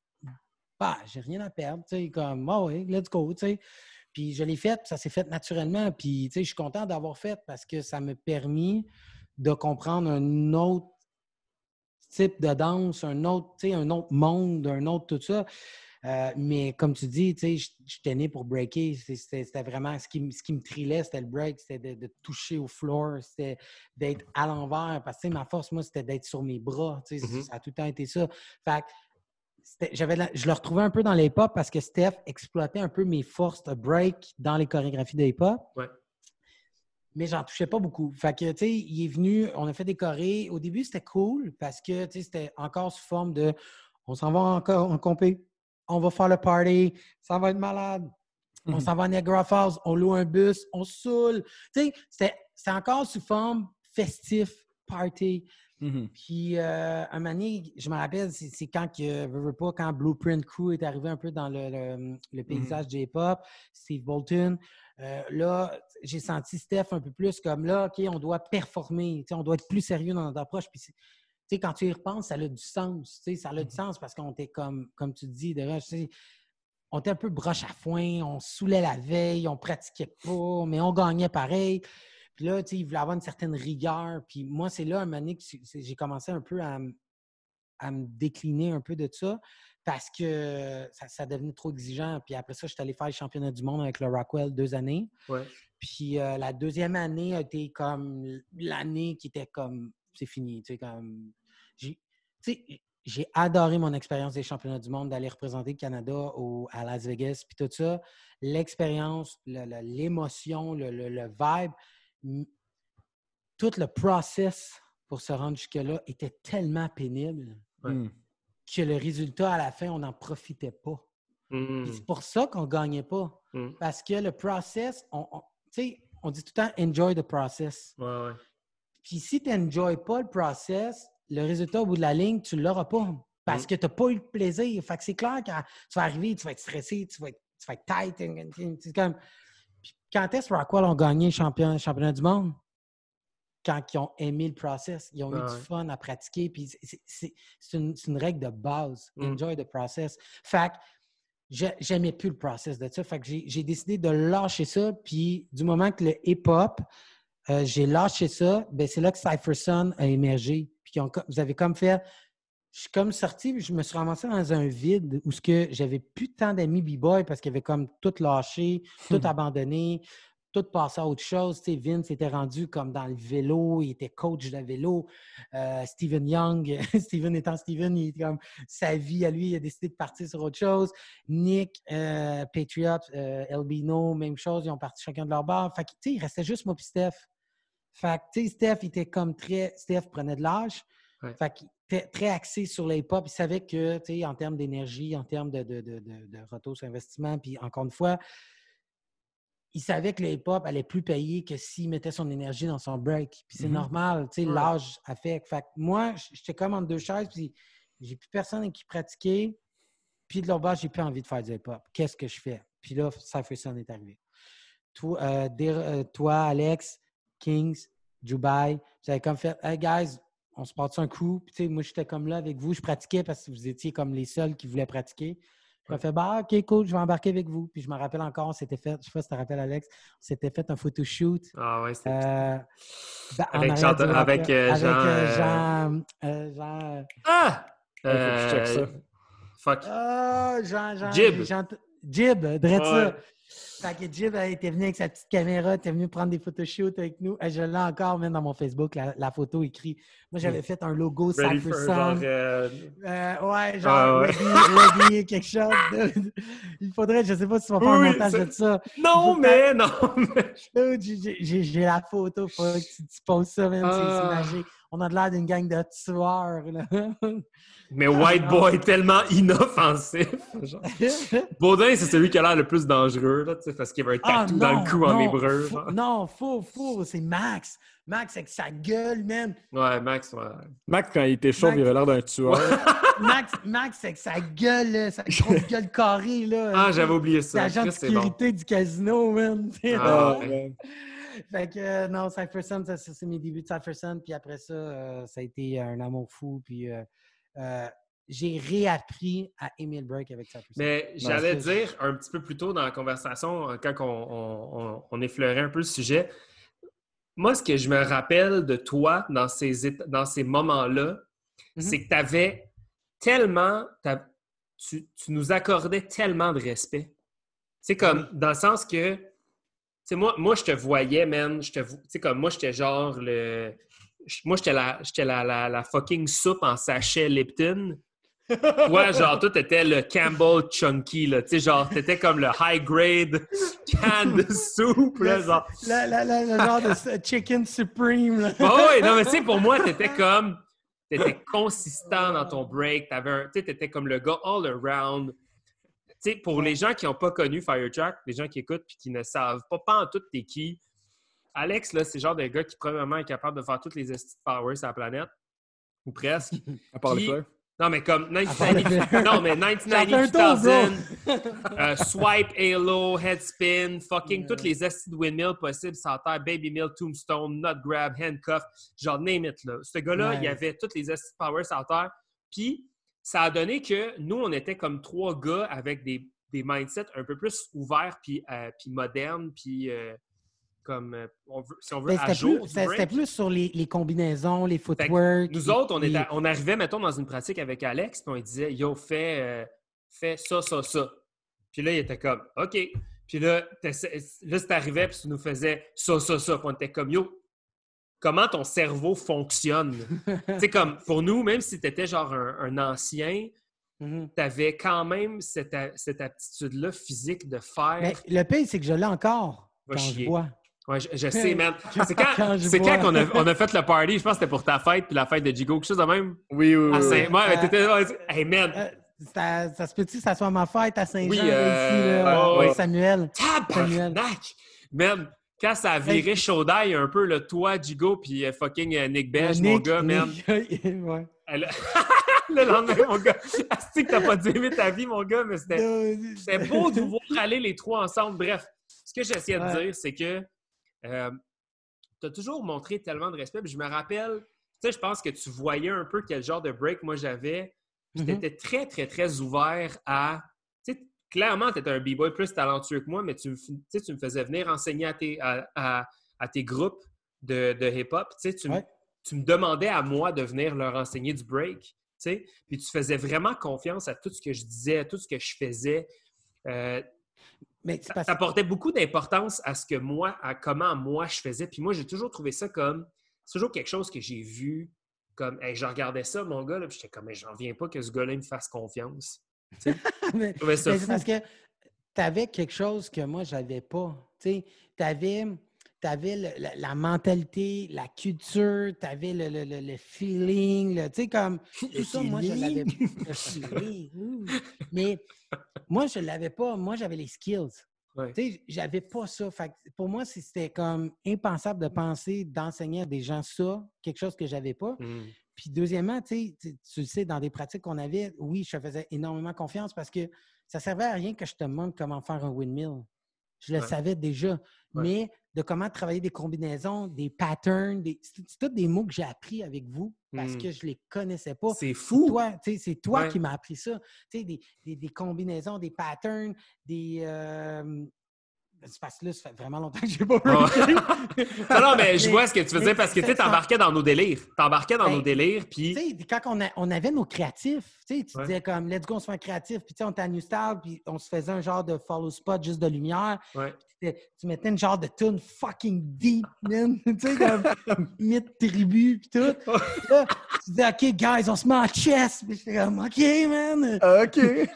S3: bah, j'ai rien à perdre. Tu sais, comme, oh, oui, let's go, tu sais. Puis, je l'ai fait, puis ça s'est fait naturellement. Puis, tu sais, je suis content d'avoir fait parce que ça m'a permis de comprendre un autre type de danse, un autre, tu sais, un autre monde, un autre tout ça. Euh, mais comme tu dis, tu sais, j- j'étais né pour breaker. C'est- C'était c'était vraiment ce qui, m- ce qui me trillait, c'était le break, c'était de, de toucher au floor, c'était d'être à l'envers. Parce que tu sais, ma force, moi, c'était d'être sur mes bras. Tu sais,
S1: Mhm.
S3: Ça a tout le temps été ça. Fait que c'était- j'avais de la- je le retrouvais un peu dans les hip-hop parce que Steph exploitait un peu mes forces de break dans les chorégraphies de hip-hop.
S1: Ouais.
S3: Mais j'en touchais pas beaucoup. Fait que, tu sais, il est venu, on a fait des chorés. Au début, c'était cool parce que, tu sais, c'était encore sous forme de on s'en va encore en compé, on va faire le party, ça va être malade. On
S2: Mhm.
S3: s'en va à Niagara Falls, on loue un bus, on se saoule. Tu sais, c'était c'était encore sous forme festif, party. Mm-hmm. Puis, euh, un moment donné, je me rappelle, c'est, c'est quand, que, veux, veux pas, quand Blueprint Crew est arrivé un peu dans le, le, le paysage mm-hmm. J-pop, Steve Bolton. Euh, là, j'ai senti Steph un peu plus comme là, OK, on doit performer, on doit être plus sérieux dans notre approche. Puis, tu sais, quand tu y repenses, ça a du sens. Ça a mm-hmm. du sens parce qu'on était comme, comme tu dis, de on était un peu broche à foin, on saoulait la veille, on pratiquait pas, mais on gagnait pareil. Puis là, tu sais, il voulait avoir une certaine rigueur. Puis moi, c'est là, un moment donné, que j'ai commencé un peu à, à me décliner un peu de ça parce que ça, ça devenait trop exigeant. Puis après ça, je suis allé faire le championnat du monde avec le Rockwell deux années.
S1: Ouais.
S3: Puis euh, la deuxième année a été comme l'année qui était comme, c'est fini. Tu sais, comme, j'ai, tu sais, j'ai adoré mon expérience des championnats du monde, d'aller représenter le Canada au, à Las Vegas, puis tout ça. L'expérience, le, le, l'émotion, le, le, le vibe, tout le process pour se rendre jusque-là était tellement pénible
S1: ouais.
S3: que le résultat, à la fin, on n'en profitait pas.
S1: Mm.
S3: Puis c'est pour ça qu'on ne gagnait pas.
S1: Mm.
S3: Parce que le process, on, on, tu sais, on dit tout le temps « enjoy the process
S1: ouais, ouais. ».
S3: Puis si tu n'enjoys pas le process, le résultat au bout de la ligne, tu ne l'auras pas parce mm. que tu n'as pas eu le plaisir. Fait que c'est clair, quand tu vas arriver, tu vas être stressé, tu vas être, tu vas être tight. C'est comme... Puis quand est-ce que Rockwell ont gagné le champion, championnat du monde? Quand ils ont aimé le process, ils ont ah, eu ouais. du fun à pratiquer. Puis c'est, c'est, c'est, une, c'est une règle de base. Mm. Enjoy the process. Fait que j'aimais plus le process de ça. Fait que j'ai, j'ai décidé de lâcher ça. Puis du moment que le hip-hop, euh, j'ai lâché ça, ben c'est là que Cypher Son a émergé. Puis ont, vous avez comme fait... Je suis comme sorti, je me suis ramassé dans un vide où ce que j'avais plus de temps d'amis b-boy parce qu'il avait comme tout lâché, tout mm. abandonné, tout passé à autre chose. Tu sais, Vince était rendu comme dans le vélo, il était coach de vélo. Euh, Steven Young, Steven étant Steven, il était comme sa vie à lui, il a décidé de partir sur autre chose. Nick, euh, Patriot, euh, Albino, même chose, ils ont parti chacun de leur bord. Fait que, tu sais, il restait juste moi et Steph. Fait que, tu sais, Steph, il était comme très... Steph prenait de l'âge. Ouais. Fait qu'il était très axé sur les hip-hop. Il savait que, tu sais, en termes d'énergie, en termes de, de, de, de, de retour sur investissement, puis encore une fois, il savait que le hip-hop allait plus payer que s'il mettait son énergie dans son break. Puis c'est mm-hmm. normal, tu sais, ouais. l'âge affecte. Fait que moi, j'étais comme entre deux chaises, puis j'ai plus personne avec qui pratiquer. Puis de l'autre bord, j'ai plus envie de faire du hip-hop. Qu'est-ce que je fais? Puis là, Cypher Son est arrivé. Toi, euh, euh, toi Alex, Kings, Dubai, vous avez comme fait « Hey guys, on se passe un coup. » Puis tu sais, moi, j'étais comme là avec vous. Je pratiquais parce que vous étiez comme les seuls qui voulaient pratiquer. J'ai fait, bah, OK, cool, je vais embarquer avec vous. Puis je me rappelle encore, on s'était fait, je sais pas si tu te rappelles, Alex, on s'était fait un photoshoot.
S1: Ah ouais, c'était.
S3: Euh, ben,
S1: avec Jean.
S3: Du,
S1: avec, euh,
S3: avec
S1: Jean,
S3: euh, Jean. Euh, Jean.
S1: Ah!
S2: Il faut que je check ça.
S1: Fuck.
S3: Ah, oh, Jean. Jean
S1: Jib.
S3: Jean, Jib, drette
S1: ouais.
S3: ça. Fait que Jib était venu avec sa petite caméra, était venu prendre des photoshoots avec nous. Et je l'ai encore, même dans mon Facebook, la, la photo écrite. Moi, j'avais fait un logo Cypher Son. Euh... Euh, ouais, genre, ah, ouais. Ready, ready, quelque chose. De... Il faudrait, je sais pas si tu vas faire oui, un montage c'est... de ça.
S1: Non, mais, non, mais.
S3: J'ai, j'ai, j'ai la photo, il faudrait que tu, tu poses ça, même. Ah. C'est, c'est magique. On a de l'air d'une gang de tueurs, là.
S1: Mais White Boy, tellement inoffensif. Genre. Baudin, c'est celui qui a l'air le plus dangereux, là, parce qu'il avait un tatou ah, non, dans le cou non, en hébreu.
S3: Fou, non, faux, faux, c'est Max. Max avec sa gueule, man.
S1: Ouais, Max, ouais.
S2: Max, quand il était chaud, Max... il avait l'air d'un tueur.
S3: Max, Max avec sa gueule, là, sa grosse gueule carrée, là.
S1: Ah, j'avais oublié ça.
S3: L'agent de sécurité bon. Du casino, man.
S1: Ah, ouais.
S3: Fait que euh, non, Cypher Son, ça, ça, c'est mes débuts de Cypher Son. Puis après ça, euh, ça a été un amour fou. Puis euh, euh, j'ai réappris à aimer le break avec Cypher Son.
S1: Mais j'allais non, dire un petit peu plus tôt dans la conversation, quand on, on, on, on effleurait un peu le sujet, moi, ce que je me rappelle de toi dans ces, éta- dans ces moments-là, mm-hmm. c'est que tu avais tellement... Tu, tu nous accordais tellement de respect. C'est comme, mm-hmm. dans le sens que Tu sais, moi, moi, je te voyais, man. Tu sais, comme moi, j'étais genre le. Moi, j'étais la, j'étais la, la, la fucking soupe en sachet Lipton. Ouais, genre, toi, t'étais le Campbell Chunky, là. Tu sais, genre, t'étais comme le high-grade can de soupe, là, genre.
S3: La, la, la, le genre de chicken supreme, là.
S1: Oh, oui, non, mais tu sais, pour moi, t'étais comme. T'étais consistant dans ton break. T'avais un. Tu sais, t'étais comme le gars all around. Tu sais, pour les gens qui n'ont pas connu Firetrack, les gens qui écoutent et qui ne savent pas, pas en tout t'es qui, Alex, là, c'est le genre de gars qui, premièrement, est capable de faire toutes les esti de power sur la planète. ou presque.
S2: À part
S1: Puis,
S2: les fleurs.
S1: Non, mais comme dix-neuf quatre-vingt-dix, non, mais dix-neuf quatre-vingt-dix, euh, swipe, halo, headspin, fucking yeah. toutes les acides windmill possibles sur terre, baby mill, tombstone, nut grab, handcuff, genre name it là. Ce gars-là, ouais. il y avait toutes les acides power sur terre. Puis ça a donné que nous, on était comme trois gars avec des, des mindsets un peu plus ouverts puis, euh, puis modernes, puis euh, comme, euh, on veut, si on veut, à jour.
S3: Plus, c'était plus sur les, les combinaisons, les footwork.
S1: Nous autres, on, était, on arrivait, mettons, dans une pratique avec Alex, puis on lui disait « Yo, fais, euh, fais ça, ça, ça. » Puis là, il était comme « OK. » Puis là, là c'est arrivé, puis tu nous faisais « ça, ça, ça. » Puis on était comme « Yo, comment ton cerveau fonctionne? » Tu sais, comme, pour nous, même si tu étais genre un, un ancien, mm-hmm. tu avais quand même cette, cette aptitude-là physique de faire...
S3: Mais le pire, c'est que je l'ai encore
S1: Va
S3: quand
S1: chier.
S3: je vois.
S1: Ouais, je, je sais, man. C'est quand, quand, c'est quand qu'on a, on a fait le party, je pense que c'était pour ta fête, puis la fête de Jigo, quelque chose de même?
S2: Oui, oui,
S1: à Saint...
S3: oui.
S1: Ouais, mais
S3: euh,
S1: t'étais... Ouais, hey, man!
S3: Euh, ça, ça se peut-tu que ça soit ma fête à Saint-Jean,
S1: oui,
S3: euh,
S1: euh,
S3: ici, là,
S1: oh,
S3: ouais,
S1: oh.
S3: Samuel.
S1: Tabarnak! Man, quand ça a viré chaud d'ail un peu, le toi, Jigo, puis uh, fucking uh, Nick Beige, euh, mon Nick, gars, man.
S3: ouais.
S1: Elle... le lendemain, mon gars. Asti que t'as pas dû aimer ta vie, mon gars, mais c'était, c'était beau de vous voir aller les trois ensemble. Bref, ce que j'essayais de ouais. dire, c'est que euh, tu as toujours montré tellement de respect. Puis je me rappelle, tu sais, je pense que tu voyais un peu quel genre de break moi j'avais. Puis mm-hmm. tu étais très, très, très ouvert à... Tu sais, clairement, tu étais un b-boy plus talentueux que moi, mais tu, tu me faisais venir enseigner à tes, à, à, à tes groupes de, de hip-hop. Tu sais, tu, ouais. tu me demandais à moi de venir leur enseigner du break. Tu sais, puis tu faisais vraiment confiance à tout ce que je disais, à tout ce que je faisais. Euh, Mais ça parce... apportait beaucoup d'importance à ce que moi, à comment moi je faisais. Puis moi, j'ai toujours trouvé ça comme... C'est toujours quelque chose que j'ai vu comme... Hey, je regardais ça, mon gars, là, puis j'étais comme, mais j'en viens pas que ce gars-là me fasse confiance.
S3: mais, mais c'est parce que tu avais quelque chose que moi, j'avais pas. Tu avais... Tu avais le, la, la mentalité, la culture, tu avais le, le, le, le feeling, tu sais, comme tout le ça, feeling. Moi, je l'avais le feeling. Mais moi, je ne l'avais pas. Moi, j'avais les skills. Ouais. Tu sais, j'avais pas ça. Fait que pour moi, c'était comme impensable de penser d'enseigner à des gens ça, quelque chose que j'avais pas. Mm. Puis deuxièmement, tu sais, tu le sais, dans des pratiques qu'on avait, oui, je te faisais énormément confiance parce que ça ne servait à rien que je te montre comment faire un windmill. Je le ouais. savais déjà. Ouais. Mais de comment travailler des combinaisons, des patterns, des... c'est, c'est tous des mots que j'ai appris avec vous parce mm. que je ne les connaissais pas.
S1: C'est fou!
S3: C'est toi, c'est toi
S1: ouais.
S3: qui m'as appris ça. Des, des, des combinaisons, des patterns, des... Euh... C'est parce que là, ça fait vraiment longtemps que je n'ai pas breaké.
S1: non, non, mais je vois ce que tu faisais parce que tu t'embarquais dans nos délires. T'embarquais dans ben, nos délires, puis...
S3: Tu sais, quand on, a, on avait nos créatifs, tu
S1: ouais.
S3: disais comme, let's go, on se fait un créatif, puis tu sais, on était à New Style, puis on se faisait un genre de follow spot juste de lumière.
S1: Ouais.
S3: Tu mettais une genre de tune fucking deep, man. Tu sais, comme mythe tribu, puis tout. Puis là, tu disais, OK, guys, on se met en chess. Puis j'étais comme, OK, man.
S2: OK.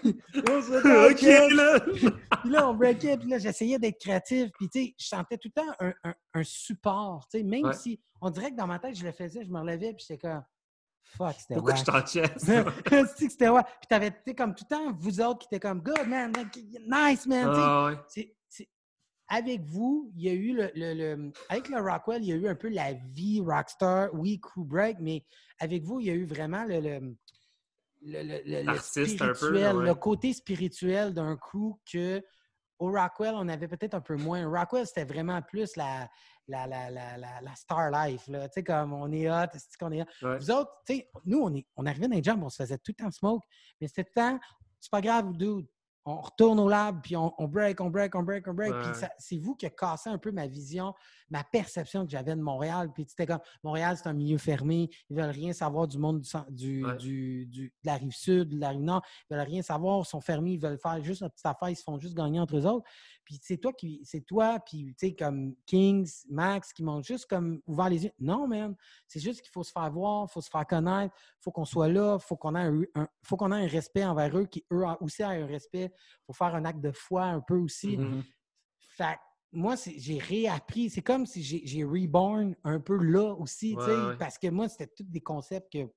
S3: on se met en
S1: OK,
S3: chess.
S1: là.
S3: Puis là, on breakait, puis là, j'essayais d'être créatif. Puis tu sais, je sentais tout le temps un, un, un support. Tu sais, même ouais. si, on dirait que dans ma tête, je le faisais, je me relevais, puis j'étais comme, fuck, c'était
S1: Pourquoi
S3: wack.
S1: je t'en chess?
S3: C'est que c'était wack. Puis t'avais, tu sais, comme tout le temps, vous autres qui étaient comme, good, man, nice, man.
S1: Ah, ouais.
S3: C'est, c'est, avec vous, il y a eu le, le, le... Avec le Rockwell, il y a eu un peu la vie rockstar, oui, crew break, mais avec vous, il y a eu vraiment le, le, le, le, le spirituel, un peu, ouais. le côté spirituel d'un crew que au Rockwell, on avait peut-être un peu moins. Rockwell, c'était vraiment plus la, la, la, la, la, la star life. Tu sais, comme on est hot, c'est qu'on est hot. Ouais. Vous autres, tu sais, nous, on, est, on arrivait dans les jams, on se faisait tout le temps smoke, mais c'était tout le temps, c'est pas grave, dude. On retourne au lab, puis on, on break, on break, on break, on break. Ouais. Puis ça, c'est vous qui a cassé un peu ma vision, ma perception que j'avais de Montréal. Puis c'était comme, Montréal, c'est un milieu fermé. Ils veulent rien savoir du monde du, du, ouais. du, du, de la rive sud, de la rive nord. Ils veulent rien savoir. Ils sont fermés. Ils veulent faire juste leur petite affaire. Ils se font juste gagner entre eux autres. Puis c'est toi, qui, c'est toi, puis tu sais, comme Kings, Max, qui m'ont juste comme ouvert les yeux. Non, man. C'est juste qu'il faut se faire voir, il faut se faire connaître, il faut qu'on soit là, il faut qu'on ait un, un, faut qu'on ait un respect envers eux, qui eux aussi aient un respect. Il faut faire un acte de foi un peu aussi. Mm-hmm. Fait moi, c'est, j'ai réappris. C'est comme si j'ai, j'ai reborn un peu là aussi, ouais, ouais. parce que moi, c'était tous des concepts que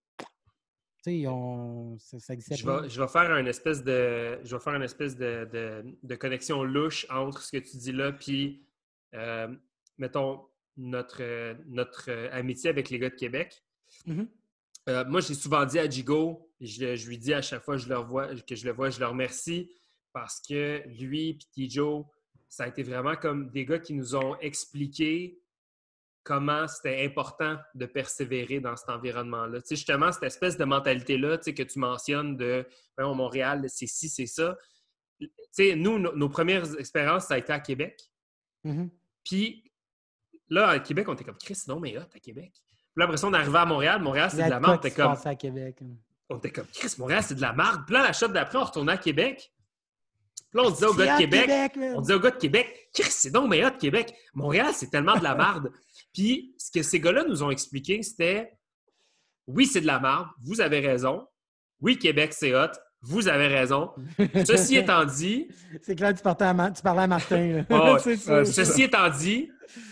S3: On, ça, ça
S1: je, vais, je vais faire une espèce de je vais faire une espèce de, de, de connexion louche entre ce que tu dis là puis euh, mettons notre, notre amitié avec les gars de Québec.
S3: Mm-hmm.
S1: Euh, moi, j'ai souvent dit à Jigo, je, je lui dis à chaque fois que je le revois, que je le vois, je le remercie parce que lui et Tijo, ça a été vraiment comme des gars qui nous ont expliqué comment c'était important de persévérer dans cet environnement-là. Tu sais, justement, cette espèce de mentalité-là, tu sais, que tu mentionnes de ben, Montréal, c'est ci, c'est ça. Tu sais, nous, no- nos premières expériences, ça a été à Québec.
S3: Mm-hmm.
S1: Puis là, à Québec, on était comme Chris, non, mais hot, à Québec. Puis là, après ça, on arrivait à Montréal. Montréal, c'est
S3: Il y
S1: de
S3: a
S1: la
S3: de quoi
S1: merde.
S3: qui
S1: T'es
S3: se
S1: comme...
S3: passe à Québec.
S1: On était comme Chris, Montréal, c'est de la merde. Puis là, la shot d'après, on retournait à Québec. Puis là, on disait aux
S3: C'est
S1: gars de
S3: hot,
S1: Québec,
S3: Québec, man.
S1: on disait aux gars de Québec, Chris, c'est donc mais hot, Québec. Montréal, c'est tellement de la merde. Puis ce que ces gars-là nous ont expliqué, c'était oui, c'est de la merde, vous avez raison. Oui, Québec, c'est hot, vous avez raison. Ceci étant dit.
S3: C'est clair, tu, partais à Ma- tu parlais à Martin.
S1: Oh, ouais.
S3: C'est sûr.
S2: Ouais, c'est
S1: Ceci étant dit,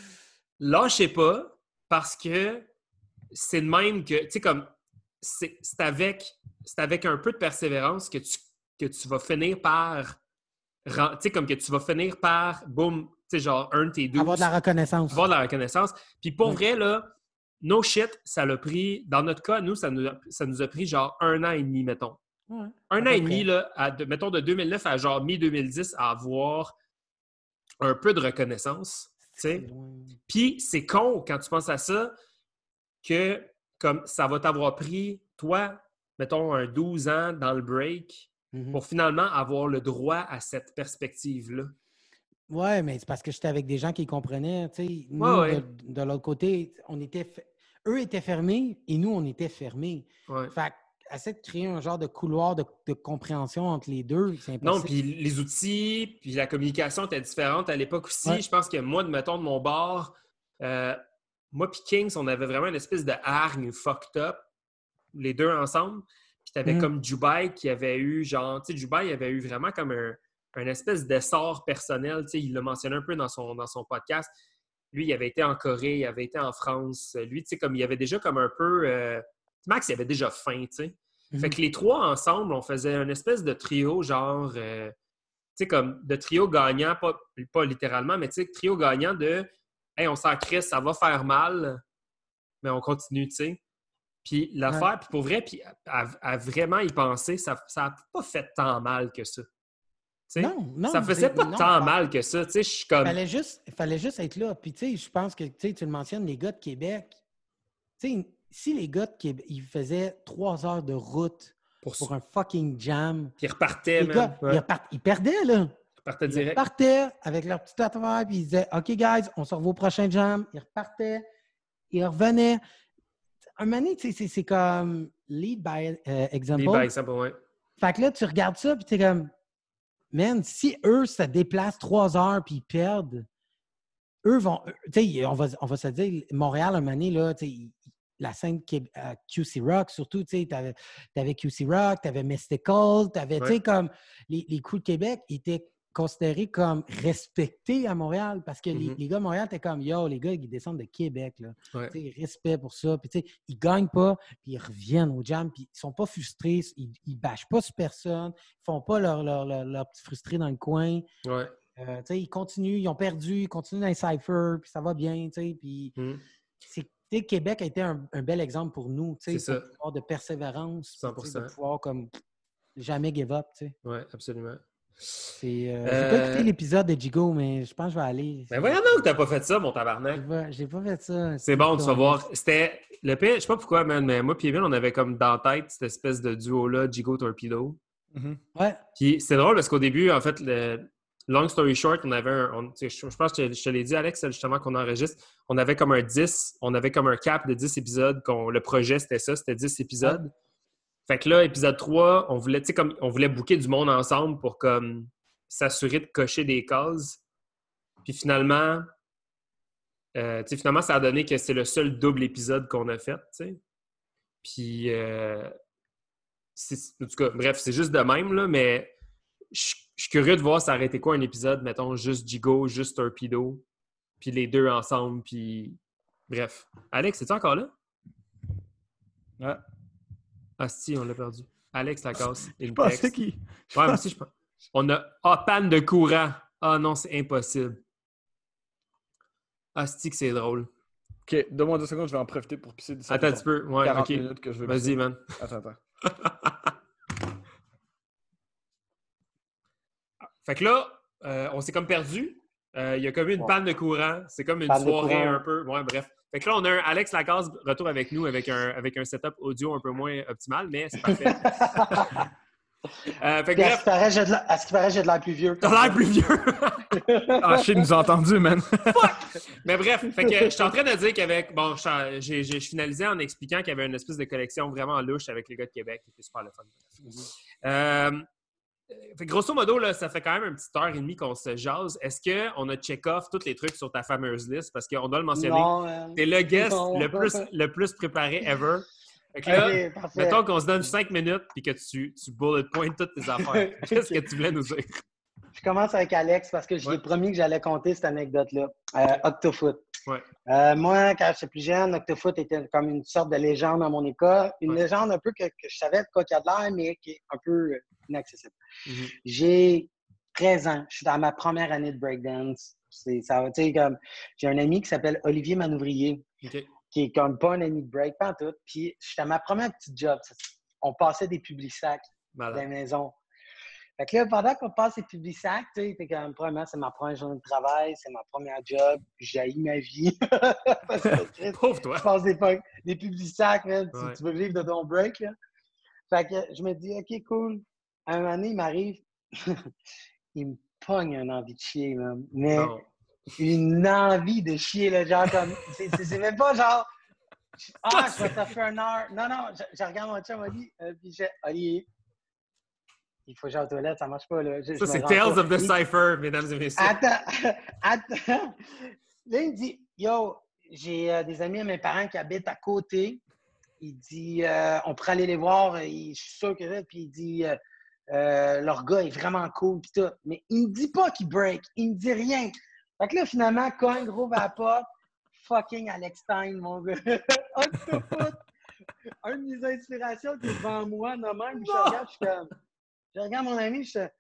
S1: lâchez pas parce que c'est de même que, tu sais, comme, c'est, c'est, avec, c'est avec un peu de persévérance que tu, que tu vas finir par, tu sais, comme que tu vas finir par, boum, tu sais, genre, un de tes douze.
S3: Avoir de la reconnaissance.
S1: Avoir de la reconnaissance. Puis pour
S3: Ouais.
S1: vrai, là, no shit, ça l'a pris, dans notre cas, nous, ça nous a, ça nous a pris genre un an et demi, mettons.
S3: Ouais,
S1: un
S3: à
S1: an
S3: peu
S1: et demi,
S3: près.
S1: là, à, de- mettons de deux mille neuf à genre mi-deux mille dix, à avoir un peu de reconnaissance, tu sais.
S3: C'est loin.
S1: Puis c'est con quand tu penses à ça que comme ça va t'avoir pris, toi, mettons, un douze ans dans le break
S3: Mhm.
S1: pour finalement avoir le droit à cette perspective-là.
S3: Ouais, mais c'est parce que j'étais avec des gens qui comprenaient. Tu sais, nous,
S1: Ouais, ouais.
S3: de, de l'autre côté, on était, fe- eux étaient fermés et nous, on était fermés.
S1: Ouais.
S3: Fait essaie de créer un genre de couloir de, de compréhension entre les deux. C'est impossible.
S1: Non, puis les outils, puis la communication était différente à l'époque aussi.
S3: Ouais.
S1: Je pense que moi, de mettons, de mon bord, euh, moi puis Kings, on avait vraiment une espèce de hargne fucked up, les deux ensemble. Puis t'avais
S3: Mm.
S1: comme Dubai qui avait eu, genre, tu sais, Dubai avait eu vraiment comme un, un espèce d'essor personnel. Tu sais, il l'a mentionné un peu dans son, dans son podcast. Lui, il avait été en Corée, il avait été en France. Lui, tu sais, comme il avait déjà comme un peu... Euh, Max, il avait déjà faim, tu sais.
S3: Mhm.
S1: Fait que les trois ensemble, on faisait une espèce de trio, genre, euh, tu sais, comme de trio gagnant, pas, pas littéralement, mais tu sais, trio gagnant de hey, on s'en crisse, ça va faire mal, mais on continue, tu sais. Puis l'affaire,
S3: Ouais.
S1: puis pour vrai, puis à, à vraiment y penser, ça n'a pas fait tant mal que ça. Tu sais,
S3: Non, non.
S1: ça faisait
S3: c'est-
S1: pas
S3: non,
S1: tant
S3: fa-
S1: mal que ça, tu sais, je suis comme...
S3: Fallait juste, fallait juste être là. Puis, tu sais, je pense que tu sais, tu le mentionnes, les gars de Québec. Tu sais, si les gars de Québec, ils faisaient trois heures de route
S1: Pour,
S3: pour un fucking jam,
S1: Puis ils repartaient,
S3: les
S1: man.
S3: gars,
S1: Ouais.
S3: ils, repart- ils perdaient, là.
S1: Ils repartaient
S3: Ils
S1: direct.
S3: repartaient avec leur petite affaire, puis ils disaient OK, guys, on se revoit au prochain jam. Ils repartaient, ils revenaient. Un moment donné, tu sais, c'est, c'est comme lead by euh, example.
S1: Lead by example, ouais.
S3: Fait que là, tu regardes ça, puis t'es comme, man, si eux se déplacent trois heures puis ils perdent, eux vont, tu sais, on va, on va se dire, Montréal, un moment donné, là, tu sais, la scène Qué- euh, Q C Rock, surtout, tu sais, t'avais, t'avais Q C Rock, t'avais Mystical, t'avais, tu sais,
S1: Ouais.
S3: comme, les, les crews de Québec étaient considérés comme respectés à Montréal parce que les,
S1: Mhm.
S3: les gars de Montréal étaient comme, yo, les gars, ils descendent de Québec, là.
S1: Ouais.
S3: Tu sais, respect pour ça. Puis, tu sais, ils gagnent pas, puis ils reviennent au jam, puis ils sont pas frustrés, ils, ils bâchent pas sur personne, ils font pas leur, leur, leur, leur petit frustré dans le coin.
S1: Ouais.
S3: Euh, tu sais, ils continuent, ils ont perdu, ils continuent dans les cyphers, puis ça va bien, tu sais. Puis,
S1: Mhm.
S3: c'est, tu sais, Québec a été un, un bel exemple pour nous, tu sais,
S1: C'est
S3: pour
S1: ça.
S3: pouvoir de persévérance, puis,
S1: cent
S3: tu
S1: pour
S3: sais,
S1: cent.
S3: de pouvoir comme jamais give up, tu sais.
S1: Ouais, absolument.
S3: C'est, euh,
S1: Euh,
S3: J'ai pas écouté l'épisode de Jigo, mais je pense que je vais aller.
S1: Ben voyons donc que t'as pas fait ça, mon
S3: J'ai
S1: tabarnak.
S3: pas, j'ai pas fait ça.
S1: C'est bon, tu vas voir. C'était le pire, je sais pas pourquoi, man, mais moi puis Emile, on avait comme dans la tête cette espèce de duo-là, Jigo Torpedo.
S2: Mhm.
S3: Ouais.
S1: Puis c'est drôle parce qu'au début, en fait, le long story short, on avait un. on- tu sais, je, je pense que je te l'ai dit, Alex, justement, qu'on enregistre. On avait comme un dix, on avait comme un cap de dix épisodes. Qu'on, le projet, c'était ça, c'était dix épisodes. Fait que là, épisode trois, on voulait, tu sais, comme on voulait booker du monde ensemble pour comme s'assurer de cocher des cases. Puis finalement, euh, tu sais, finalement, ça a donné que c'est le seul double épisode qu'on a fait, tu sais. Puis, euh, c'est- en tout cas, bref, c'est juste de même, là, mais je je suis curieux de voir ça aurait été quoi un épisode, mettons, juste Jigo, juste Torpedo, puis les deux ensemble, puis bref. Alex, es-tu encore là?
S2: Ouais.
S1: Ah si, on l'a perdu. Alex Lacasse.
S2: Je pensais qu'il. je
S1: Ouais, moi
S2: pense-
S1: aussi, je pense. On a ah, panne de courant. Ah non, c'est impossible. Ah, c'est que c'est drôle.
S2: OK, donne-moi deux secondes, je vais en profiter pour pisser.
S1: Attends un petit peu. Ouais,
S2: quarante
S1: OK.
S2: minutes que je veux
S1: Vas-y,
S2: pisser.
S1: man.
S2: Attends, attends.
S1: Fait que là, euh, on s'est comme perdu. Euh, Il y a comme eu une
S3: Ouais.
S1: panne de courant. C'est comme une
S3: Panne de
S1: soirée
S3: courant.
S1: un peu. Ouais, bref. Fait que là, on a un Alex Lacasse retour avec nous avec un, avec un setup audio un peu moins optimal, mais c'est parfait. euh, fait que
S3: Puis à ce
S1: bref,
S3: qui paraît, j'ai de l'air- à ce qui paraît, j'ai de l'air plus vieux.
S1: t'as l'air plus vieux.
S2: Ah, shit, nous a entendu, man.
S1: Mais bref, fait que je suis en train de dire qu'avec. Bon, je- j'ai j'ai finalisé en expliquant qu'il y avait une espèce de collection vraiment louche avec les gars de Québec, qui était super le fun. Euh, fait que grosso modo, là, ça fait quand même une petite heure et demie qu'on se jase. Est-ce qu'on a check-off tous les trucs sur ta fameuse liste? Parce qu'on doit le mentionner.
S3: Non, euh,
S1: T'es le guest
S3: non.
S1: le plus, le plus préparé ever. Fait que là,
S3: OK, parfait.
S1: mettons qu'on se donne cinq minutes et que tu, tu bullet point toutes tes affaires. Qu'est-ce
S3: OK.
S1: que tu voulais nous dire?
S3: Je commence avec Alex parce que je lui ai
S1: Ouais.
S3: promis que j'allais compter cette anecdote-là. Euh, Octofoot.
S1: Ouais.
S3: Euh, moi, quand j'étais plus jeune, Octofoot était comme une sorte de légende dans mon école. Une
S1: Ouais.
S3: légende un peu que, que je savais de quoi qu'il y a de l'air, mais qui est un peu euh, inaccessible.
S1: Mm-hmm.
S3: J'ai treize ans. Je suis dans ma première année de breakdance. C'est, ça, tu sais, comme, j'ai un ami qui s'appelle Olivier Manouvrier,
S1: OK.
S3: qui est comme pas un ami de break, pas en tout. Puis, j'étais à ma première petite job. On passait des publics-sacs dans
S1: Malade.
S3: la maison. Fait que là, pendant qu'on passe les publics-sacs, tu sais, t'es comme, premièrement, c'est ma première journée de travail, c'est ma première job, j'haïs ma vie. Parce que,
S1: Pauvre toi.
S3: je passe des, des publics-sacs, man, tu,
S1: Ouais.
S3: tu veux vivre de ton break, là. Fait que je me dis, OK, cool. À un moment donné, il m'arrive, il me pogne une envie de chier, man. Mais
S1: Non.
S3: une envie de chier, là, genre comme, c'est, c'est, c'est même pas genre, ah, je vais te faire une heure. Non, non, je, je regarde mon chum, Oli, euh, puis je Oli, il faut que j'aille aux toilettes, ça marche pas, là. Je,
S1: Ça,
S3: je me
S1: c'est
S3: rends
S1: Tales
S3: pas.
S1: of the
S3: Il-
S1: Cypher, mesdames et messieurs.
S3: Attends, attends. Là, il me dit, yo, j'ai euh, des amis à mes parents qui habitent à côté. Il dit, euh, on pourrait aller les voir. Il- je suis sûr que là. Puis il dit, euh, euh, leur gars est vraiment cool. Puis tout. Mais il me dit pas qu'il break. Il me dit rien. Fait que là, finalement, cogne, gros à la porte. Fucking Alex Stein, mon gars. Octofoot. Un de mes inspirations qui est devant moi, non même. Puis je regarde, je suis comme. Je regarde mon ami, je suis.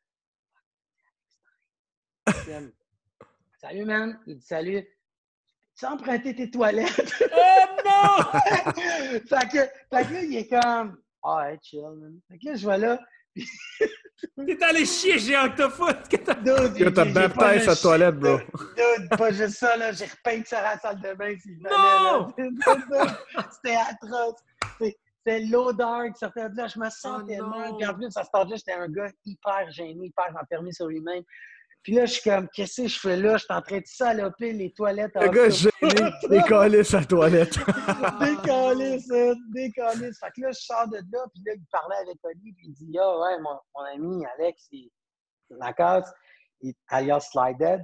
S3: Comme, salut, man. Il dit salut. Tu as emprunté tes toilettes?
S1: Oh non!
S3: fait, que, fait que là, il est comme, ah, ouais, chill, man. Fait que là, je vois là.
S1: T'es allé chier chez Octofoot! Que t'as...
S3: Dude,
S2: Que t'as
S3: j'ai- j'ai pas
S2: baptisé
S3: le
S2: sa toilette, bro.
S3: Dude, pas juste ça, là. J'ai repeint sur la salle de bain s'il fallait,
S1: Non!
S3: là. C'était atroce. C'est- C'était l'odeur qui sortait de là. Je me sentais
S1: Oh non!
S3: mal. Puis en plus, à ce temps-là, j'étais un gars hyper gêné, hyper enfermé sur lui-même. Puis là, je suis comme, qu'est-ce que je fais là? Je suis en train de saloper les toilettes.
S2: Le gars gêné, décoller sa toilette.
S3: Décoller, ça, décoller. Fait que là, je sors de là, puis là, il parlait avec Oli, puis il dit, ah ouais, mon, mon ami Alex, il, la casse, il, alias Slide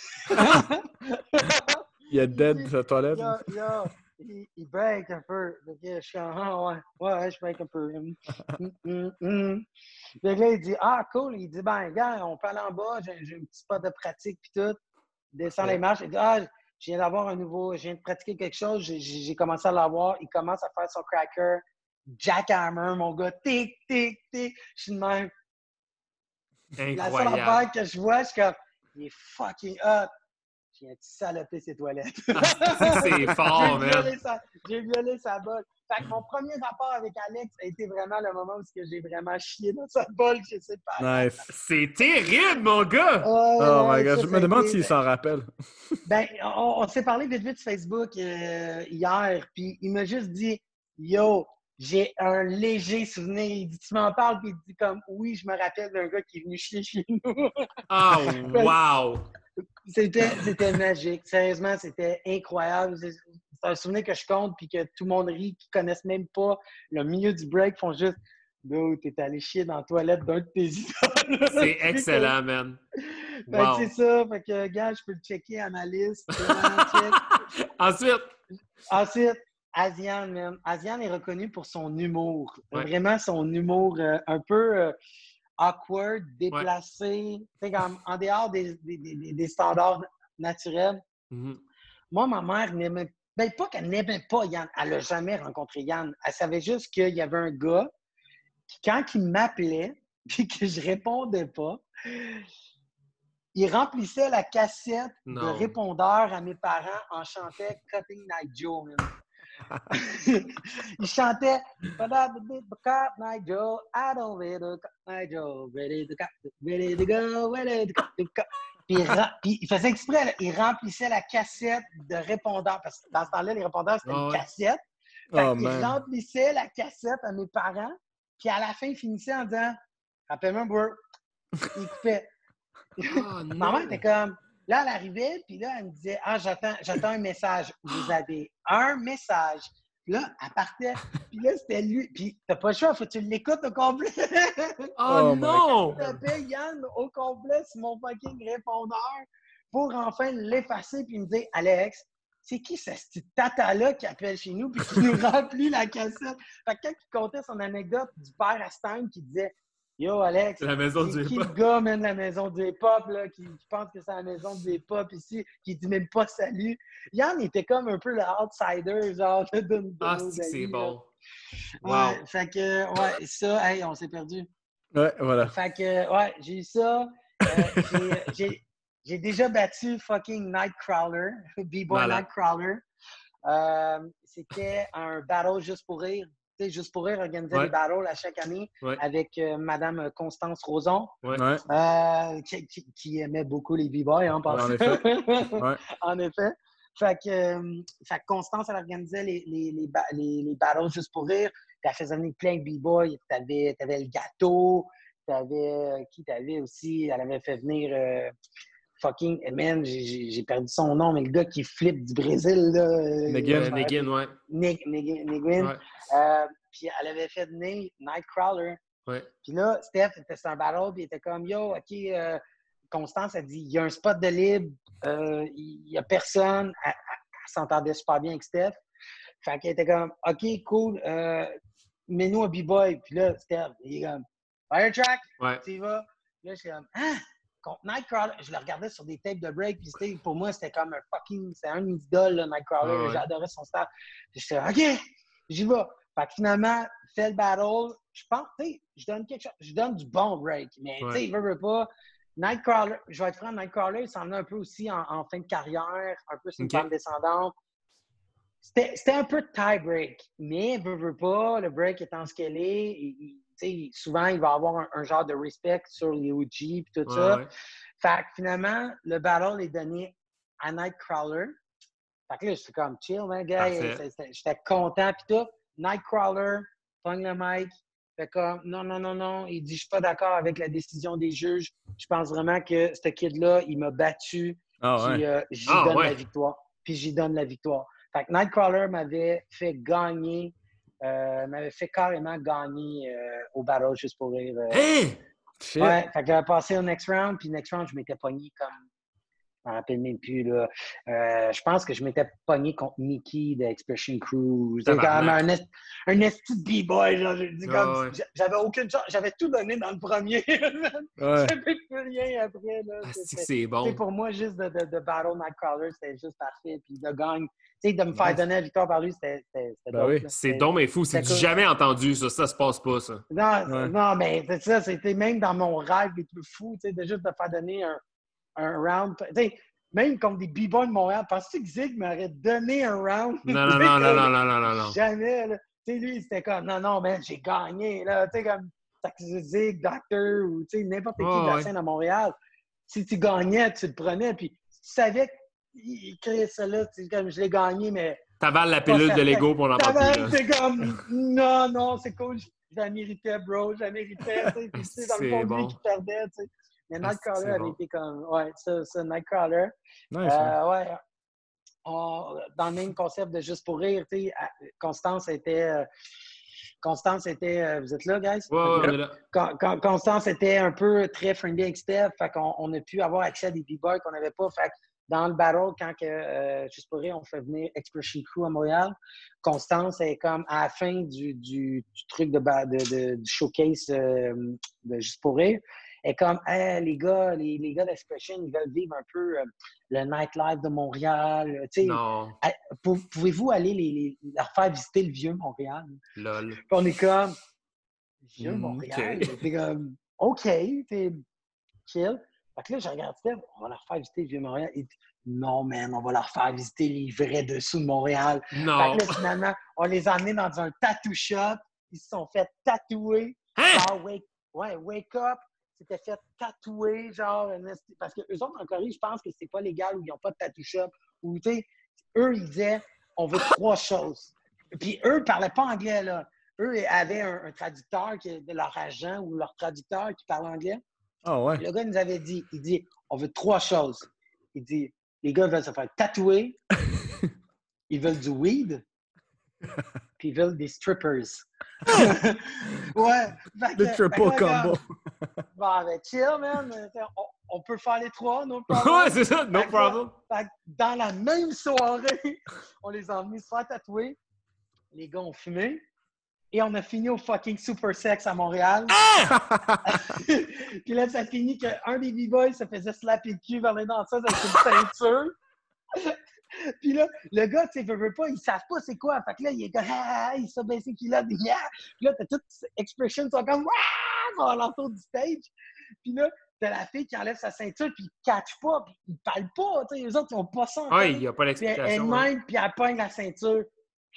S2: Il est dead sa toilette.
S3: Yo, yo, il, il break un peu. Donc, je suis en, ah ouais, ouais, ouais, je break un peu. Hum, hum, hum, hum. Puis là, il dit, ah, cool. Il dit, ben, gars, on peut aller en bas, j'ai, j'ai un petit spot de pratique, puis tout. Descend les marches. Il dit, ah, je viens d'avoir un nouveau, je viens de pratiquer quelque chose, j'ai, j'ai commencé à l'avoir. Il commence à faire son cracker, jackhammer, mon gars, tic, tic, tic. Je suis de même. La seule
S1: Incroyable.
S3: affaire que je vois, je suis comme, il est fucking hot. Je viens de saloper ses toilettes.
S1: Ah, c'est fort,
S3: j'ai,
S1: man.
S3: violé sa, j'ai violé sa bolle. Fait que mon premier rapport avec Alex a été vraiment le moment où j'ai vraiment chié dans sa bolle, je sais pas.
S2: Nice.
S1: C'est terrible, mon gars!
S3: Oh,
S2: Oh my
S3: ouais,
S2: god,
S3: ça,
S2: je
S3: ça
S2: me
S3: a
S2: demande
S3: été-
S2: s'il s'en rappelle.
S3: Ben, on, on s'est parlé vite vite sur Facebook euh, hier, puis il m'a juste dit « Yo, j'ai un léger souvenir. » Il dit « Tu m'en parles? » Puis il dit comme « Oui, je me rappelle d'un gars qui est venu chier chez nous. »
S1: Oh, wow!
S3: C'était, c'était magique. Sérieusement, c'était incroyable. C'est, c'est un souvenir que je compte puis que tout le monde rit, qui connaissent même pas le milieu du break, font juste « Dude, t'es allé chier dans la toilette d'un de tes idoles. »
S1: C'est excellent, man.
S3: Fait que
S1: Wow.
S3: c'est ça. Fait que, gars, je peux le checker à ma liste. Check.
S1: Ensuite,
S3: Ensuite, Asian, man. Asian est reconnu pour son humour.
S1: Ouais.
S3: Vraiment son humour euh, un peu euh, awkward, déplacé, tu sais, comme en dehors des, des, des, des standards naturels.
S1: mm-hmm.
S3: Moi, ma mère n'aimait ben, pas qu'elle n'aimait pas Yann. Elle n'a jamais rencontré Yann. Elle savait juste qu'il y avait un gars qui, quand il m'appelait puis que je répondais pas, il remplissait la cassette
S1: Non.
S3: de répondeur à mes parents en chantant Cutting Night Joe, man. Il chantait Cut Night Joe, I don't ready to cut Night Joe, ready to cut, ready to go, ready to cut, to cut. Puis, il, puis il faisait exprès, là, il remplissait la cassette de répondeur, parce que dans ce temps-là, les répondeurs, c'était
S1: oh,
S3: une
S1: ouais.
S3: cassette. Fait
S2: oh,
S3: qu'il remplissait la cassette à mes parents, puis à la fin, il finissait en disant « Rappelle-moi, bro ». Il coupait.
S1: Oh,
S3: Ma mère était comme... Là, elle arrivait, puis là, elle me disait « Ah, j'attends, j'attends un message. Vous avez un message. » Puis là, elle partait. Puis là, c'était lui. Puis t'as pas le choix, faut que tu l'écoutes au complet.
S1: Oh, oh non!
S3: Je tapais Yann au complet sur mon fucking répondeur pour enfin l'effacer, puis il me dit « Alex, c'est qui ce petit tata-là qui appelle chez nous puis qui nous remplit la cassette? » Fait que quand il contait son anecdote du père à Stan qui disait « Yo, Alex,
S1: c'est la maison
S3: c'est
S1: du
S3: qui
S1: hip-hop.
S3: le gars, man, de la maison du hip-hop, là, qui, qui pense que c'est la maison du hip-hop ici, qui dit même pas salut. » Yann était comme un peu le outsider, genre, de, de, de
S1: Ah,
S3: nos
S1: c'est, c'est
S3: amis,
S1: bon.
S3: Wow.
S1: Wow.
S3: Ouais, fait que, ouais, ça, hey, on s'est perdu.
S2: Ouais, voilà.
S3: Fait que, ouais, j'ai eu ça. Euh, j'ai, j'ai, j'ai déjà battu fucking Nightcrawler, B-Boy Nightcrawler. Euh, c'était un battle juste pour rire. Tu sais, Juste pour rire organisait
S1: ouais.
S3: des battles à chaque année
S1: ouais.
S3: avec euh, Madame Constance Roson,
S1: ouais.
S3: euh, qui, qui, qui aimait beaucoup les B-Boys, hein,
S2: en effet. Ouais.
S3: En effet. Fait que, euh, fait que Constance, elle organisait les, les, les, les, les battles juste pour rire. Puis elle faisait venir plein de B-Boys. T'avais, t'avais le gâteau. T'avais, qui t'avais aussi? Elle avait fait venir... Euh, fucking, man, j'ai, j'ai perdu son nom, mais le gars qui flippe du Brésil, là.
S1: Neguin, euh, Neguin, ouais.
S3: Neguin. Ouais. Euh, puis elle avait fait venir Nightcrawler.
S1: Ouais.
S3: Puis là, Steph, c'était un battle, puis il était comme, yo, OK, euh, Constance a dit, il y a un spot de libre, euh, il n'y a personne. Elle, elle, elle s'entendait super bien avec Steph. Fait qu'elle était comme, OK, cool, euh, mets-nous un B-boy. Puis là, Steph, il est comme, Fire Track,
S1: ouais.
S3: tu y vas. Puis là, je suis comme, ah! Contre Nightcrawler, je le regardais sur des tapes de break, puis pour moi, c'était comme un fucking... C'était un idole, là, Nightcrawler. Oh, ouais. J'adorais son style. Puis je disais, OK, j'y vais. Fait que finalement, fait le battle. Je pense, tu sais, je donne quelque chose. Je donne du bon break. Mais ouais. tu sais, il veut, veut pas. Nightcrawler, je vais être franc, Nightcrawler, il s'en venait un peu aussi en, en fin de carrière, un peu sur une okay. bande descendante. C'était, c'était un peu de tie-break, mais veut, veut pas, le break étant ce qu'elle est, il, il, souvent, il va y avoir un, un genre de respect sur les O G et tout ouais, ça. Ouais. Fait que finalement, le battle est donné à Nightcrawler. Fait que là, j'étais comme chill, man, gars. J'étais content pis tout. Nightcrawler, pogne le mic. Fait comme, non, non, non, non. Il dit, je suis pas d'accord avec la décision des juges. Je pense vraiment que ce kid-là, il m'a battu.
S2: Oh,
S3: puis
S2: ouais.
S3: euh, j'y
S1: oh,
S3: donne
S1: ouais.
S3: la victoire. Puis j'y donne la victoire. Fait que Nightcrawler m'avait fait gagner, euh, m'avait fait carrément gagner euh, au battle juste pour rire. Euh,
S1: hey!
S3: Ouais, fait que j'avais passé au next round, puis next round, je m'étais pogné comme, je me rappelle même plus, là. Euh, je pense que je m'étais pogné contre Mickey de Expression Crew. C'était quand même un, est, un esti de B-boy, genre, je dis comme, oh, ouais. j'avais aucune chance, j'avais tout donné dans le premier.
S2: Ouais.
S3: J'avais plus rien après, là.
S1: Ah, c'est, c'est bon.
S3: Pour moi, juste de, de, de battle Nightcrawler, c'était juste parfait, puis de gagne. Tu sais, de me faire nice. Donner la victoire par lui, c'était, c'était, c'était
S2: ben
S3: dope,
S2: oui.
S3: là.
S1: C'est donc mais fou. C'est du cool. Jamais entendu, ça. Ça se passe pas, ça.
S3: Non,
S2: ouais.
S3: non mais c'est ça. C'était même dans mon rêve les plus fous, tu sais, de juste de faire donner un, un round. Tu sais, même contre des B-boys de Montréal, penses-tu que Zig m'aurait donné un round?
S1: Non, non, non, non, non, non, non, non, non.
S3: Jamais, là. Tu sais, lui, c'était comme, non, non, man, j'ai gagné, là. Tu sais, comme Zig, Doctor, ou tu sais, n'importe qui oh, de la ouais. scène à Montréal. Si tu gagnais, tu le prenais, puis tu savais qu'il créait ça là, comme je l'ai gagné, mais...
S1: T'avales la pilule de l'ego pour l'en parler.
S3: C'est comme, non, non, c'est cool, je la méritais, bro, je la méritais, tu sais, puis tu sais, dans le fond, bon. lui qui perdait, tu sais. Mais Nightcrawler avait bon. été comme, ouais, ça, ça Nightcrawler. Nice, euh, ouais. On, dans le même concept de Juste pour rire, tu sais, Constance était... Euh, Constance était... Euh, vous êtes là, guys?
S1: Ouais, ouais, on est là.
S3: Con, Con, Constance était un peu très friendly avec Steph, fait qu'on on a pu avoir accès à des b-boys qu'on n'avait pas, fait dans le battle, quand que, euh, Juste pour rire, on fait venir Expression Crew à Montréal, Constance est comme à la fin du, du, du truc de, de, de, du showcase euh, de Juste pour rire, est comme hey, les gars, les, les gars d'Expression, ils veulent vivre un peu euh, le nightlife de Montréal. Tu sais, euh, pouvez-vous aller les, les, leur faire visiter le vieux Montréal?
S1: Lol.
S3: Puis on est comme vieux Montréal. Okay. T'es comme OK, t'es chill. Fait que là, je regarde Steph, on va leur faire visiter le Vieux-Montréal. Il dit, non, man, on va leur faire visiter les vrais dessous de Montréal.
S1: Non.
S3: Fait que là, finalement, on les a amenés dans un tattoo shop. Ils se sont fait tatouer.
S1: Hein?
S3: Genre, wake, ouais, wake up. C'était fait tatouer, genre, parce que eux autres en Corée, je pense que c'est pas légal ou ils n'ont pas de tattoo shop. Ou, tu sais, eux, ils disaient, on veut trois choses. Puis eux, ils parlaient pas anglais, là. Eux avaient un, un traducteur, qui, de leur agent ou leur traducteur qui parle anglais.
S2: Ah ouais.
S3: Le gars nous avait dit, il dit, on veut trois choses. Il dit, les gars veulent se faire tatouer, ils veulent du weed, puis ils veulent des strippers. Ouais.
S2: Le triple combo.
S3: Bon, ben, chill, man. On, on peut faire les trois, no problem.
S1: Ouais, c'est ça, no
S3: fait
S1: problem.
S3: Que, fait que dans la même soirée, on les a emmenés se faire tatouer. Les gars ont fumé. Et on a fini au fucking Super Sex à Montréal. Ah! Puis là, ça finit qu'un des B-boys se faisait slapper le cul vers les danseuses avec une ceinture. Puis là, le gars, tu sais, veut, veut pas, ils savent pas c'est quoi. Fait que là, il est comme, ah, il s'est baissé qu'il a des yeah. Puis là, t'as toutes ces expressions, sont comme, waouh, à l'entour du stage. Puis là, t'as la fille qui enlève sa ceinture, puis il ne catch pas, puis il parle pas. Tu sais, les autres, ils ont pas ça.
S1: Ouais, il n'y a pas d'explication.
S3: Elle même, hein. Puis elle pogne la ceinture.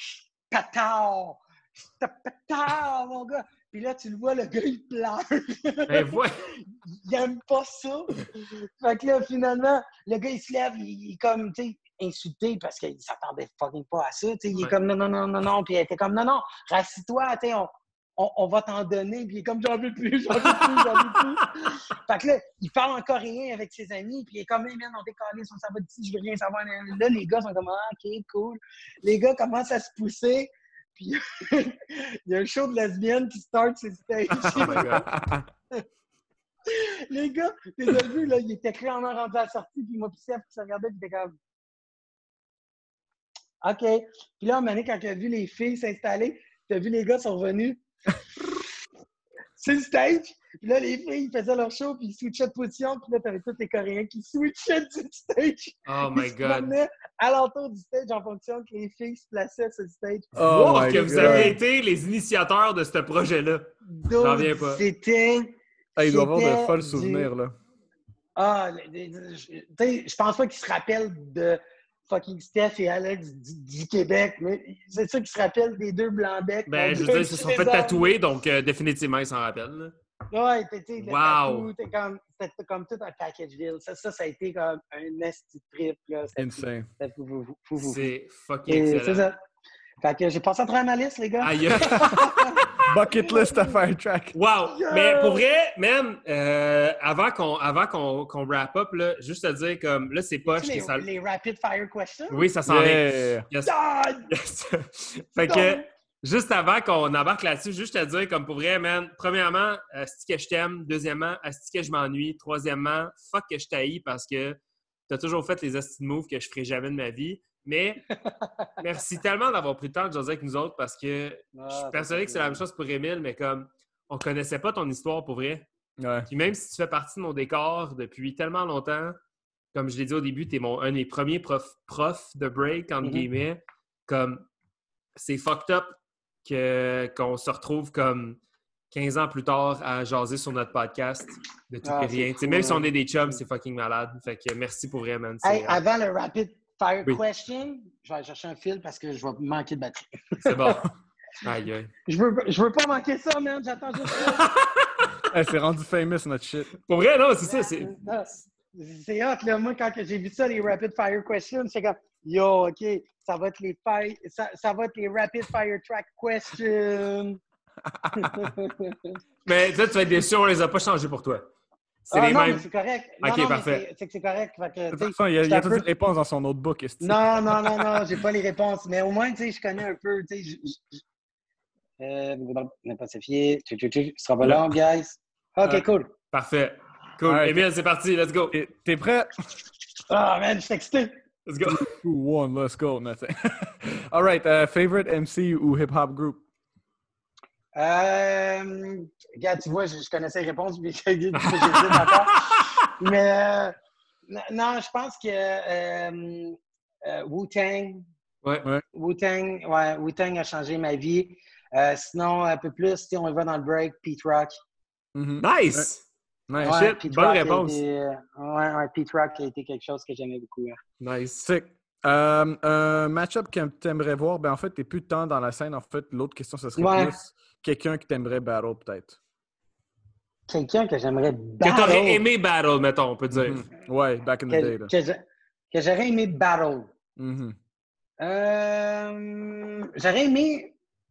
S3: Patard! Patard, mon gars! Puis là, tu le vois, le gars, il pleure.
S1: Ben, ouais.
S3: Il aime pas ça. Fait que là, finalement, le gars, il se lève, il est comme, tu sais, insulté parce qu'il s'attendait fucking pas à ça. Il est ouais. comme non, non, non, non, non. Puis elle était comme non, non, rassis-toi, on, on, on va t'en donner. Puis il est comme j'en veux plus, j'en veux plus, j'en veux plus. Fait que là, il parle en coréen avec ses amis. Puis il est comme, hey, man, on décolle, on s'en va d'ici, je veux rien savoir. Là, les gars sont comme, ah, ok, cool. Les gars commencent à se pousser. Puis il y a un show de lesbiennes qui start sur stage. Oh my God. Les gars, les as vus, là, ils étaient clairement rendus à la sortie. Puis moi, puis Seth, qui se regardait, puis il était comme. OK. Puis là, à un moment donné, quand il a vu les filles s'installer, tu as vu les gars sont revenus sur le stage. Puis là, les filles, ils faisaient leur show, puis ils switchaient de position. Puis là, tu avais tous les Coréens qui switchaient du stage.
S1: Oh my
S3: ils
S1: God.
S3: Se promenaient à l'entour du stage en fonction que les filles se plaçaient sur le stage.
S1: Oh wow, que God. Vous avez été les initiateurs de ce projet-là. J'en reviens pas.
S3: C'était...
S2: Ah, il doit avoir de folles du... souvenirs, là.
S3: Ah, tu sais, je pense pas qu'ils se rappellent de fucking Steph et Alex du, du Québec, mais c'est ça qu'ils se rappellent des deux blancs-becs.
S1: Ben, je veux dire, ils se sont fait tatouer, donc euh, définitivement, ils s'en rappellent.
S3: Là. Ouais, tu sais, le
S1: wow.
S3: tatou, comme, c'était comme tout un package deal. Ça, ça, ça a été comme un esti trip. Là.
S2: Insane.
S1: C'est fucking et excellent.
S3: C'est ça. Fait que j'ai passé à travers ma liste, les gars.
S1: Aïe!
S2: Bucket list à Firetrack.
S1: Wow! Yeah. Mais pour vrai, man, euh, avant qu'on avant qu'on, qu'on wrap up, là, juste te dire comme là, c'est poche.
S3: Les,
S1: ça...
S3: les rapid fire questions?
S1: Oui, ça s'en
S2: yeah.
S1: vient. Yes. Yes. Fait que juste avant qu'on embarque là-dessus, juste te dire comme pour vrai, man, premièrement, asti que je t'aime. Deuxièmement, asti que je m'ennuie. Troisièmement, fuck que je t'haïs parce que t'as toujours fait les asti de moves que je ferai jamais de ma vie. Mais merci tellement d'avoir pris le temps de jaser avec nous autres parce que ah, je suis persuadé que c'est la même chose pour Émile, mais comme on connaissait pas ton histoire pour vrai.
S2: Ouais.
S1: Puis même si tu fais partie de mon décor depuis tellement longtemps, comme je l'ai dit au début, tu es mon, un des premiers profs prof de break, entre mm-hmm. guillemets. Comme c'est fucked up que, qu'on se retrouve comme quinze ans plus tard à jaser sur notre podcast de tout ah, et rien. Cool, même hein. Si on est des chums, c'est fucking malade. Fait que merci pour vrai, man.
S3: Hey, avant le rapid fire oui. question, je vais aller chercher un fil parce que je vais manquer de batterie.
S1: C'est bon. Aïe, aïe.
S3: Je veux, je veux pas manquer ça, man. J'attends juste ça.
S2: Hey, c'est rendu famous, notre shit.
S1: Pour vrai, non, c'est ça. C'est,
S3: c'est hot, là. Moi, quand j'ai vu ça, les rapid fire questions, c'est comme, yo, OK, ça va être les, fire, ça, ça va être les rapid fire track questions.
S1: Mais là, tu vas être déçu, on les a pas changés pour toi.
S3: C'est ah, les non, mêmes. Mais c'est correct. Non,
S1: OK,
S3: non,
S1: parfait.
S3: C'est, c'est que c'est correct. Fait que,
S2: de toute façon, il y a, il y a toutes peu... les réponses dans son notebook. Est-ce
S3: non, non, non, non, j'ai pas les réponses. Mais au moins, tu sais, je connais un peu. Tu sais, je... Euh, ne pas se fier. Tu, tu, tu, ce sera pas long, guys. OK, uh, cool.
S1: Parfait. Cool. Right. Émile, c'est parti. Let's go.
S2: T'es, t'es prêt?
S3: Ah, oh, man, je suis excité.
S1: Let's go.
S2: two, one, let's go. All right. Uh, favorite M C ou hip-hop group?
S3: Euh, regarde, tu vois, je, je connaissais les réponses, mais j'ai dit encore. Mais euh, non, je pense que euh, euh, Wu-Tang.
S1: Ouais, ouais.
S3: Wu-Tang, ouais, Wu-Tang a changé ma vie. Euh, sinon, un peu plus, si on va dans le break, Pete Rock.
S1: Mm-hmm. Nice!
S2: Nice.
S3: Ouais,
S1: Shit,
S3: Pete
S1: bonne
S3: Rock a
S1: réponse.
S3: été, euh, ouais, ouais, Pete Rock a été quelque chose que j'aimais beaucoup. Hein.
S1: Nice.
S2: Sick. Euh, un match-up que t'aimerais voir, ben en fait, t'es plus de temps dans la scène. En fait, l'autre question, ce serait
S3: Ouais.
S2: plus quelqu'un que t'aimerais battle, peut-être.
S3: Quelqu'un que j'aimerais
S1: Que t'aurais
S3: battle.
S1: aimé battle, mettons, on peut dire.
S2: Mm-hmm. Ouais, back in the
S3: Que,
S2: day. Là.
S3: que, je- que j'aurais aimé battle.
S2: Mm-hmm.
S3: Euh, j'aurais aimé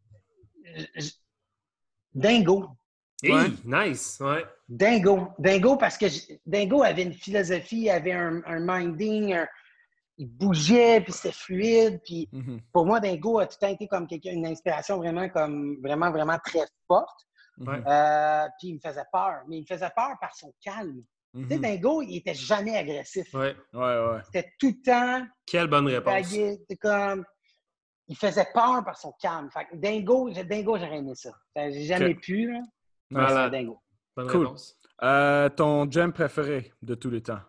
S3: j- Dingo.
S1: Hey,
S2: Ouais.
S1: nice. Ouais.
S3: Dingo. Dingo, parce que j- Dingo avait une philosophie, il avait un, un minding, un- il bougeait, puis c'était fluide. Puis
S2: Mm-hmm.
S3: pour moi, Dingo a tout le temps été comme quelqu'un, une inspiration vraiment, comme, vraiment, vraiment très forte.
S1: Ouais.
S3: Euh, puis il me faisait peur. Mais il me faisait peur par son calme.
S2: Mm-hmm.
S3: Tu sais, Dingo, il était jamais agressif.
S1: Ouais.
S2: Ouais, ouais.
S3: C'était tout le temps.
S1: Quelle bonne
S3: il
S1: réponse.
S3: baguait, c'était comme. Il faisait peur par son calme. Fait que Dingo, j'ai- Dingo, j'aurais aimé ça. Fait que J'ai jamais
S2: Ok.
S3: pu, là. Mais
S1: Malade.
S3: euh, Dingo.
S1: Bonne
S2: Cool.
S1: réponse.
S2: Euh, ton jam préféré de tous les temps?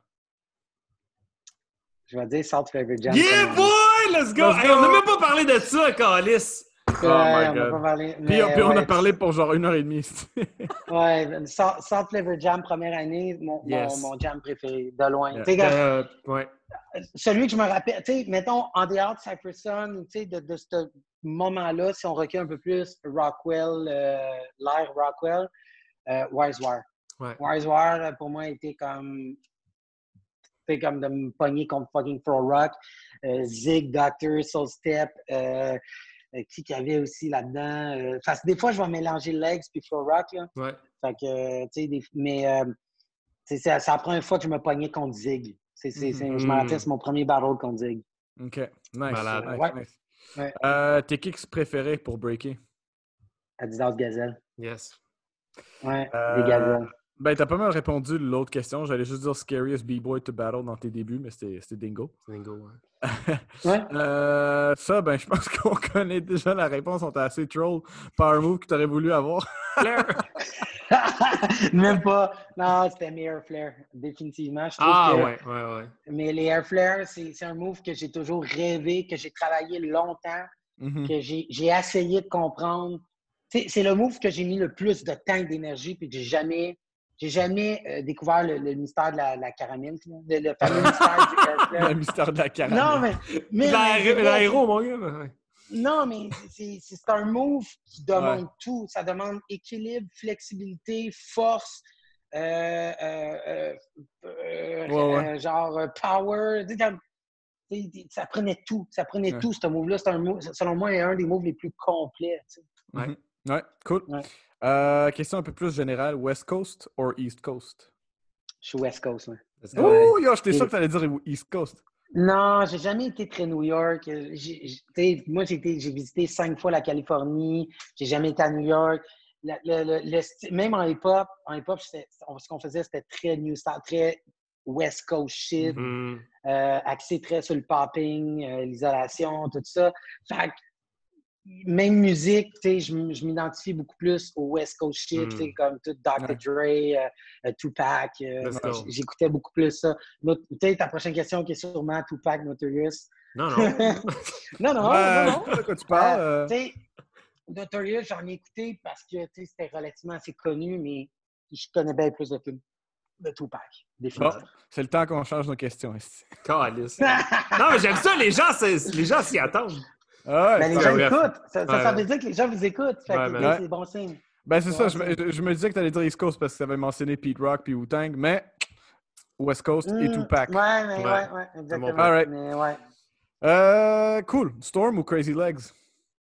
S3: Je vais dire Salt Flavor Jam.
S1: Yeah, boy! Let's go!
S2: Let's
S1: Hey, on n'a
S2: go!
S1: même pas parlé de ça, Calis.
S2: Oh
S3: Ouais,
S2: my
S3: on n'a
S2: God.
S3: pas parlé.
S2: Puis,
S3: mais,
S2: puis on a
S3: ouais,
S2: parlé pour genre une heure et demie.
S3: Ouais, Salt, Salt Flavor Jam, première année, mon,
S1: Yes.
S3: mon, mon jam préféré, de loin.
S2: Yeah.
S3: Tu sais, quand-
S1: Euh, ouais.
S3: celui que je me rappelle, tu sais, mettons, en dehors de Cypher Sun, tu sais, de, de ce moment-là, si on recule un peu plus, Rockwell, euh, l'ère Rockwell, euh, Wise War.
S1: Ouais.
S3: Wise War, euh, pour moi, était comme, c'était comme de me pogner contre fucking Pro Rock, euh, Zig, Doctor, Soul Step, euh, euh, qui qu'il y avait aussi là-dedans. Euh, parce que des fois, je vais mélanger Legs puis Flow Rock, là.
S1: Ouais.
S3: Fait que, euh, tu sais, des- mais euh, c'est c'est- c'est la première fois que je me pognais contre Zig. C'est, c'est, c'est-
S1: Mhm.
S3: Je me rappelle, c'est mon premier battle contre Zig.
S2: OK. Nice.
S1: Malade.
S2: Nice,
S3: Ouais.
S2: nice.
S3: Ouais.
S2: Euh, tes kicks préférés pour breaker?
S3: Adidas Gazelle.
S1: Yes.
S3: Ouais,
S2: Euh,
S3: des gazelles.
S2: Ben, t'as pas mal répondu l'autre question. J'allais juste dire Scariest B-Boy to Battle dans tes débuts, mais c'était c'était Dingo.
S1: Dingo, ouais.
S3: Ouais.
S2: Euh, ça, ben, je pense qu'on connaît déjà la réponse. On t'a assez troll. Power move que t'aurais voulu avoir.
S1: Flair.
S3: Même pas. Non, c'était mes Air Flare, définitivement. Je trouve
S1: Ah,
S3: que,
S1: ouais, ouais, ouais.
S3: Mais les Air Flare, c'est, c'est un move que j'ai toujours rêvé, que j'ai travaillé longtemps,
S2: Mhm.
S3: que j'ai, j'ai essayé de comprendre. C'est, c'est le move que j'ai mis le plus de temps et d'énergie, puis que j'ai jamais, j'ai jamais euh, découvert le, le mystère de la, la caramel, le, le fameux mystère du Air Flare.
S2: Le mystère de la caramel.
S3: Non, mais. mais,
S1: L'aé-
S3: mais-
S1: L'aéro, mon gars. ouais.
S3: Non, mais c'est, c'est, c'est un move qui demande
S2: Ouais.
S3: tout. Ça demande équilibre, flexibilité, force, euh, euh, euh, euh,
S2: Ouais, ouais.
S3: euh, genre euh, power. Tu sais, comme- tu sais, ça prenait tout. Ça prenait
S2: Ouais.
S3: tout, ce move-là. C'est un move, selon moi, un des moves les plus complets. Tu sais.
S1: Ouais.
S2: Mhm. Ouais, cool.
S3: Ouais.
S2: Euh, question un peu plus générale. West Coast ou East Coast?
S3: Je suis West Coast. Là.
S1: Let's go.
S2: Oh, yo, j'étais
S3: Et-
S2: sûr que t'allais dire East Coast.
S3: Non, j'ai jamais été très New York. J'ai- j'ai- tu sais, moi, j'ai, été- j'ai visité cinq fois la Californie. J'ai jamais été à New York. Le, le- le- le style- même en hip-hop, en hip-hop, c'était- on- ce qu'on faisait, c'était très New Style, très West Coast shit,
S1: Mm.
S3: euh, axé très sur le popping, euh, l'isolation, tout ça. Fait que, même musique, tu sais, je, m- je m'identifie beaucoup plus au West Coast shit,
S1: Mm.
S3: tu sais, comme tout docteur
S2: Ouais.
S3: Dre, euh, euh, Tupac. euh,
S1: Let's
S3: moi,
S1: go.
S3: j- j'écoutais beaucoup plus ça. Not- Peut-être ta prochaine question qui est sûrement Tupac, Notorious.
S1: Non, non.
S3: non, non,
S2: Euh,
S3: non, non.
S2: de quoi tu parles?
S3: Euh,
S2: euh?
S3: tu sais, Notorious, j'en ai écouté parce que tu sais, c'était relativement assez connu, mais je connais bien plus de films de Tupac,
S2: Bon,
S3: définitivement.
S2: c'est le temps qu'on change nos questions. ici.
S1: Calice. Non, mais j'aime ça, les gens, c'est- les gens s'y attendent.
S2: Ah ouais,
S3: Ben, les
S2: c'est-
S3: gens
S1: bref.
S3: écoutent. Ça, ça,
S1: Ouais,
S3: ça
S1: ouais.
S3: veut dire que les gens vous écoutent. Fait
S1: Ouais,
S3: que,
S1: ben
S3: tu sais,
S2: ouais.
S3: c'est bon signe.
S2: Ben, c'est ça.
S3: Ouais,
S2: Je, me- je- je me disais que t'allais dire East Coast parce que t'avais mentionné Pete Rock puis Wu-Tang, mais West Coast et
S3: Hmm,
S2: Tupac.
S3: Ouais, mais
S1: Ouais.
S3: ouais, ouais,
S1: bon
S3: exactement.
S2: point. Alright.
S3: Mais ouais,
S2: Euh, cool. Storm ou Crazy Legs?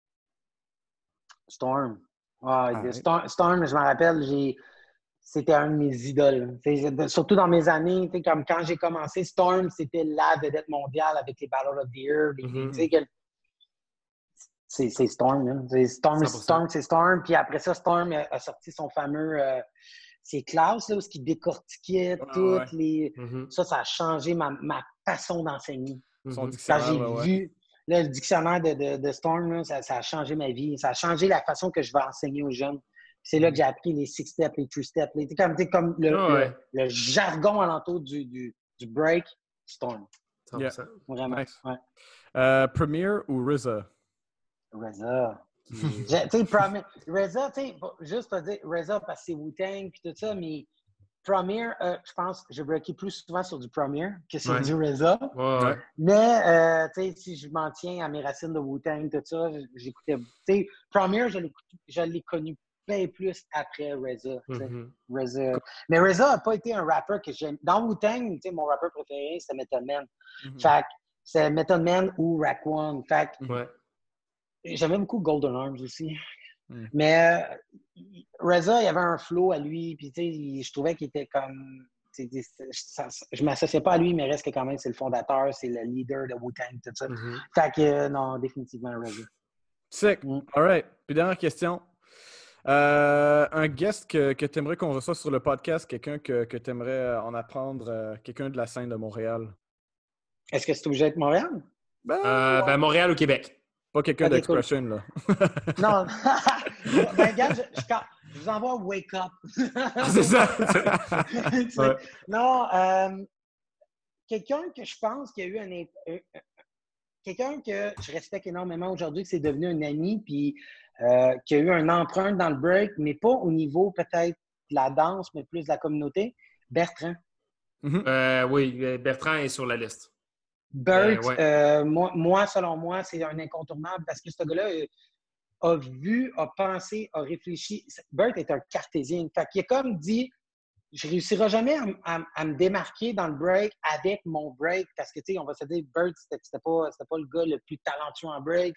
S3: Storm. Ah,
S2: Alright.
S3: Storm, Storm, je me rappelle, j'ai... c'était un de mes idoles. Tu sais, de- surtout dans mes années, tu sais, comme quand j'ai commencé, Storm, c'était la vedette mondiale avec les Battle of the Year. les-
S1: Mhm.
S3: tu sais, que- C'est c'est Storm. Hein. C'est Storm,
S1: cent pour cent.
S3: Storm, c'est Storm. Puis après ça, Storm a, a sorti son fameux... Euh, ses classes, là, où il décortiquait
S2: Ouais,
S3: toutes
S2: ouais.
S3: les...
S1: Mhm.
S3: Ça, ça a changé ma, ma façon d'enseigner.
S2: Son
S1: Mhm.
S3: Quand
S2: dictionnaire,
S3: j'ai
S2: là, ouais.
S3: vu là, le dictionnaire de, de, de Storm, là, ça, ça a changé ma vie. Ça a changé la façon que je vais enseigner aux jeunes. C'est là que j'ai appris les six steps, les two steps. Les, comme, comme le,
S1: Ah ouais.
S3: le, le jargon alentour du, du, du break, Storm.
S1: cent pour cent.
S3: Vraiment.
S2: Nice.
S3: Ouais.
S2: Euh, Premier ou R Z A?
S3: Reza.
S1: Mm.
S3: J'ai- Tu sais, Promi- Reza, tu sais, pas- juste pour dire Reza parce que c'est Wu-Tang et tout ça, mais Premier, euh, je pense que j'ai breaké plus souvent sur du Premier que sur
S1: Ouais.
S3: du R Z A.
S1: Ouais, ouais.
S3: Mais, euh, tu sais, si je m'en tiens à mes racines de Wu-Tang, tout ça, j'écoutais. Tu sais, Premier, je l'ai, je l'ai connu bien plus après R Z A.
S1: Mm-hmm.
S3: R Z A. Mais R Z A n'a pas été un rappeur que j'aime. Dans Wu-Tang, tu sais, mon rappeur préféré, c'était Method Man. Mm-hmm. Fait que c'est Method Man ou Raekwon. Fait que
S1: ouais.
S3: j'aimais beaucoup Golden Arms aussi.
S2: Mm.
S3: Mais euh, R Z A, il y avait un flow à lui, puis tu sais, je trouvais qu'il était comme. Ça, je ne m'associais pas à lui, mais reste que quand même, c'est le fondateur, c'est le leader de Wu-Tang, tout ça.
S1: Mm-hmm.
S3: Fait que euh, non, définitivement R Z A.
S2: Sick. Mm. All right. Puis dernière question. Euh, un guest que, que tu aimerais qu'on reçoive sur le podcast, quelqu'un que, que tu aimerais en apprendre, euh, quelqu'un de la scène de Montréal.
S3: Est-ce que c'est obligé d'être Montréal?
S1: Ben, euh, ouais. ben Montréal ou Québec.
S2: Pas quelqu'un okay, d'Expression, cool. Là.
S3: Non. ben, gars, je, je, je vous envoie Wake Up.
S1: C'est ça.
S3: ouais. Non, euh, quelqu'un que je pense qu'il y a eu un... un quelqu'un que je respecte énormément aujourd'hui, que c'est devenu un ami, puis euh, qui a eu une empreinte dans le break, mais pas au niveau peut-être de la danse, mais plus de la communauté, Bertrand.
S1: Mm-hmm. euh, oui, Bertrand est sur la liste.
S3: Bert, euh, ouais. euh, moi, moi, selon moi, c'est un incontournable parce que ce gars-là euh, a vu, a pensé, a réfléchi. Bert est un cartésien. Fait qu'il a comme dit, je ne réussirai jamais à, à, à me démarquer dans le break avec mon break parce que, tu sais, on va se dire, Bert, c'était, c'était, pas, c'était pas le gars le plus talentueux en break.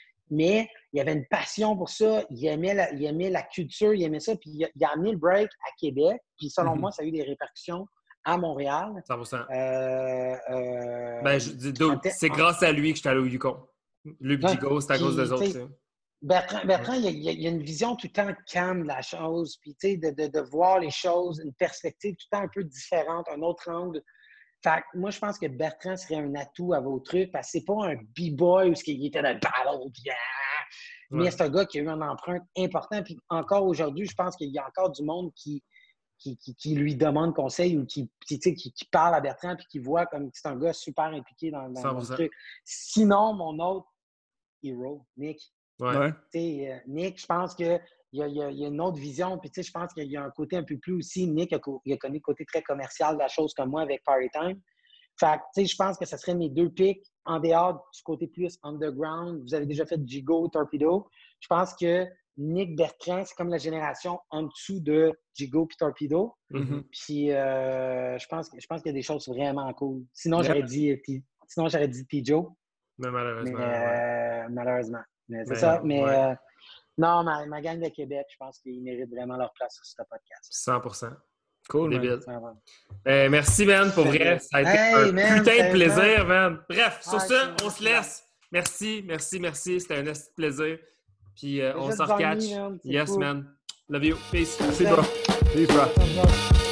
S3: Mais il avait une passion pour ça. Il aimait la, il aimait la culture, il aimait ça. Puis il a, il a amené le break à Québec. Puis selon mm-hmm. moi, ça a eu des répercussions à Montréal.
S1: cent pour cent.
S3: Euh, euh,
S1: ben, je dis, dude, c'est grâce à lui que j'étais allé au Yukon. Lui et Jigo, c'est à cause des autres.
S3: Bertrand, Bertrand il, y a, il y a une vision tout le temps calme de la chose, puis tu sais, de, de, de voir les choses, une perspective tout le temps un peu différente, un autre angle. Fait que moi, je pense que Bertrand serait un atout à vos trucs, parce que c'est pas un b-boy où il était dans le battle, yeah! Mais ouais. c'est un gars qui a eu une empreinte importante. Puis encore aujourd'hui, je pense qu'il y a encore du monde qui, qui, qui, qui lui demande conseil ou qui, qui, qui, qui parle à Bertrand puis qui voit comme c'est un gars super impliqué dans, dans, dans le truc. Sinon, mon autre héros, Nick.
S1: Ouais.
S3: Euh, Nick, je pense qu'il y a, il y, a, il y a une autre vision. Puis je pense qu'il y a un côté un peu plus aussi. Nick a, il a connu le côté très commercial de la chose comme moi avec Party Time. Fait que, je pense que ce serait mes deux picks en dehors du côté plus underground. Vous avez déjà fait Jigo, Torpedo. Je pense que Nick Bertrand, c'est comme la génération en dessous de Jigo puis Torpedo.
S1: Mm-hmm.
S3: Puis euh, je pense, je pense qu'il y a des choses vraiment cool. Sinon, yeah. j'aurais dit sinon j'aurais dit P-Joe.
S1: Mais malheureusement.
S3: Mais, euh,
S1: ouais.
S3: Malheureusement. Mais c'est
S1: mais,
S3: ça. Mais
S1: ouais.
S3: euh, non, ma, ma gang de Québec, je pense qu'ils méritent vraiment leur place sur ce podcast.
S1: cent pour cent.
S2: Cool,
S1: man. Euh, merci, man, pour vrai.
S3: Bien.
S1: Ça a été
S3: hey,
S1: un
S3: man,
S1: putain de plaisir, man. Bref, sur
S3: ah,
S1: ça, on se laisse. Merci, merci, merci. C'était un petit plaisir. Puis euh, on se recatch. Yes, cool. man. Love you. Peace.
S2: Merci, bro. Peace, bro.